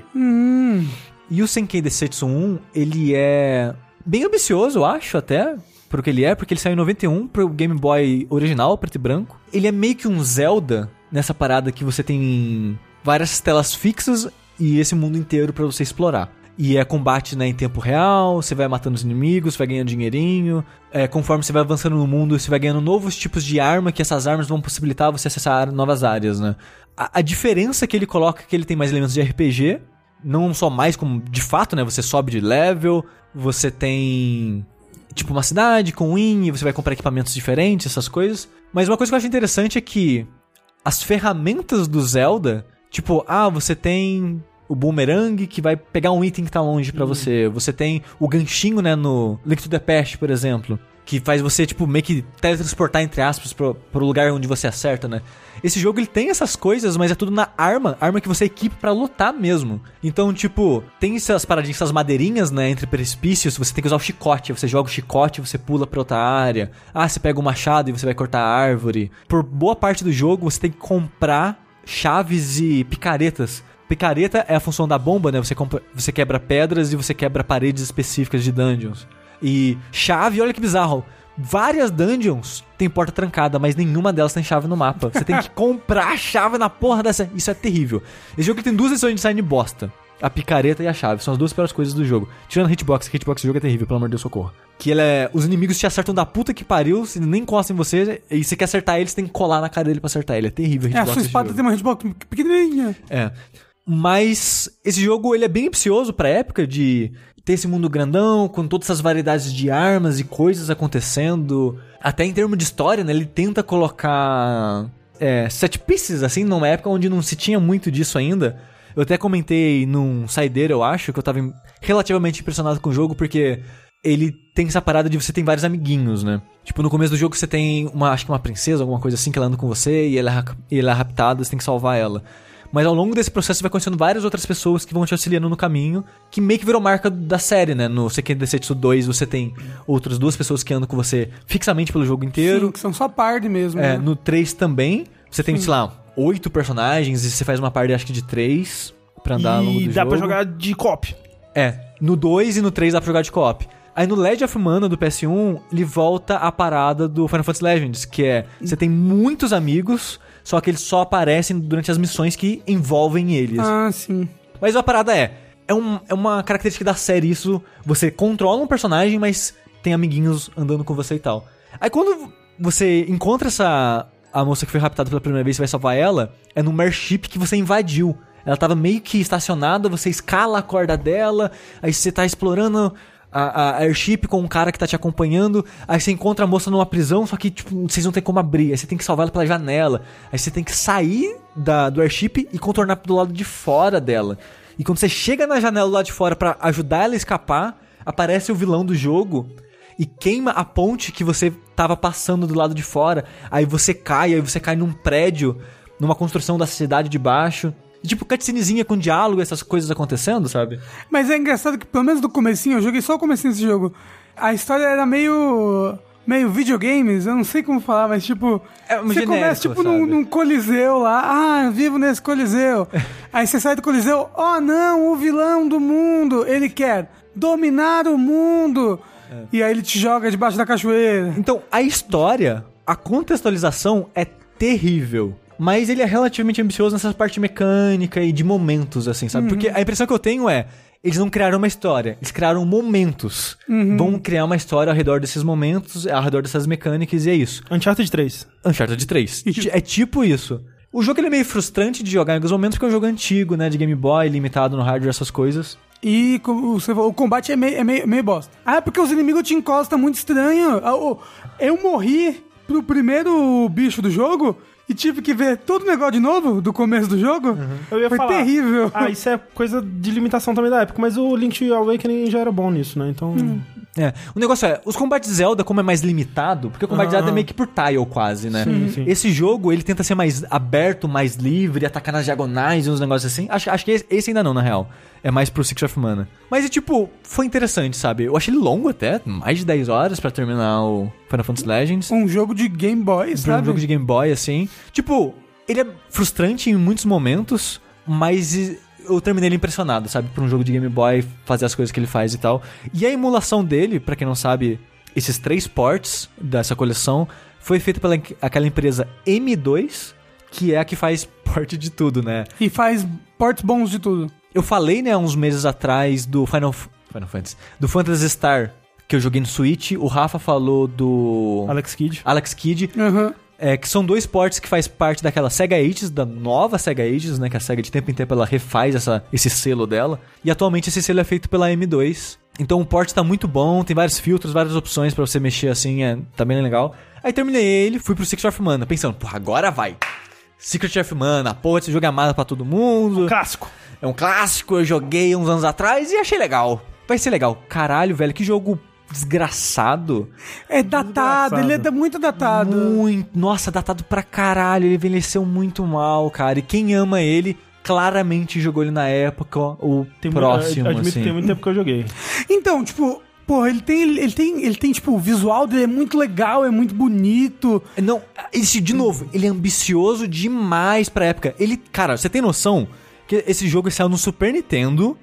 E o Seikei Densetsu 1, ele é bem ambicioso, eu acho, até... porque ele saiu em 91 pro Game Boy original, preto e branco. Ele é meio que um Zelda nessa parada que você tem várias telas fixas e esse mundo inteiro pra você explorar. E é combate, né, em tempo real, você vai matando os inimigos, vai ganhando dinheirinho. Conforme você vai avançando no mundo, você vai ganhando novos tipos de arma, que essas armas vão possibilitar você acessar novas áreas, né? A diferença que ele coloca é que ele tem mais elementos de RPG, não só mais como de fato, né? Você sobe de level, você tem... tipo uma cidade com win, você vai comprar equipamentos diferentes, essas coisas. Mas uma coisa que eu acho interessante é que as ferramentas do Zelda, tipo, você tem o boomerang que vai pegar um item que tá longe pra você. Você tem o ganchinho, né, no Link to the Past, por exemplo, que faz você, tipo, meio que teletransportar, entre aspas, pro lugar onde você acerta, né? Esse jogo, ele tem essas coisas, mas é tudo na arma que você equipa pra lutar mesmo. Então, tipo, tem essas paradinhas, essas madeirinhas, né, entre precipícios, você tem que usar o chicote, você joga o chicote, você pula pra outra área. Você pega o machado e você vai cortar a árvore. Por boa parte do jogo, você tem que comprar chaves e picaretas. Picareta é a função da bomba, né, você quebra pedras e você quebra paredes específicas de dungeons. E chave, olha que bizarro, várias dungeons tem porta trancada, mas nenhuma delas tem chave no mapa. Você tem que comprar a chave na porra dessa... Isso é terrível. Esse jogo tem duas edições de design bosta. A picareta e a chave. São as duas piores coisas do jogo. Tirando a hitbox, que hitbox do jogo é terrível, pelo amor de Deus, socorro. Que os inimigos te acertam da puta que pariu, se nem encostam em você, e você quer acertar ele, você tem que colar na cara dele pra acertar ele. É terrível a hitbox. A sua espada tem uma hitbox pequenininha. Mas esse jogo, ele é bem ambicioso pra época de... ter esse mundo grandão, com todas essas variedades de armas e coisas acontecendo. Até em termos de história, né? Ele tenta colocar set pieces, assim, numa época onde não se tinha muito disso ainda. Eu até comentei num saideiro, eu acho, que eu tava relativamente impressionado com o jogo, porque ele tem essa parada de você tem vários amiguinhos, né? Tipo, no começo do jogo você tem acho que uma princesa, alguma coisa assim, que ela anda com você e ela é raptada, você tem que salvar ela. Mas ao longo desse processo vai conhecendo várias outras pessoas que vão te auxiliando no caminho, que meio que virou marca da série, né? No Seikei Densetsu 2 você tem outras duas pessoas que andam com você fixamente pelo jogo inteiro. Sim, que são só party mesmo. Né? No 3 também, você tem, sei lá, 8 personagens e você faz uma party, acho que de 3 pra andar ao longo do jogo. E dá pra jogar de co-op. No 2 e no 3 dá pra jogar de co-op. Aí no Legend of Mana do PS1, ele volta à parada do Final Fantasy Legends, que você tem muitos amigos, só que eles só aparecem durante as missões que envolvem eles. Sim. Mas a parada é uma característica da série isso, você controla um personagem, mas tem amiguinhos andando com você e tal. Aí quando você encontra a moça que foi raptada pela primeira vez e vai salvar ela, é num airship que você invadiu. Ela tava meio que estacionada, você escala a corda dela, aí você tá explorando a airship com um cara que tá te acompanhando, aí você encontra a moça numa prisão, só que tipo, vocês não tem como abrir, aí você tem que salvar ela pela janela, aí você tem que sair do airship e contornar do lado de fora dela. E quando você chega na janela do lado de fora pra ajudar ela a escapar, aparece o vilão do jogo e queima a ponte que você tava passando do lado de fora, aí você cai num prédio, numa construção da cidade de baixo. E, tipo, cutscenezinha com diálogo, essas coisas acontecendo, sabe? Mas é engraçado que, pelo menos no comecinho, eu joguei só o comecinho desse jogo. A história era meio meio videogames, eu não sei como falar, mas tipo... você começa tipo num coliseu lá, vivo nesse coliseu. Aí você sai do coliseu, não, o vilão do mundo, ele quer dominar o mundo. E aí ele te joga debaixo da cachoeira. Então, a história, a contextualização é terrível. Mas ele é relativamente ambicioso nessa parte mecânica e de momentos, assim, sabe? Porque a impressão que eu tenho é... eles não criaram uma história, eles criaram momentos. Vão criar uma história ao redor desses momentos, ao redor dessas mecânicas, e é isso. Uncharted 3. Uncharted 3. É tipo isso. O jogo ele é meio frustrante de jogar em alguns momentos, porque é um jogo antigo, né? De Game Boy, limitado no hardware, essas coisas. E o combate é meio bosta. Porque os inimigos te encostam muito estranho. Eu morri pro primeiro bicho do jogo... e tive que ver todo o negócio de novo, do começo do jogo. Foi terrível. Isso é coisa de limitação também da época, mas o Link Awakening já era bom nisso, né? Então... O negócio é, os combates de Zelda, como é mais limitado, porque o combate de Zelda é meio que por tile quase, né? Sim. Esse jogo, ele tenta ser mais aberto, mais livre, atacar nas diagonais e uns negócios assim. Acho que esse ainda não, na real. É mais pro Secret of Mana. Mas, foi interessante, sabe? Eu achei ele longo até, mais de 10 horas pra terminar o Final Fantasy Legends. Um jogo de Game Boy, sabe? Um jogo de Game Boy, assim. Ele é frustrante em muitos momentos, mas... eu terminei ele impressionado, sabe? Pra um jogo de Game Boy fazer as coisas que ele faz e tal. E a emulação dele, pra quem não sabe, esses 3 ports dessa coleção, foi feita pela aquela empresa M2, que é a que faz port de tudo, né? E faz ports bons de tudo. Eu falei, né, uns meses atrás do Final Fantasy, do Phantasy Star, que eu joguei no Switch. O Rafa falou do... Alex Kidd. Que são 2 ports que faz parte daquela Sega Ages, da nova Sega Ages, né? Que a Sega de tempo em tempo ela refaz esse selo dela. E atualmente esse selo é feito pela M2. Então o port tá muito bom, tem vários filtros, várias opções pra você mexer assim, tá bem legal. Aí terminei ele, fui pro Secret of Mana, pensando, agora vai. Secret of Mana, esse jogo é amado pra todo mundo. Clássico. É um clássico, eu joguei uns anos atrás e achei legal. Vai ser legal. Caralho, velho, que jogo... desgraçado. É datado, ele é muito datado. Nossa, datado pra caralho. Ele envelheceu muito mal, cara. E quem ama ele, claramente jogou ele na época, o próximo, admito assim. Que tem muito tempo que eu joguei. Então, ele tem, o visual dele é muito legal, é muito bonito. Não, de novo, ele é ambicioso demais pra época. Cara, você tem noção que esse jogo saiu no Super Nintendo.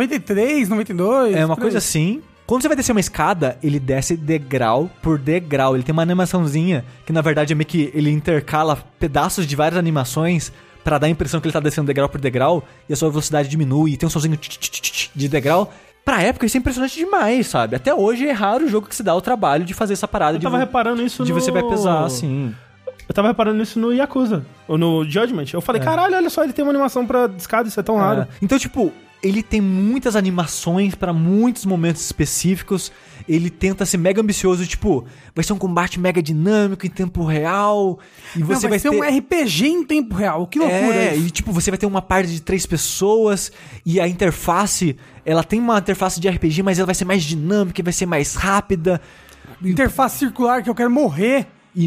93, 92. É uma coisa assim. Quando você vai descer uma escada, ele desce degrau por degrau. Ele tem uma animaçãozinha que, na verdade, é meio que ele intercala pedaços de várias animações pra dar a impressão que ele tá descendo degrau por degrau e a sua velocidade diminui e tem um somzinho de degrau. Pra época, isso é impressionante demais, sabe? Até hoje é raro o jogo que se dá o trabalho de fazer essa parada. Eu tava reparando isso você vai pesar, assim... Eu tava reparando isso no Yakuza, ou no Judgment. Eu falei, caralho, olha só, ele tem uma animação pra escada, isso é tão raro. Então, ele tem muitas animações pra muitos momentos específicos. Ele tenta ser mega ambicioso, vai ser um combate mega dinâmico em tempo real. E você vai ser um RPG em tempo real. Que loucura isso. E você vai ter uma parte de 3 pessoas. E a interface, ela tem uma interface de RPG, mas ela vai ser mais dinâmica, vai ser mais rápida. Interface circular que eu quero morrer. E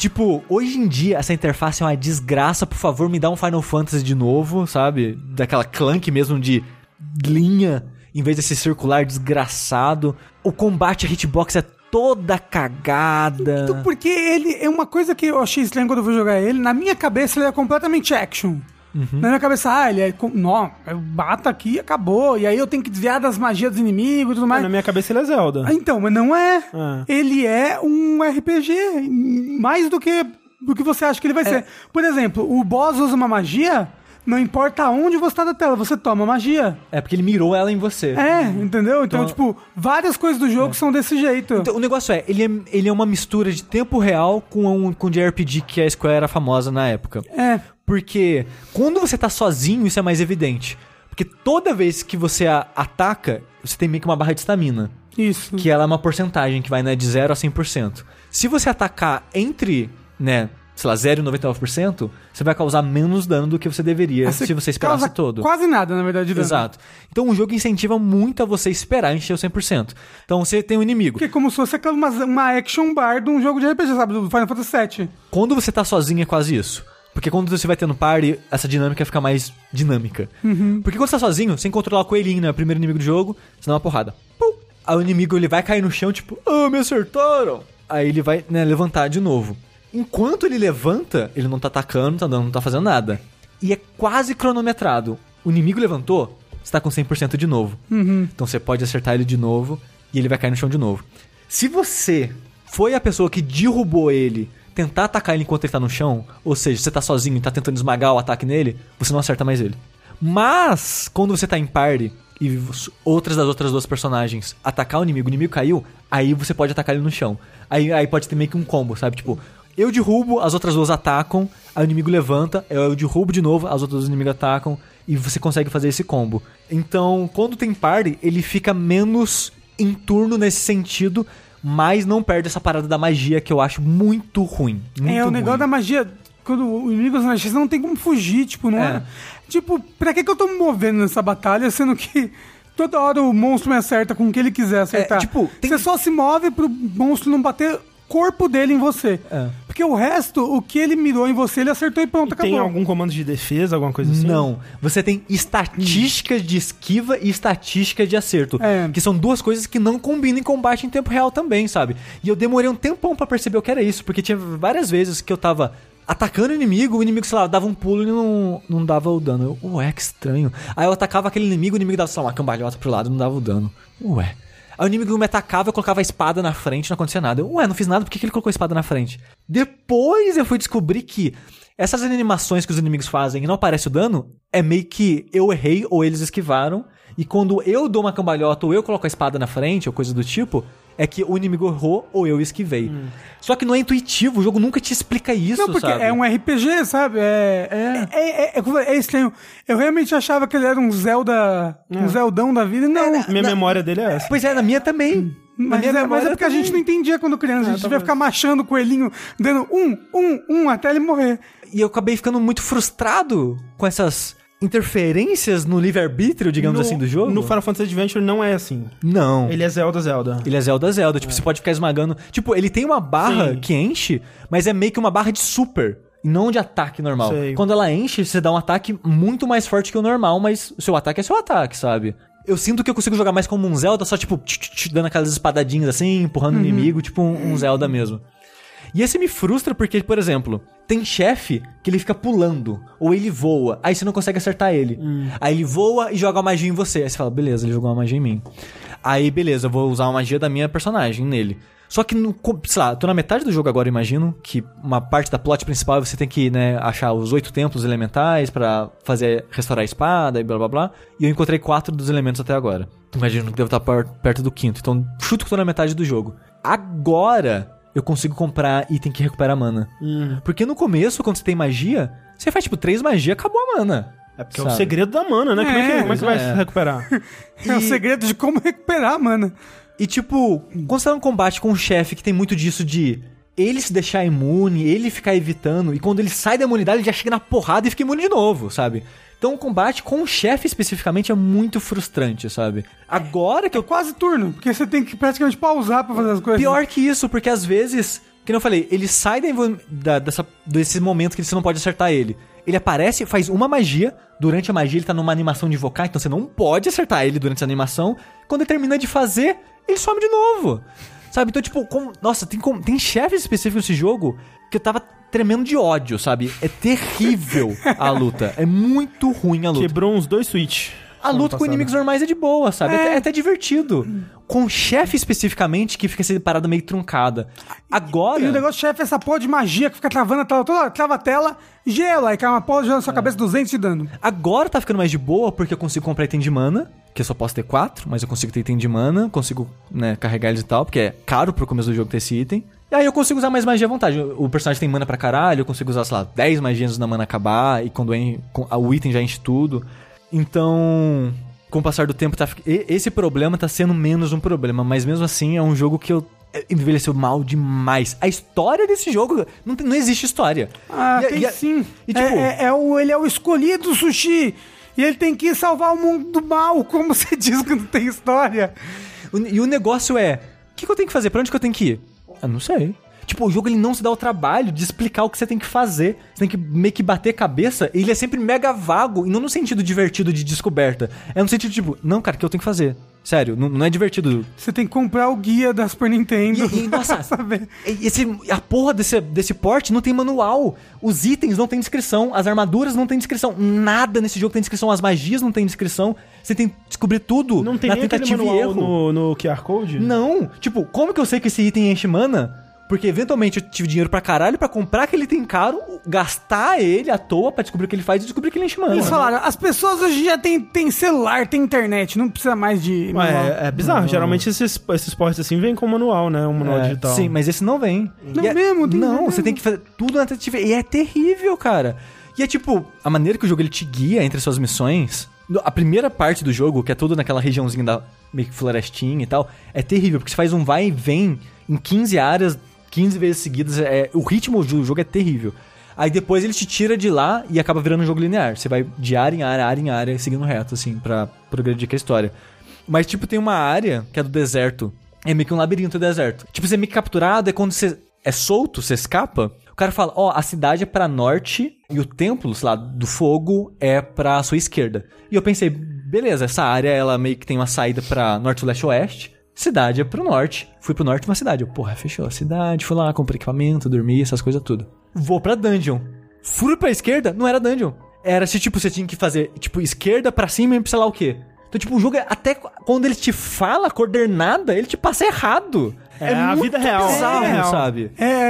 hoje em dia, essa interface é uma desgraça. Por favor, me dá um Final Fantasy de novo, sabe? Daquela clunk mesmo de linha, em vez desse circular desgraçado. O combate, a hitbox é toda cagada. Então, porque ele é uma coisa que eu achei estranho quando eu fui jogar ele. Na minha cabeça, ele é completamente action. Na minha cabeça, ele é... Não, eu bato aqui e acabou. E aí eu tenho que desviar das magias dos inimigos e tudo mais. Na minha cabeça ele é Zelda. Então, mas não é. Ele é um RPG. Mais do que você acha que ele vai ser. Por exemplo, o boss usa uma magia... Não importa onde você tá na tela, você toma magia. É, porque ele mirou ela em você. Entendeu? Então, várias coisas do jogo são desse jeito. Então, o negócio ele é uma mistura de tempo real com JRPG que a Square era famosa na época. Porque quando você tá sozinho, isso é mais evidente. Porque toda vez que você ataca, você tem meio que uma barra de estamina. Isso. Que ela é uma porcentagem que vai, né, de 0 a 100%. Se você atacar entre, né... sei lá, 0 e 99%, você vai causar menos dano do que você deveria se você esperasse todo. Quase nada, na verdade. Exato. Então o jogo incentiva muito a você esperar encher o 100%. Então você tem um inimigo. Porque é como se fosse uma action bar de um jogo de RPG, sabe? Do Final Fantasy VII. Quando você tá sozinho é quase isso. Porque quando você vai tendo party, essa dinâmica fica mais dinâmica. Porque quando você tá sozinho, sem controlar o coelhinho, né? O primeiro inimigo do jogo, você dá uma porrada. Pum! Aí o inimigo ele vai cair no chão, me acertaram. Aí ele vai, né, levantar de novo. Enquanto ele levanta, ele não tá atacando, não tá fazendo nada. E é quase cronometrado. O inimigo levantou, você tá com 100% de novo. Então você pode acertar ele de novo e ele vai cair no chão de novo. Se você foi a pessoa que derrubou ele, tentar atacar ele enquanto ele tá no chão, ou seja, você tá sozinho e tá tentando esmagar o ataque nele, você não acerta mais ele. Mas, quando você tá em party e outras das outras duas personagens atacar o inimigo caiu, aí você pode atacar ele no chão. Aí pode ter meio que um combo, sabe? Tipo, eu derrubo, as outras duas atacam, aí o inimigo levanta, eu derrubo de novo, as outras duas inimigos atacam, e você consegue fazer esse combo. Então, quando tem party, ele fica menos em turno nesse sentido, mas não perde essa parada da magia que eu acho muito ruim. O negócio da magia, quando o inimigo não tem como fugir, tipo, não é? Tipo, pra que eu tô me movendo nessa batalha, sendo que toda hora o monstro me acerta com o que ele quiser acertar? Você só se move pro monstro não bater corpo dele em você. Porque o resto, o que ele mirou em você, ele acertou e pronto, acabou. Tem algum comando de defesa, alguma coisa assim? Não. Você tem estatísticas de esquiva e estatísticas de acerto. Que são duas coisas que não combinam em combate em tempo real também, sabe? E eu demorei um tempão pra perceber o que era isso, porque tinha várias vezes que eu tava atacando o inimigo, sei lá, dava um pulo e não dava o dano. Que estranho. Aí eu atacava aquele inimigo, o inimigo dava, sei lá, uma cambalhota pro lado e não dava o dano. Aí o inimigo me atacava, eu colocava a espada na frente, não acontecia nada. Não fiz nada, por que ele colocou a espada na frente? Depois eu fui descobrir que essas animações que os inimigos fazem e não aparece o dano, é meio que eu errei ou eles esquivaram. E quando eu dou uma cambalhota ou eu coloco a espada na frente ou coisa do tipo, é que o inimigo errou ou eu esquivei. Só que não é intuitivo, o jogo nunca te explica isso, sabe? Não, porque é um RPG, sabe? É estranho. Eu realmente achava que ele era um Zelda, um Zeldão da vida, e não. Minha memória dele é essa. Pois é, na minha também. Mas é porque a gente não entendia quando criança. A gente devia ficar machando o coelhinho, dando até ele morrer. E eu acabei ficando muito frustrado com essas interferências no livre-arbítrio, digamos assim, do jogo. No Final Fantasy Adventure não é assim. Não. Ele é Zelda. Ele é Zelda. Tipo, você pode ficar esmagando. Tipo, ele tem uma barra que enche, mas é meio que uma barra de super, e não de ataque normal. Sei. Quando ela enche, você dá um ataque muito mais forte que o normal, mas o seu ataque é seu ataque, sabe? Eu sinto que eu consigo jogar mais como um Zelda, só tipo, dando aquelas espadadinhas assim, empurrando o inimigo, tipo um Zelda mesmo. E esse me frustra porque, por exemplo, tem chefe que ele fica pulando, ou ele voa, aí você não consegue acertar ele. Aí ele voa e joga uma magia em você. Aí você fala, beleza, ele jogou uma magia em mim. Aí, beleza, eu vou usar uma magia da minha personagem nele. Só que, sei lá, tô na metade do jogo agora, imagino, que uma parte da plot principal você tem que, né, achar os 8 templos elementais pra restaurar a espada e blá blá blá. E eu encontrei 4 dos elementos até agora. Imagino que devo estar perto do 5º. Então, chuto que tô na metade do jogo. Agora eu consigo comprar item que recupera mana. Porque no começo, quando você tem magia, você faz tipo 3 magias, acabou a mana. É porque é o segredo da mana, né? Como é que vai se recuperar? É o segredo de como recuperar a mana. E tipo, quando você tá num combate com um chefe que tem muito disso de ele se deixar imune, ele ficar evitando, e quando ele sai da imunidade ele já chega na porrada e fica imune de novo, sabe? Então o combate com o chefe especificamente é muito frustrante, sabe? Agora que eu... quase turno, porque você tem que praticamente pausar pra fazer as coisas. Pior que isso, porque às vezes, como eu falei, ele sai desse momento que você não pode acertar ele. Ele aparece, faz uma magia, durante a magia ele tá numa animação de invocar, então você não pode acertar ele durante essa animação. Quando ele termina de fazer, ele some de novo. Sabe? Então, tipo, nossa, tem chefes específicos nesse jogo que eu tava tremendo de ódio, sabe? É terrível a luta. É muito ruim a luta. Quebrou uns 2 switch. A luta com inimigos normais é de boa, sabe? É até divertido. Com chefe especificamente, que fica essa parada meio truncada. Agora... E o negócio do chefe é essa porra de magia que fica travando a tela toda, trava a tela, gela, aí cai uma porra na sua cabeça 200 de dano. Agora tá ficando mais de boa, porque eu consigo comprar item de mana, que eu só posso ter 4, mas eu consigo ter item de mana, consigo, né, carregar eles e tal, porque é caro pro começo do jogo ter esse item. E aí eu consigo usar mais magia à vontade. O personagem tem mana pra caralho, eu consigo usar, sei lá, 10 magias na mana acabar, e quando o item já enche tudo. Então, com o passar do tempo, esse problema tá sendo menos um problema, mas mesmo assim é um jogo que envelheceu mal demais. A história desse jogo, não existe história. Tem sim. E, tipo, ele é o escolhido, Sushi, e ele tem que salvar o mundo do mal, como você diz que não tem história. E o negócio é, o que eu tenho que fazer? Pra onde que eu tenho que ir? Eu não sei. Tipo, o jogo ele não se dá o trabalho de explicar o que você tem que fazer. Você tem que meio que bater cabeça. E ele é sempre mega vago. E não no sentido divertido de descoberta. É no sentido tipo, não, cara, o que eu tenho que fazer? Sério, não é divertido. Você tem que comprar o guia da Super Nintendo. Nossa, a porra desse port não tem manual. Os itens não tem descrição, as armaduras não tem descrição, nada nesse jogo tem descrição, as magias não tem descrição. Você tem que descobrir tudo não tem na nem tentativa aquele e manual erro. No QR Code? Não. Tipo, como que eu sei que esse item enche mana? Porque eventualmente eu tive dinheiro pra caralho pra comprar aquele item caro, gastar ele à toa pra descobrir o que ele faz e descobrir que ele enche mana. Eles falaram, as pessoas hoje já tem celular, tem internet, não precisa mais de manual. É bizarro, não. Geralmente esses ports assim vêm com manual, né? Um manual digital. Sim, mas esse não vem. Não mesmo? Não, você tem que fazer tudo na tentativa. E é terrível, cara. E é tipo, a maneira que o jogo ele te guia entre as suas missões... A primeira parte do jogo, que é tudo naquela regiãozinha da meio que florestinha e tal, é terrível, porque você faz um vai e vem em 15 áreas, 15 vezes seguidas, o ritmo do jogo é terrível. Aí depois ele te tira de lá e acaba virando um jogo linear. Você vai de área em área, seguindo reto, assim, pra progredir com a história. Mas, tipo, tem uma área que é do deserto, é meio que um labirinto do deserto. Tipo, você é meio que capturado, é quando você é solto, você escapa... O cara fala, a cidade é pra norte e o templo, sei lá, do fogo é pra sua esquerda. E eu pensei, beleza, essa área, ela meio que tem uma saída pra norte, leste, oeste. Cidade é pro norte. Fui pro norte de uma cidade. Eu, fechou a cidade, fui lá, comprei equipamento, dormi, essas coisas tudo. Vou pra dungeon. Fui pra esquerda, não era dungeon. Era se, tipo, você tinha que fazer, tipo, esquerda pra cima e sei lá o quê. Então, tipo, o jogo, até quando ele te fala a coordenada, ele te passa errado. É a vida real. Bizarro, sabe?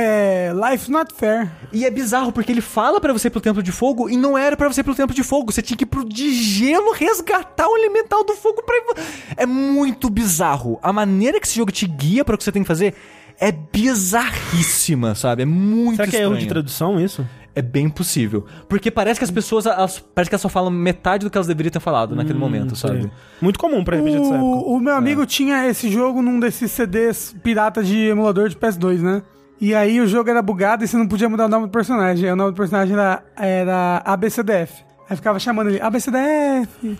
Life not fair. E é bizarro, porque ele fala pra você ir pro Templo de Fogo e não era pra você ir pro Templo de Fogo. Você tinha que ir pro de gelo resgatar o elemental do fogo pra... É muito bizarro. A maneira que esse jogo te guia pra o que você tem que fazer é bizarríssima, sabe? É muito Será que estranho. é erro de tradução isso? É bem possível. Porque parece que as pessoas... Parece que elas só falam metade do que elas deveriam ter falado naquele momento, sabe? Muito comum pra RPG dessa época. O meu amigo tinha esse jogo num desses CDs pirata de emulador de PS2, né? E aí o jogo era bugado e você não podia mudar o nome do personagem. Aí o nome do personagem era ABCDF. Aí ficava chamando ele ABCDF,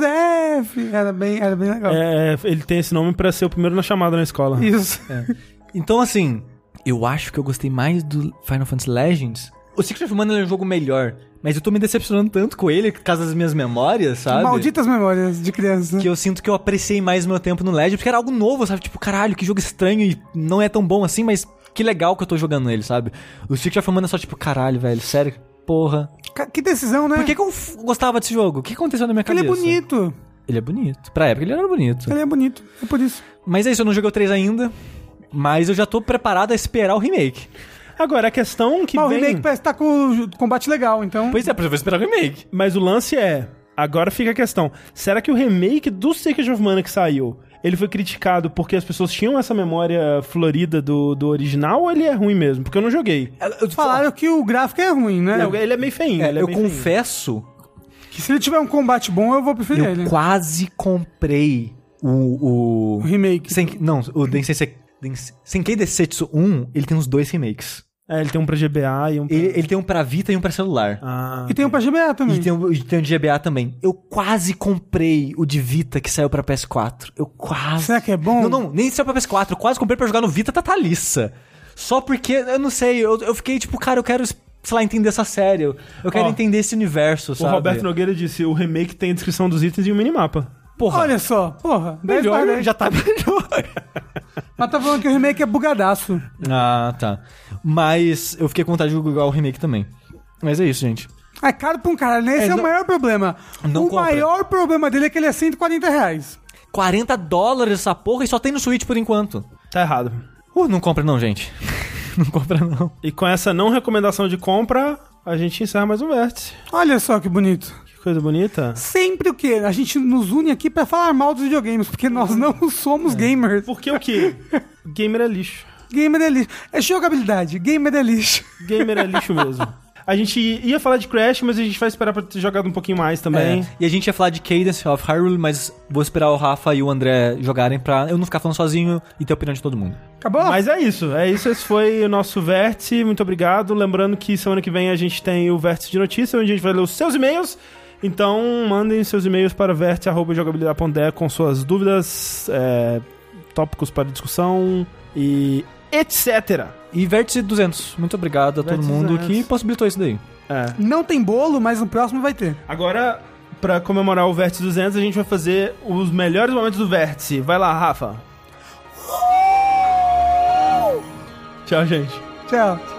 ABCDF. Era bem legal. Ele tem esse nome pra ser o primeiro na chamada na escola. Isso. Então, assim, eu acho que eu gostei mais do Final Fantasy Legends. O Secret of Mana é um jogo melhor, mas eu tô me decepcionando tanto com ele por causa das minhas memórias, sabe? Malditas memórias de criança. Que eu sinto que eu apreciei mais o meu tempo no Legend, porque era algo novo, sabe? Tipo, caralho, que jogo estranho e não é tão bom assim, mas que legal que eu tô jogando ele, sabe? O Secret of Mana é só tipo, caralho, velho, sério, porra. Que decisão, né? Por que eu gostava desse jogo? O que aconteceu na minha cabeça? Ele é bonito. Ele é bonito. Pra época ele era bonito. Ele é bonito, é por isso. Mas é isso, eu não joguei o 3 ainda, mas eu já tô preparado a esperar o remake. Agora, a questão que o remake parece que tá com o combate legal, então... Pois é, eu vou esperar o remake. Mas o lance é... Agora fica a questão. Será que o remake do Secret of Mana que saiu, ele foi criticado porque as pessoas tinham essa memória florida do original ou ele é ruim mesmo? Porque eu não joguei. Falaram que o gráfico é ruim, né? Não, ele é meio feinho. Eu confesso... Que se ele tiver um combate bom, eu vou preferir ele. Eu quase comprei o remake. O Senkei Densetsu 1, ele tem uns 2 remakes. Ele tem um pra GBA e um pra... Ele tem um pra Vita e um pra celular. E tem um pra GBA também. E tem um de GBA também. Eu quase comprei o de Vita que saiu pra PS4. Eu quase... Será que é bom? Não, nem saiu pra PS4. Eu quase comprei pra jogar no Vita Tataliça. Só porque, eu não sei, eu fiquei tipo, cara, eu quero... sei lá, entender essa série. Eu quero entender esse universo, sabe? O Roberto Nogueira disse, o remake tem a descrição dos itens e um minimapa. Porra. Olha só, porra. Melhor, já tá melhor. Mas tá falando que o remake é bugadaço. Ah, tá. Mas eu fiquei com vontade de jogar o remake também. Mas é isso, gente. É caro pra um cara, né? Esse é o maior problema. O maior problema dele é que ele é R$140. $40 essa porra e só tem no Switch por enquanto. Tá errado. Não compra não, gente. Não compra não. E com essa não recomendação de compra, a gente encerra mais um Vértice. Olha só que bonito. Que coisa bonita. Sempre o quê? A gente nos une aqui pra falar mal dos videogames, porque nós não somos gamers. Porque o quê? Gamer é lixo. Gamer é lixo. É jogabilidade. Gamer é lixo. Gamer é lixo mesmo. A gente ia falar de Crash, mas a gente vai esperar pra ter jogado um pouquinho mais também. E a gente ia falar de Cadence of Hyrule, mas vou esperar o Rafa e o André jogarem pra eu não ficar falando sozinho e ter a opinião de todo mundo. Acabou? Mas é isso. Esse foi o nosso Vértice. Muito obrigado. Lembrando que semana que vem a gente tem o Vértice de Notícias, onde a gente vai ler os seus e-mails. Então, mandem seus e-mails para vértice@jogabilidade.de com suas dúvidas, tópicos para discussão e etc. E Vértice 200. Muito obrigado a todo mundo que possibilitou isso daí. Não tem bolo, mas no próximo vai ter. Agora, pra comemorar o Vértice 200, a gente vai fazer os melhores momentos do Vértice. Vai lá, Rafa. Tchau, gente. Tchau.